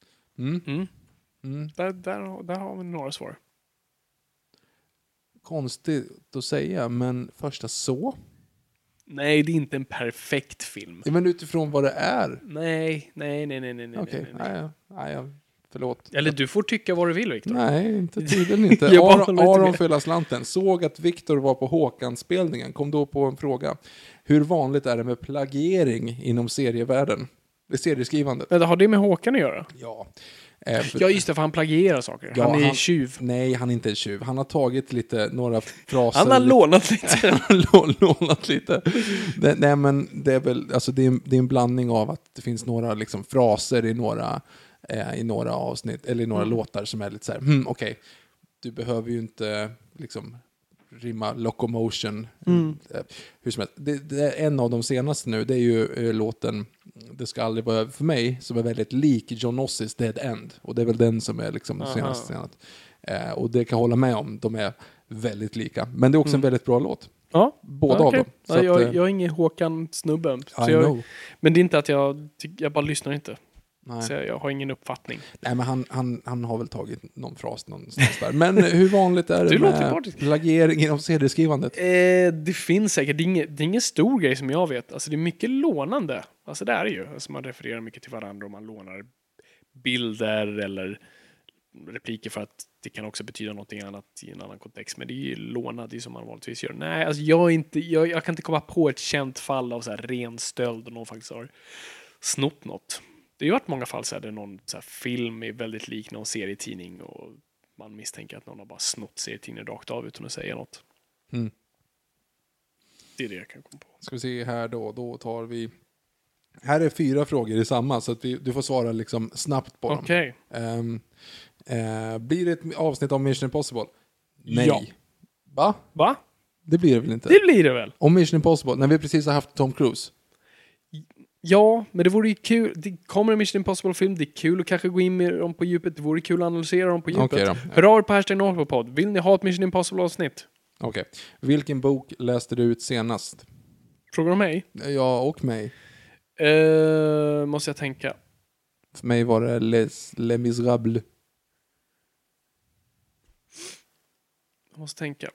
Där har vi några svar. Konstigt att säga, men första så. Nej, det är inte en perfekt film. Ja, men utifrån vad det är. Nej. Okej, nej, förlåt. Eller du får tycka vad du vill, Victor. Nej, inte tydligen inte. Jag bara håller inte Aron med. fyller slanten. Såg att Victor var på Håkan-spelningen. Kom då på en fråga. Hur vanligt är det med plagiering inom serievärlden? Det är serieskrivandet. Men har det med Håkan att göra? Ja. Ja, just det, för han plagierar saker. Ja, han är tjuv. Nej, han är inte en tjuv. Han har tagit några fraser. Han har lånat lite. lånat lite. Nej, men det är väl, alltså det är en blandning av att det finns några liksom fraser i några avsnitt eller i några låtar som är lite så här, okej, du behöver ju inte liksom rimma locomotion hur som helst. Det är en av de senaste nu, det är ju låten Det ska aldrig vara över för mig, som är väldigt lik John Ossis Dead End, och det är väl den som är liksom den senaste. Och det kan jag hålla med om, de är väldigt lika, men det är också en väldigt bra låt. Ja, båda av dem. Så jag är ingen Håkan-snubbe. Men det är inte att jag bara lyssnar inte. Nej. Så jag har ingen uppfattning. Nej, men han har väl tagit någon fras någonstans där. Men hur vanligt är det med plagiering inom CD-skrivandet? Det finns säkert. Det är ingen stor grej som jag vet. Alltså det är mycket lånande. Alltså det är det ju. Alltså man refererar mycket till varandra och man lånar bilder eller repliker för att det kan också betyda någonting annat i en annan kontext. Men det är ju lånat, det är som man vanligtvis gör. Nej, alltså jag kan inte komma på ett känt fall av så här ren stöld och någon faktiskt har snott något. Det har ju varit många fall så här, där någon så här, film är väldigt lik någon serietidning och man misstänker att någon har bara snott serietidningen rakt av utan att säga något. Det är det jag kan komma på. Ska vi se här då tar vi... Här är 4 frågor i samma, så att du får svara liksom snabbt på dem. Okej. Blir det ett avsnitt om Mission Impossible? Nej. Ja. Va? Det blir det väl inte? Det blir det väl. Om Mission Impossible, när vi precis har haft Tom Cruise. Ja, men det vore ju kul. Det kommer en Mission Impossible-film. Det är kul att kanske gå in med dem på djupet. Det vore kul att analysera dem på djupet. Okay, hör av er på #NordPod. Vill ni ha ett Mission Impossible-avsnitt? Okej. Vilken bok läste du ut senast? Frågar du mig? Ja, och mig. Måste jag tänka. För mig var det Les Misérables. Jag måste tänka.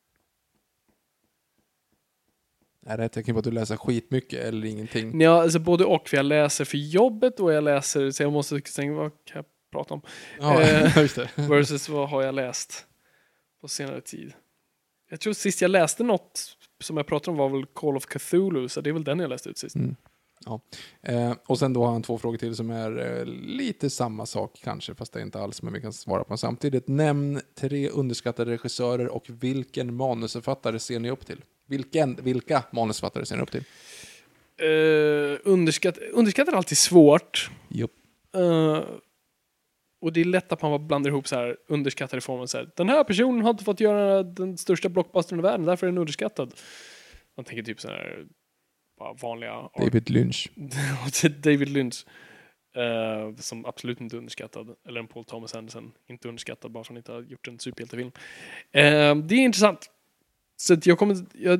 Är det ett tecken på att du läser skitmycket eller ingenting? Ja, alltså både och. För jag läser för jobbet och jag läser... Så jag måste tänka, vad kan jag prata om? Just det. Versus vad har jag läst på senare tid? Jag tror sist jag läste något som jag pratade om var väl Call of Cthulhu. Så det är väl den jag läste ut sist. Ja. Och sen då har han 2 frågor till som är lite samma sak kanske, fast det är inte alls, men vi kan svara på samtidigt. Nämn 3 underskattade regissörer och vilken manusförfattare ser ni upp till? Vilka manusförfattare ser ni upp till? Underskattar är alltid svårt. Yep. Och det är lätt att man blandar ihop så här underskattade former. Så här, den här personen har inte fått göra den största blockbustern i världen, därför är den underskattad. Man tänker typ så här bara vanliga... David Lynch. David Lynch. Som absolut inte är underskattad. Eller en Paul Thomas Anderson. Inte underskattad bara för att han inte har gjort en superhjältefilm. Det är intressant. Så att jag kommer...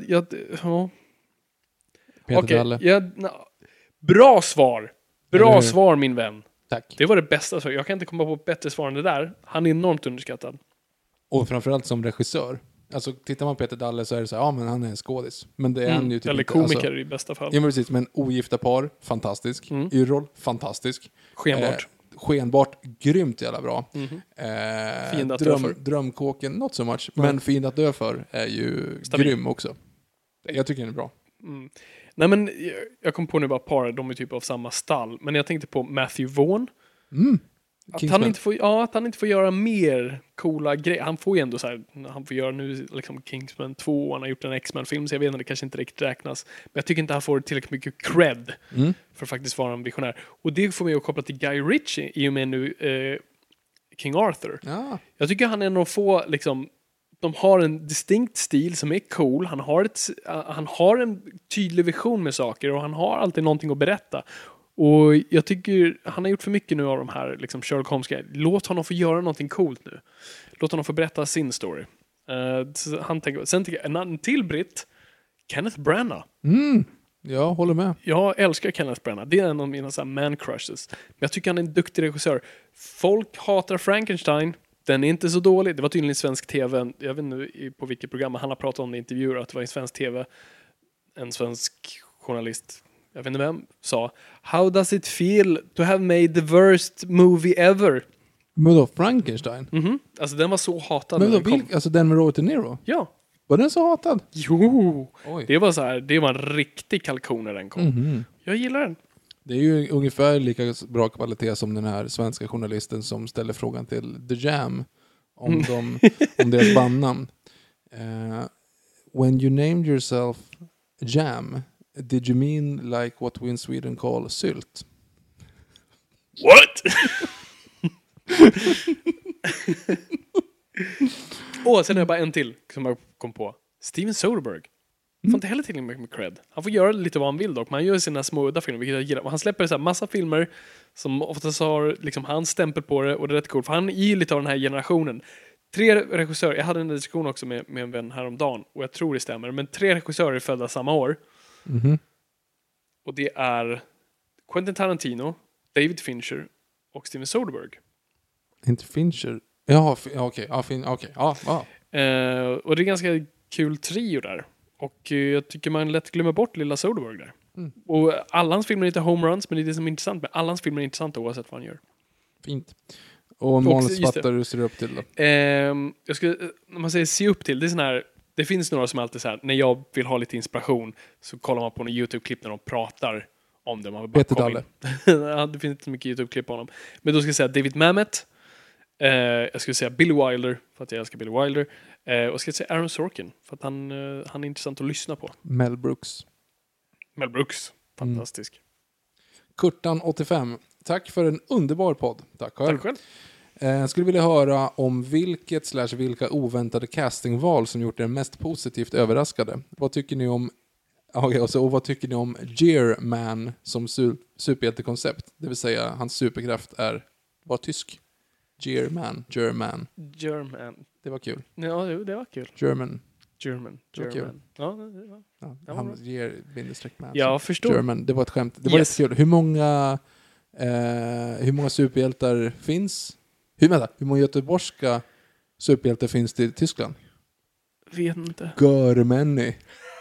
Peter Dalle. Bra svar. Bra svar, min vän. Tack. Det var det bästa. Så jag kan inte komma på ett bättre svar än det där. Han är enormt underskattad. Och framförallt som regissör. Alltså tittar man på Peter Dalle så är det så här, ja men han är en skådis. Men det är han ju typ eller inte, komiker alltså, i bästa fall. Ja men precis, men Ogifta par, fantastisk. Yrrol, fantastisk. Skenbart, grymt jävla bra. Drömkåken, not so much. Men Fin att dö för är ju grym också. Jag tycker den är bra. Nej men, jag kom på nu bara par, de är typ av samma stall. Men jag tänkte på Matthew Vaughn. Att han inte får göra mer coola grejer. Han får ju ändå så här, han får göra nu liksom Kingsman 2, han har gjort en X-Men-film, så jag vet inte, det kanske inte riktigt räknas. Men jag tycker inte han får tillräckligt mycket cred för att faktiskt vara en visionär. Och det får mig att koppla till Guy Ritchie i och med nu King Arthur. Ja. Jag tycker han är nog få liksom, de har en distinkt stil som är cool. Han har en tydlig vision med saker och han har alltid någonting att berätta. Och jag tycker han har gjort för mycket nu av de här liksom Sherlock Holmes-grejer. Låt honom få göra någonting coolt nu. Låt honom få berätta sin story. Sen tycker jag en till britt, Kenneth Branagh. Jag håller med. Jag älskar Kenneth Branagh. Det är en av mina så här man crushes. Men jag tycker han är en duktig regissör. Folk hatar Frankenstein. Den är inte så dålig. Det var tydligen i svensk tv. Jag vet inte på vilket program han har pratat om det i intervjuer, att det var i svensk tv. en svensk journalist, jag vet inte vem, sa How does it feel to have made the worst movie ever? Men då Frankenstein? Alltså den var så hatad. Men då, alltså den med Robert De Niro? Ja. Var den så hatad? Jo! Oj. Det var så här, det var en riktig kalkon när den kom. Jag gillar den. Det är ju ungefär lika bra kvalitet som den här svenska journalisten som ställer frågan till The Jam om deras bandnamn. When you named yourself Jam, did you mean like what we in Sweden call sylt? What? Sen har jag bara en till som jag kom på. Steven Soderbergh. Får inte heller till med cred. Han får göra lite vad han vill dock. Men han gör sina små udda filmer, vilket jag gillar. Han släpper så här massa filmer som oftast har liksom hans stämpel på det, och det är rätt coolt. För han är ju lite av den här generationen. 3 regissörer, jag hade en diskussion också med en vän häromdagen, och jag tror det stämmer, men 3 regissörer är födda samma år. Och det är Quentin Tarantino, David Fincher och Steven Soderbergh. Inte Fincher? Ja, okej. Och det är ganska kul trio där. Och jag tycker man lätt glömmer bort lilla Soderbergh där. Och alla hans filmer är inte homeruns, men det är det som är intressant. Men alla hans filmer är intressanta oavsett vad han gör. Fint. Och manusfattare du ser upp till då? Jag skulle, när man säger se upp till, det är sån här, det finns några som alltid så här, när jag vill ha lite inspiration så kollar man på en YouTube-klipp när de pratar om det. Man bara Peter Dalle. Ja, det finns inte så mycket YouTube-klipp på honom. Men då ska jag säga David Mamet. Jag skulle säga Billy Wilder, för att jag älskar Billy Wilder. Och jag ska säga Aaron Sorkin, för att han är intressant att lyssna på. Mel Brooks. Fantastisk. Kurtan 85. Tack för en underbar podd. Tack själv. Tack själv. Jag skulle vilja höra om vilka oväntade castingval som gjort er mest positivt överraskade. Vad tycker ni om vad tycker ni om German som superhjältekoncept? Det vill säga hans superkraft var tysk. German. Det var kul. Ja, det var kul. German. Det var kul. Ja, han ger -man. Jag förstår. German, det var ett skämt. Det var lite kul. Hur många superhjältar finns? Hur många göteborgska superhjältar finns det i Tyskland? Vet inte. Görmänni.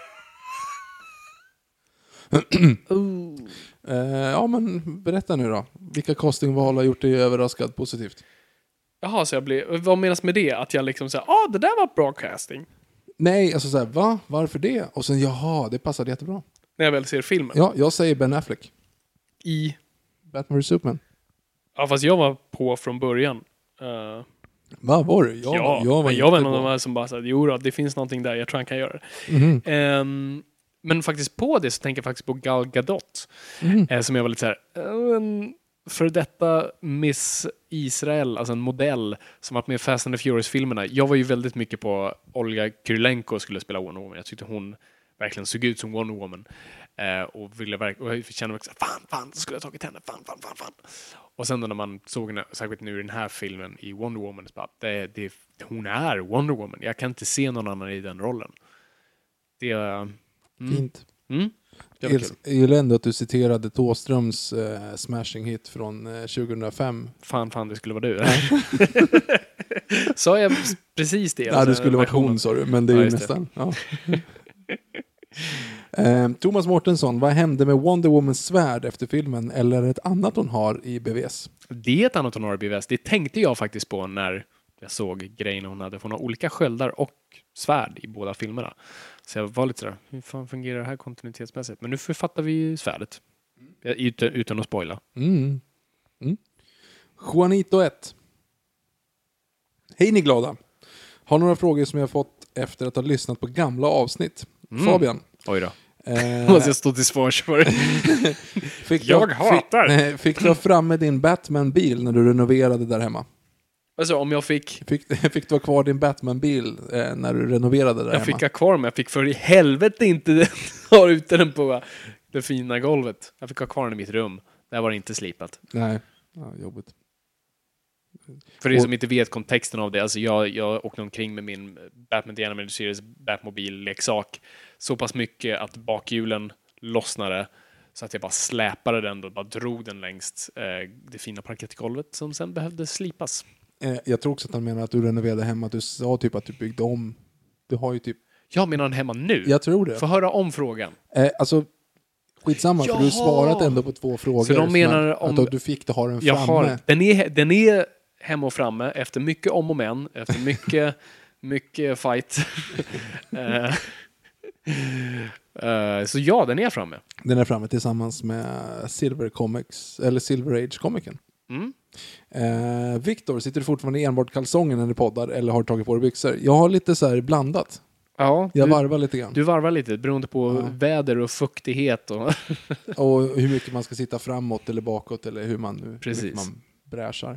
Ja, men berätta nu då. Vilka castingval har gjort dig överraskad positivt? Jaha, så vad menas med det? Att jag liksom säger, det där var bra casting. Nej, alltså såhär, va? Varför det? Och sen, det passade jättebra. När jag väl ser filmen. Ja, jag säger Ben Affleck. I Batman vs Superman. Ja, fast jag var på från början. Vad var det? Jag var en av de här som bara sa, det finns någonting där, jag tror han kan göra det. Men faktiskt på det så tänker jag faktiskt på Gal Gadot. Som jag var lite så här, för detta Miss Israel, alltså en modell som varit med i Fast and the Furious-filmerna. Jag var ju väldigt mycket på Olga Kurylenko skulle spela Wonder Woman. Jag tyckte hon verkligen såg ut som Wonder Woman. Och jag kände mig så här, fan, så skulle jag tagit henne, fan. Och sen då när man såg henne, särskilt nu i den här filmen i Wonder Woman, så bara, hon är Wonder Woman. Jag kan inte se någon annan i den rollen. Det är... Fint. Jag gillar ändå att du citerade Thåströms smashing hit från 2005. Fan, det skulle vara du. Sa jag precis det? Ja, det skulle vara hon, sa du, men det är ju nästan. Ja. Thomas Mårtensson, vad hände med Wonder Womans svärd efter filmen? Eller är det ett annat hon har i BVS? Det är ett annat hon har i BVS. Det tänkte jag faktiskt på när jag såg grejerna hon hade. Hon har olika sköldar och svärd i båda filmerna. Så jag var lite sådär, hur fan fungerar det här kontinuitetsmässigt? Men nu författar vi svärdet. Utan att spoila. Juanito 1. Hej ni glada. Har några frågor som jag fått efter att ha lyssnat på gamla avsnitt. Fabian. Oj då. Måste jag stå till svars för. Fick du fram med din Batman-bil när du renoverade där hemma? Alltså om jag fick du ha kvar din Batman-bil när du renoverade där hemma? Jag fick ha kvar, men jag fick för i helvete inte ha ute den på det fina golvet. Jag fick ha kvar den i mitt rum. Där var det inte slipat. Nej, jobbigt. För det som inte vet kontexten av det, alltså jag åkte omkring med min Batman The Animated Series Batmobil-leksak så pass mycket att bakhjulen lossnade så att jag bara släpade den och bara drog den längst det fina parkettgolvet som sen behövde slipas. Jag tror också att han menar att du renoverade hemma, att du sa typ att du byggde om. Du har ju typ... Jag menar han hemma nu? Jag tror det. Få höra om frågan. Alltså, skitsamma, för du har svarat ändå på 2 frågor. Så de menar om att du fick ha den framme. Den är hemma och framme efter mycket om och men, efter mycket fight. Så ja, den är framme. Den är framme tillsammans med Silver Comics, eller Silver Age-komikern. Viktor, sitter du fortfarande i enbart kalsongen när du poddar eller har du tagit på dig byxor? Jag har lite så här blandat. Ja, jag varvar lite grann. Du varvar lite beroende på väder och fuktighet. Och hur mycket man ska sitta framåt eller bakåt eller hur man bräschar.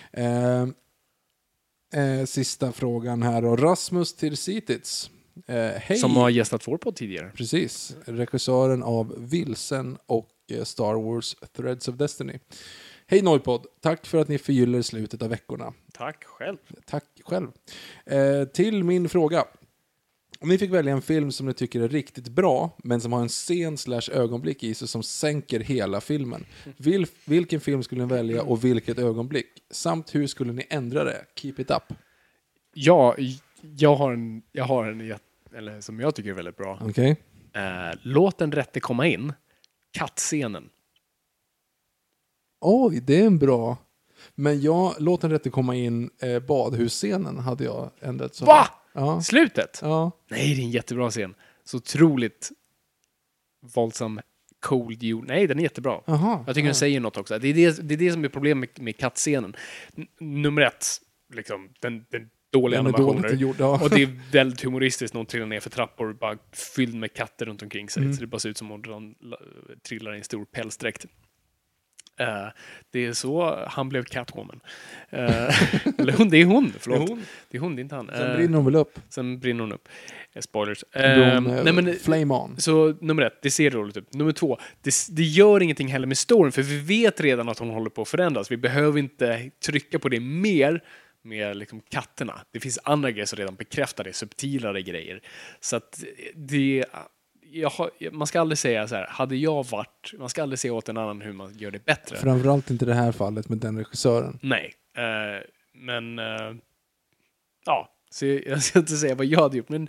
Sista frågan här då. Rasmus Tirsitits. Hej. Som har gästat vår podd tidigare. Precis. Regissören av Vilsen och Star Wars Threads of Destiny. Hej Noipod. Tack för att ni förgyller slutet av veckorna. Tack själv. Tack själv. Till min fråga. Om ni fick välja en film som ni tycker är riktigt bra men som har en scen/ögonblick i sig som sänker hela filmen. Vilken film skulle ni välja och vilket ögonblick? Samt hur skulle ni ändra det? Keep it up. Ja, jag har en eller som jag tycker är väldigt bra. Okej. Låt den rätte komma in. Kattscenen. Oj, det är en bra. Men låt den rätte komma in. Badhusscenen hade jag ändrat så. Va? Ja. Slutet? Ja. Nej, det är en jättebra scen. Så otroligt våldsam cold jord. Nej, den är jättebra. Aha, jag tycker den säger något också. Det är det som är problemet med kattscenen. Nummer 1, liksom, den dåliga animationer. Gjord, ja. Och det är väldigt humoristiskt när hon trillar ner för trappor bara fylld med katter runt omkring sig. Så det bara ser ut som om hon trillar i en stor pälsdräkt. Det är så han blev Catwoman. Eller hon, det är hon, förlåt. Det är hon, det är inte han. Sen brinner hon väl upp. Sen brinner hon upp. Spoilers. Nej, men, flame on. Så nummer 1, det ser roligt ut. Nummer 2, det gör ingenting heller med storyn, för vi vet redan att hon håller på att förändras. Vi behöver inte trycka på det mer med liksom katterna. Det finns andra grejer som redan bekräftar det, subtilare grejer. Så att man ska aldrig säga så här, man ska aldrig säga åt en annan hur man gör det bättre. Framförallt inte det här fallet med den regissören. Nej, men så jag ska inte säga vad jag hade gjort, men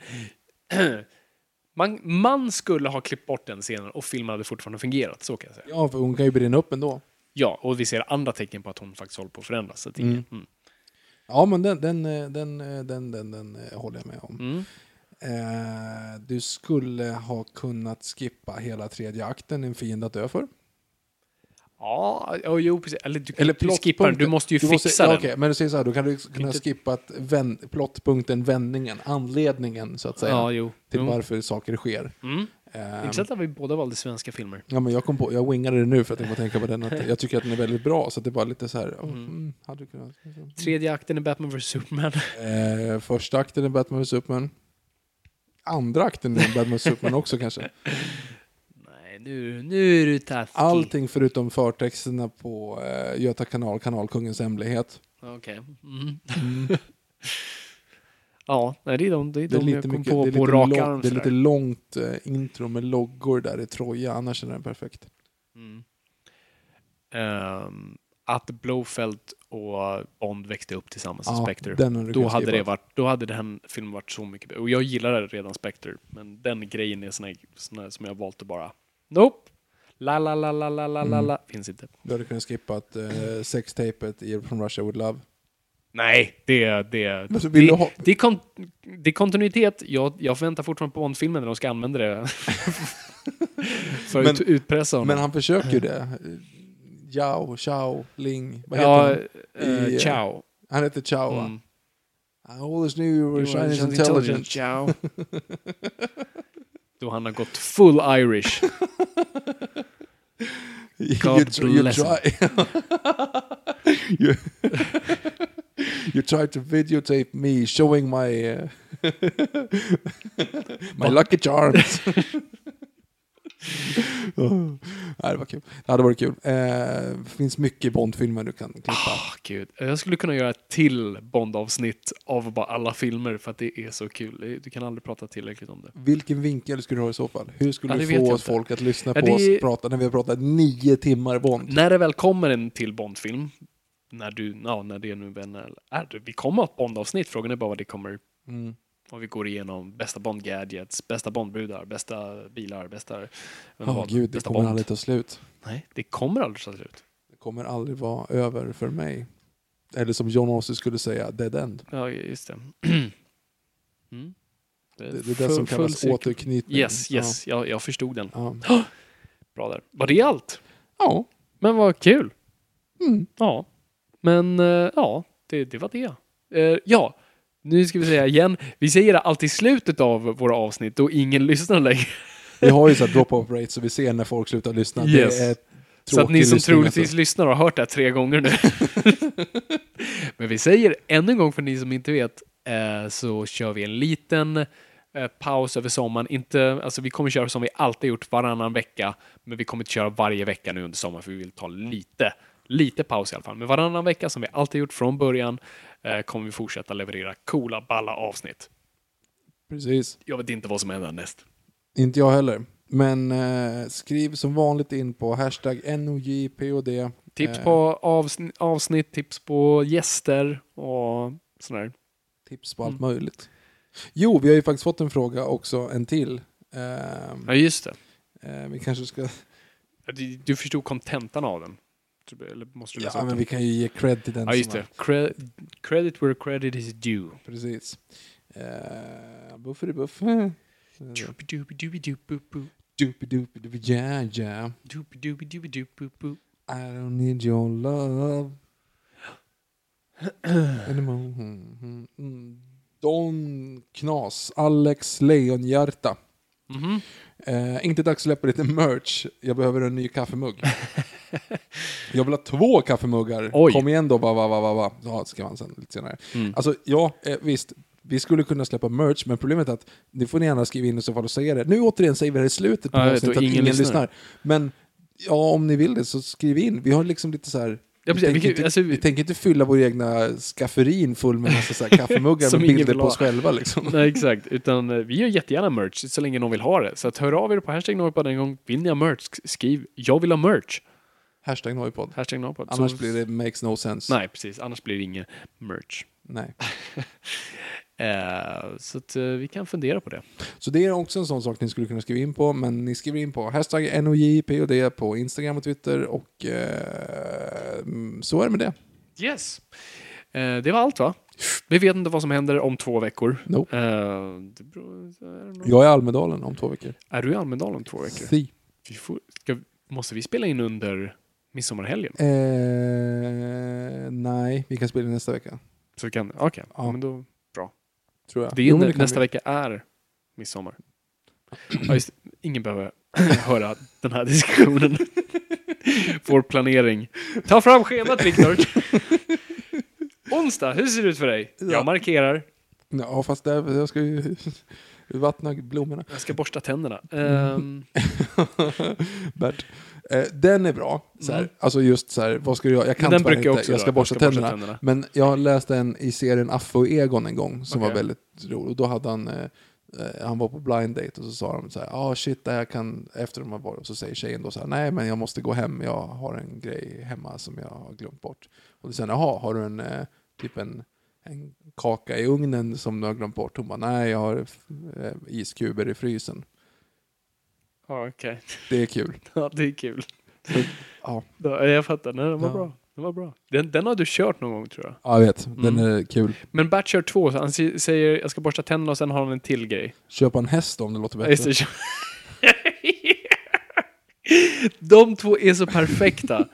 man skulle ha klippt bort den scenen och filmen hade fortfarande fungerat, så kan jag säga. Ja, för hon kan ju brinna upp ändå. Ja, och vi ser andra tecken på att hon faktiskt håller på att förändras. Så Ja, men den håller jag med om. Du skulle ha kunnat skippa hela 3:e akten, En fiende att dö för. Ja, jo, precis. Eller du skippar den, du måste ju fixa den. Okej, men du säger så här, då kan du kunna skippa plottpunkten, vändningen, anledningen så att säga, till varför saker sker. Intressant att vi båda valde svenska filmer. Ja, men jag wingade det nu för att jag tänka på den. Att jag tycker att den är väldigt bra, så att det var lite så här. Hade kunnat. 3:e akten är Batman vs Superman. Första akten är Batman vs Superman. Andra akten är Batman vs Superman också kanske. Nej, nu är du taskig. Allting förutom förtexterna på Göta kanal, Kanalkungens hemlighet. Okej. Ja, nej, det är de jag kom på rak arm. Det är lite långt intro med loggor där i Troja, annars är den perfekt. Att Blofeld och Bond växte upp tillsammans i Spectre. Då hade den filmen varit så mycket bättre. Och jag gillade redan Spectre, men den grejen är sån som jag valt att bara nope. La finns inte. Du hade kunnat skippa sextapet i From Russia With Love. Nej, det är kontinuitet. Jag förväntar fortfarande på Bond-filmen när de ska använda det för att utpressa honom. Men han försöker ju det. Yao, Chao, Ling. Vad heter han? Chao. Han heter Chao. I always knew you were Chinese intelligent. Chao. Då han har gått full Irish. You tried to videotape me showing my my lucky charms. Det var kul. Det hade varit kul. Finns mycket Bond-filmer du kan klippa. Gud. Jag skulle kunna göra ett till Bond-avsnitt av bara alla filmer för att det är så kul. Du kan aldrig prata tillräckligt om det. Vilken vinkel skulle du ha i så fall? Hur skulle du få oss folk att lyssna på oss prata när vi har pratat 9 timmar Bond? När det väl kommer en till Bond-film, när det nu vänner är. Vi kommer att Bond-avsnitt. Frågan är bara vad det kommer Och vi går igenom bästa Bond-gadgets, bästa Bondbrudar, bästa bilar, bästa... Gud, det bästa kommer Bond. aldrig ta slut. Nej, det kommer aldrig ta slut. Det kommer aldrig vara över för mig. Eller som John Ossie skulle säga, dead end. Ja, just det. Det är det som kallas återknytning. Yes, jag förstod den. Ja. Bra där. Var det allt? Ja. Men vad kul. Mm. Ja. Men ja, det var det. Ja, nu ska vi säga igen. Vi säger det alltid i slutet av våra avsnitt och ingen lyssnar längre. Vi har ju så här drop-off rate så vi ser när folk slutar lyssna. Yes. Det är så att ni som troligtvis alltså. lyssnar har hört det här 3 gånger nu. Men vi säger ännu en gång för ni som inte vet, så kör vi en liten paus över sommaren. Alltså vi kommer köra som vi alltid gjort varannan vecka, men vi kommer inte köra varje vecka nu under sommaren för vi vill ta lite paus i alla fall. Men varannan vecka som vi alltid gjort från början kommer vi fortsätta leverera coola, balla avsnitt. Precis. Jag vet inte vad som händer näst. Inte jag heller. Men skriv som vanligt in på hashtag NOJPOD. Tips på avsnitt, tips på gäster och sådär. Tips på allt möjligt. Jo, vi har ju faktiskt fått en fråga också, en till. Ja, just det. Vi kanske ska... Du förstod kontentan av den. Eller måste du läsa upp men den? vi kan ju ge cred till den. Ja, just det. Credit where credit is due. Precis. Bufferibuff. Ja. I don't need your love anymore. Don Knas, Alex Leonhjärta. Inte dags att släppa lite merch. Jag behöver en ny kaffemugg. Jag vill ha 2 kaffemuggar. Oj. Kom igen då, va. Ja, ska man sen lite senare. Alltså, ja, visst. Vi skulle kunna släppa merch, men problemet är att det får ni gärna skriva in i så fall och säga det. Nu återigen säger vi det i slutet på avsnittet att ingen lyssnar. Men ja, om ni vill det så skriv in. Vi har liksom lite så här... Vi tänker inte fylla vår egna skafferin full med massa så här kaffemuggar med bilder på oss själva. Liksom. Nej, exakt. Utan vi gör jättegärna merch så länge någon vill ha det. Så att hör av er på hashtag Noipod en gång. Vill ni ha merch? Skriv, jag vill ha merch. Hashtag Noipod. Annars så blir det makes no sense. Nej, precis. Annars blir det ingen merch. Nej. Så att vi kan fundera på det. Så det är också en sån sak ni skulle kunna skriva in på. Men ni skriver in på hashtag NOJPOD på Instagram och Twitter. Och så är det med det. Yes. Det var allt, va? Vi vet inte vad som händer om 2 veckor. Nope. Jag är i Almedalen om 2 veckor. Är du i Almedalen om 2 veckor? Si. Måste vi spela in under midsommarhelgen? Nej, vi kan spela in nästa vecka. Så vi kan, okej. Ja. Men då, bra. Tror jag. Det nästa vecka är midsommar. Ja, just, ingen behöver höra den här diskussionen. Vår planering. Ta fram schemat, Viktor. Onsdag, hur ser det ut för dig? Ja. Jag markerar. Ja, fast jag ska ju vattna blommorna. Jag ska borsta tänderna. Bert. Den är bra. Så här, alltså just så här, vad ska du göra? Jag kan den inte. Också jag ska borsta tänderna. Men jag läste en i serien Affe och Egon en gång som var väldigt rolig. Och då hade han var på blind date och så sa de så här, shit, jag kan, efter de har varit, så säger tjejen då så här, nej men jag måste gå hem, jag har en grej hemma som jag har glömt bort. Och då säger har du en kaka i ugnen som du har glömt bort? Hon bara, nej, jag har iskuber i frysen. Ja, okej. Det är kul. Ja, det är kul. Ja. Jag fattar, nej, den var bra. Den var bra. Den har du kört någon gång, tror jag. Ja, jag vet. Den är kul. Men Bert kör 2, så han säger jag ska borsta tänderna och sen har han en till grej. Köpa en häst om det låter bättre. De 2 är så perfekta.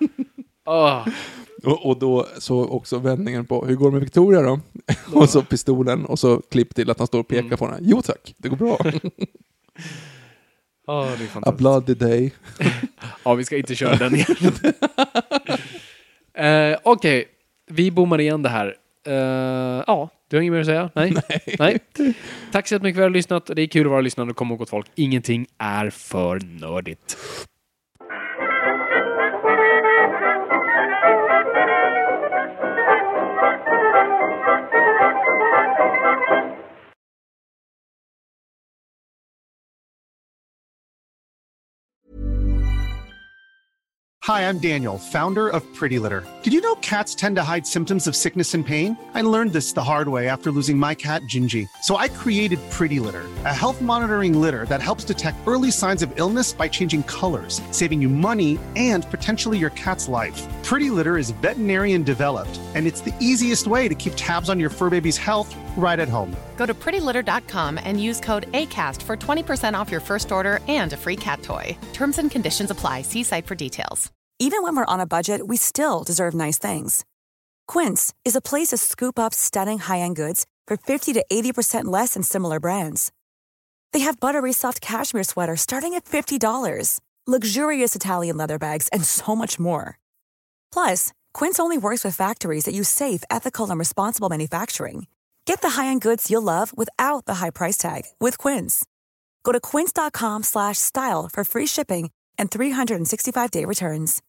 Och då så också vändningen på, hur går det med Victoria då? Och så pistolen och så klipp till att han står och pekar på den. Jo tack, det går bra. Det är fantastiskt. A bloody day. Ja, vi ska inte köra den igen. Okej, vi bommar igen det här. Du har inget mer att säga? Nej. Tack så mycket för att du har lyssnat. Det är kul att vara lyssnande och komma ihåg åt folk. Ingenting är för nördigt. Hi, I'm Daniel, founder of Pretty Litter. Did you know cats tend to hide symptoms of sickness and pain? I learned this the hard way after losing my cat, Gingy. So I created Pretty Litter, a health monitoring litter that helps detect early signs of illness by changing colors, saving you money and potentially your cat's life. Pretty Litter is veterinarian developed, and it's the easiest way to keep tabs on your fur baby's health right at home. Go to prettylitter.com and use code ACAST for 20% off your first order and a free cat toy. Terms and conditions apply. See site for details. Even when we're on a budget, we still deserve nice things. Quince is a place to scoop up stunning high-end goods for 50 to 80% less than similar brands. They have buttery soft cashmere sweaters starting at $50, luxurious Italian leather bags, and so much more. Plus, Quince only works with factories that use safe, ethical, and responsible manufacturing. Get the high-end goods you'll love without the high price tag with Quince. Go to quince.com/style for free shipping and 365-day returns.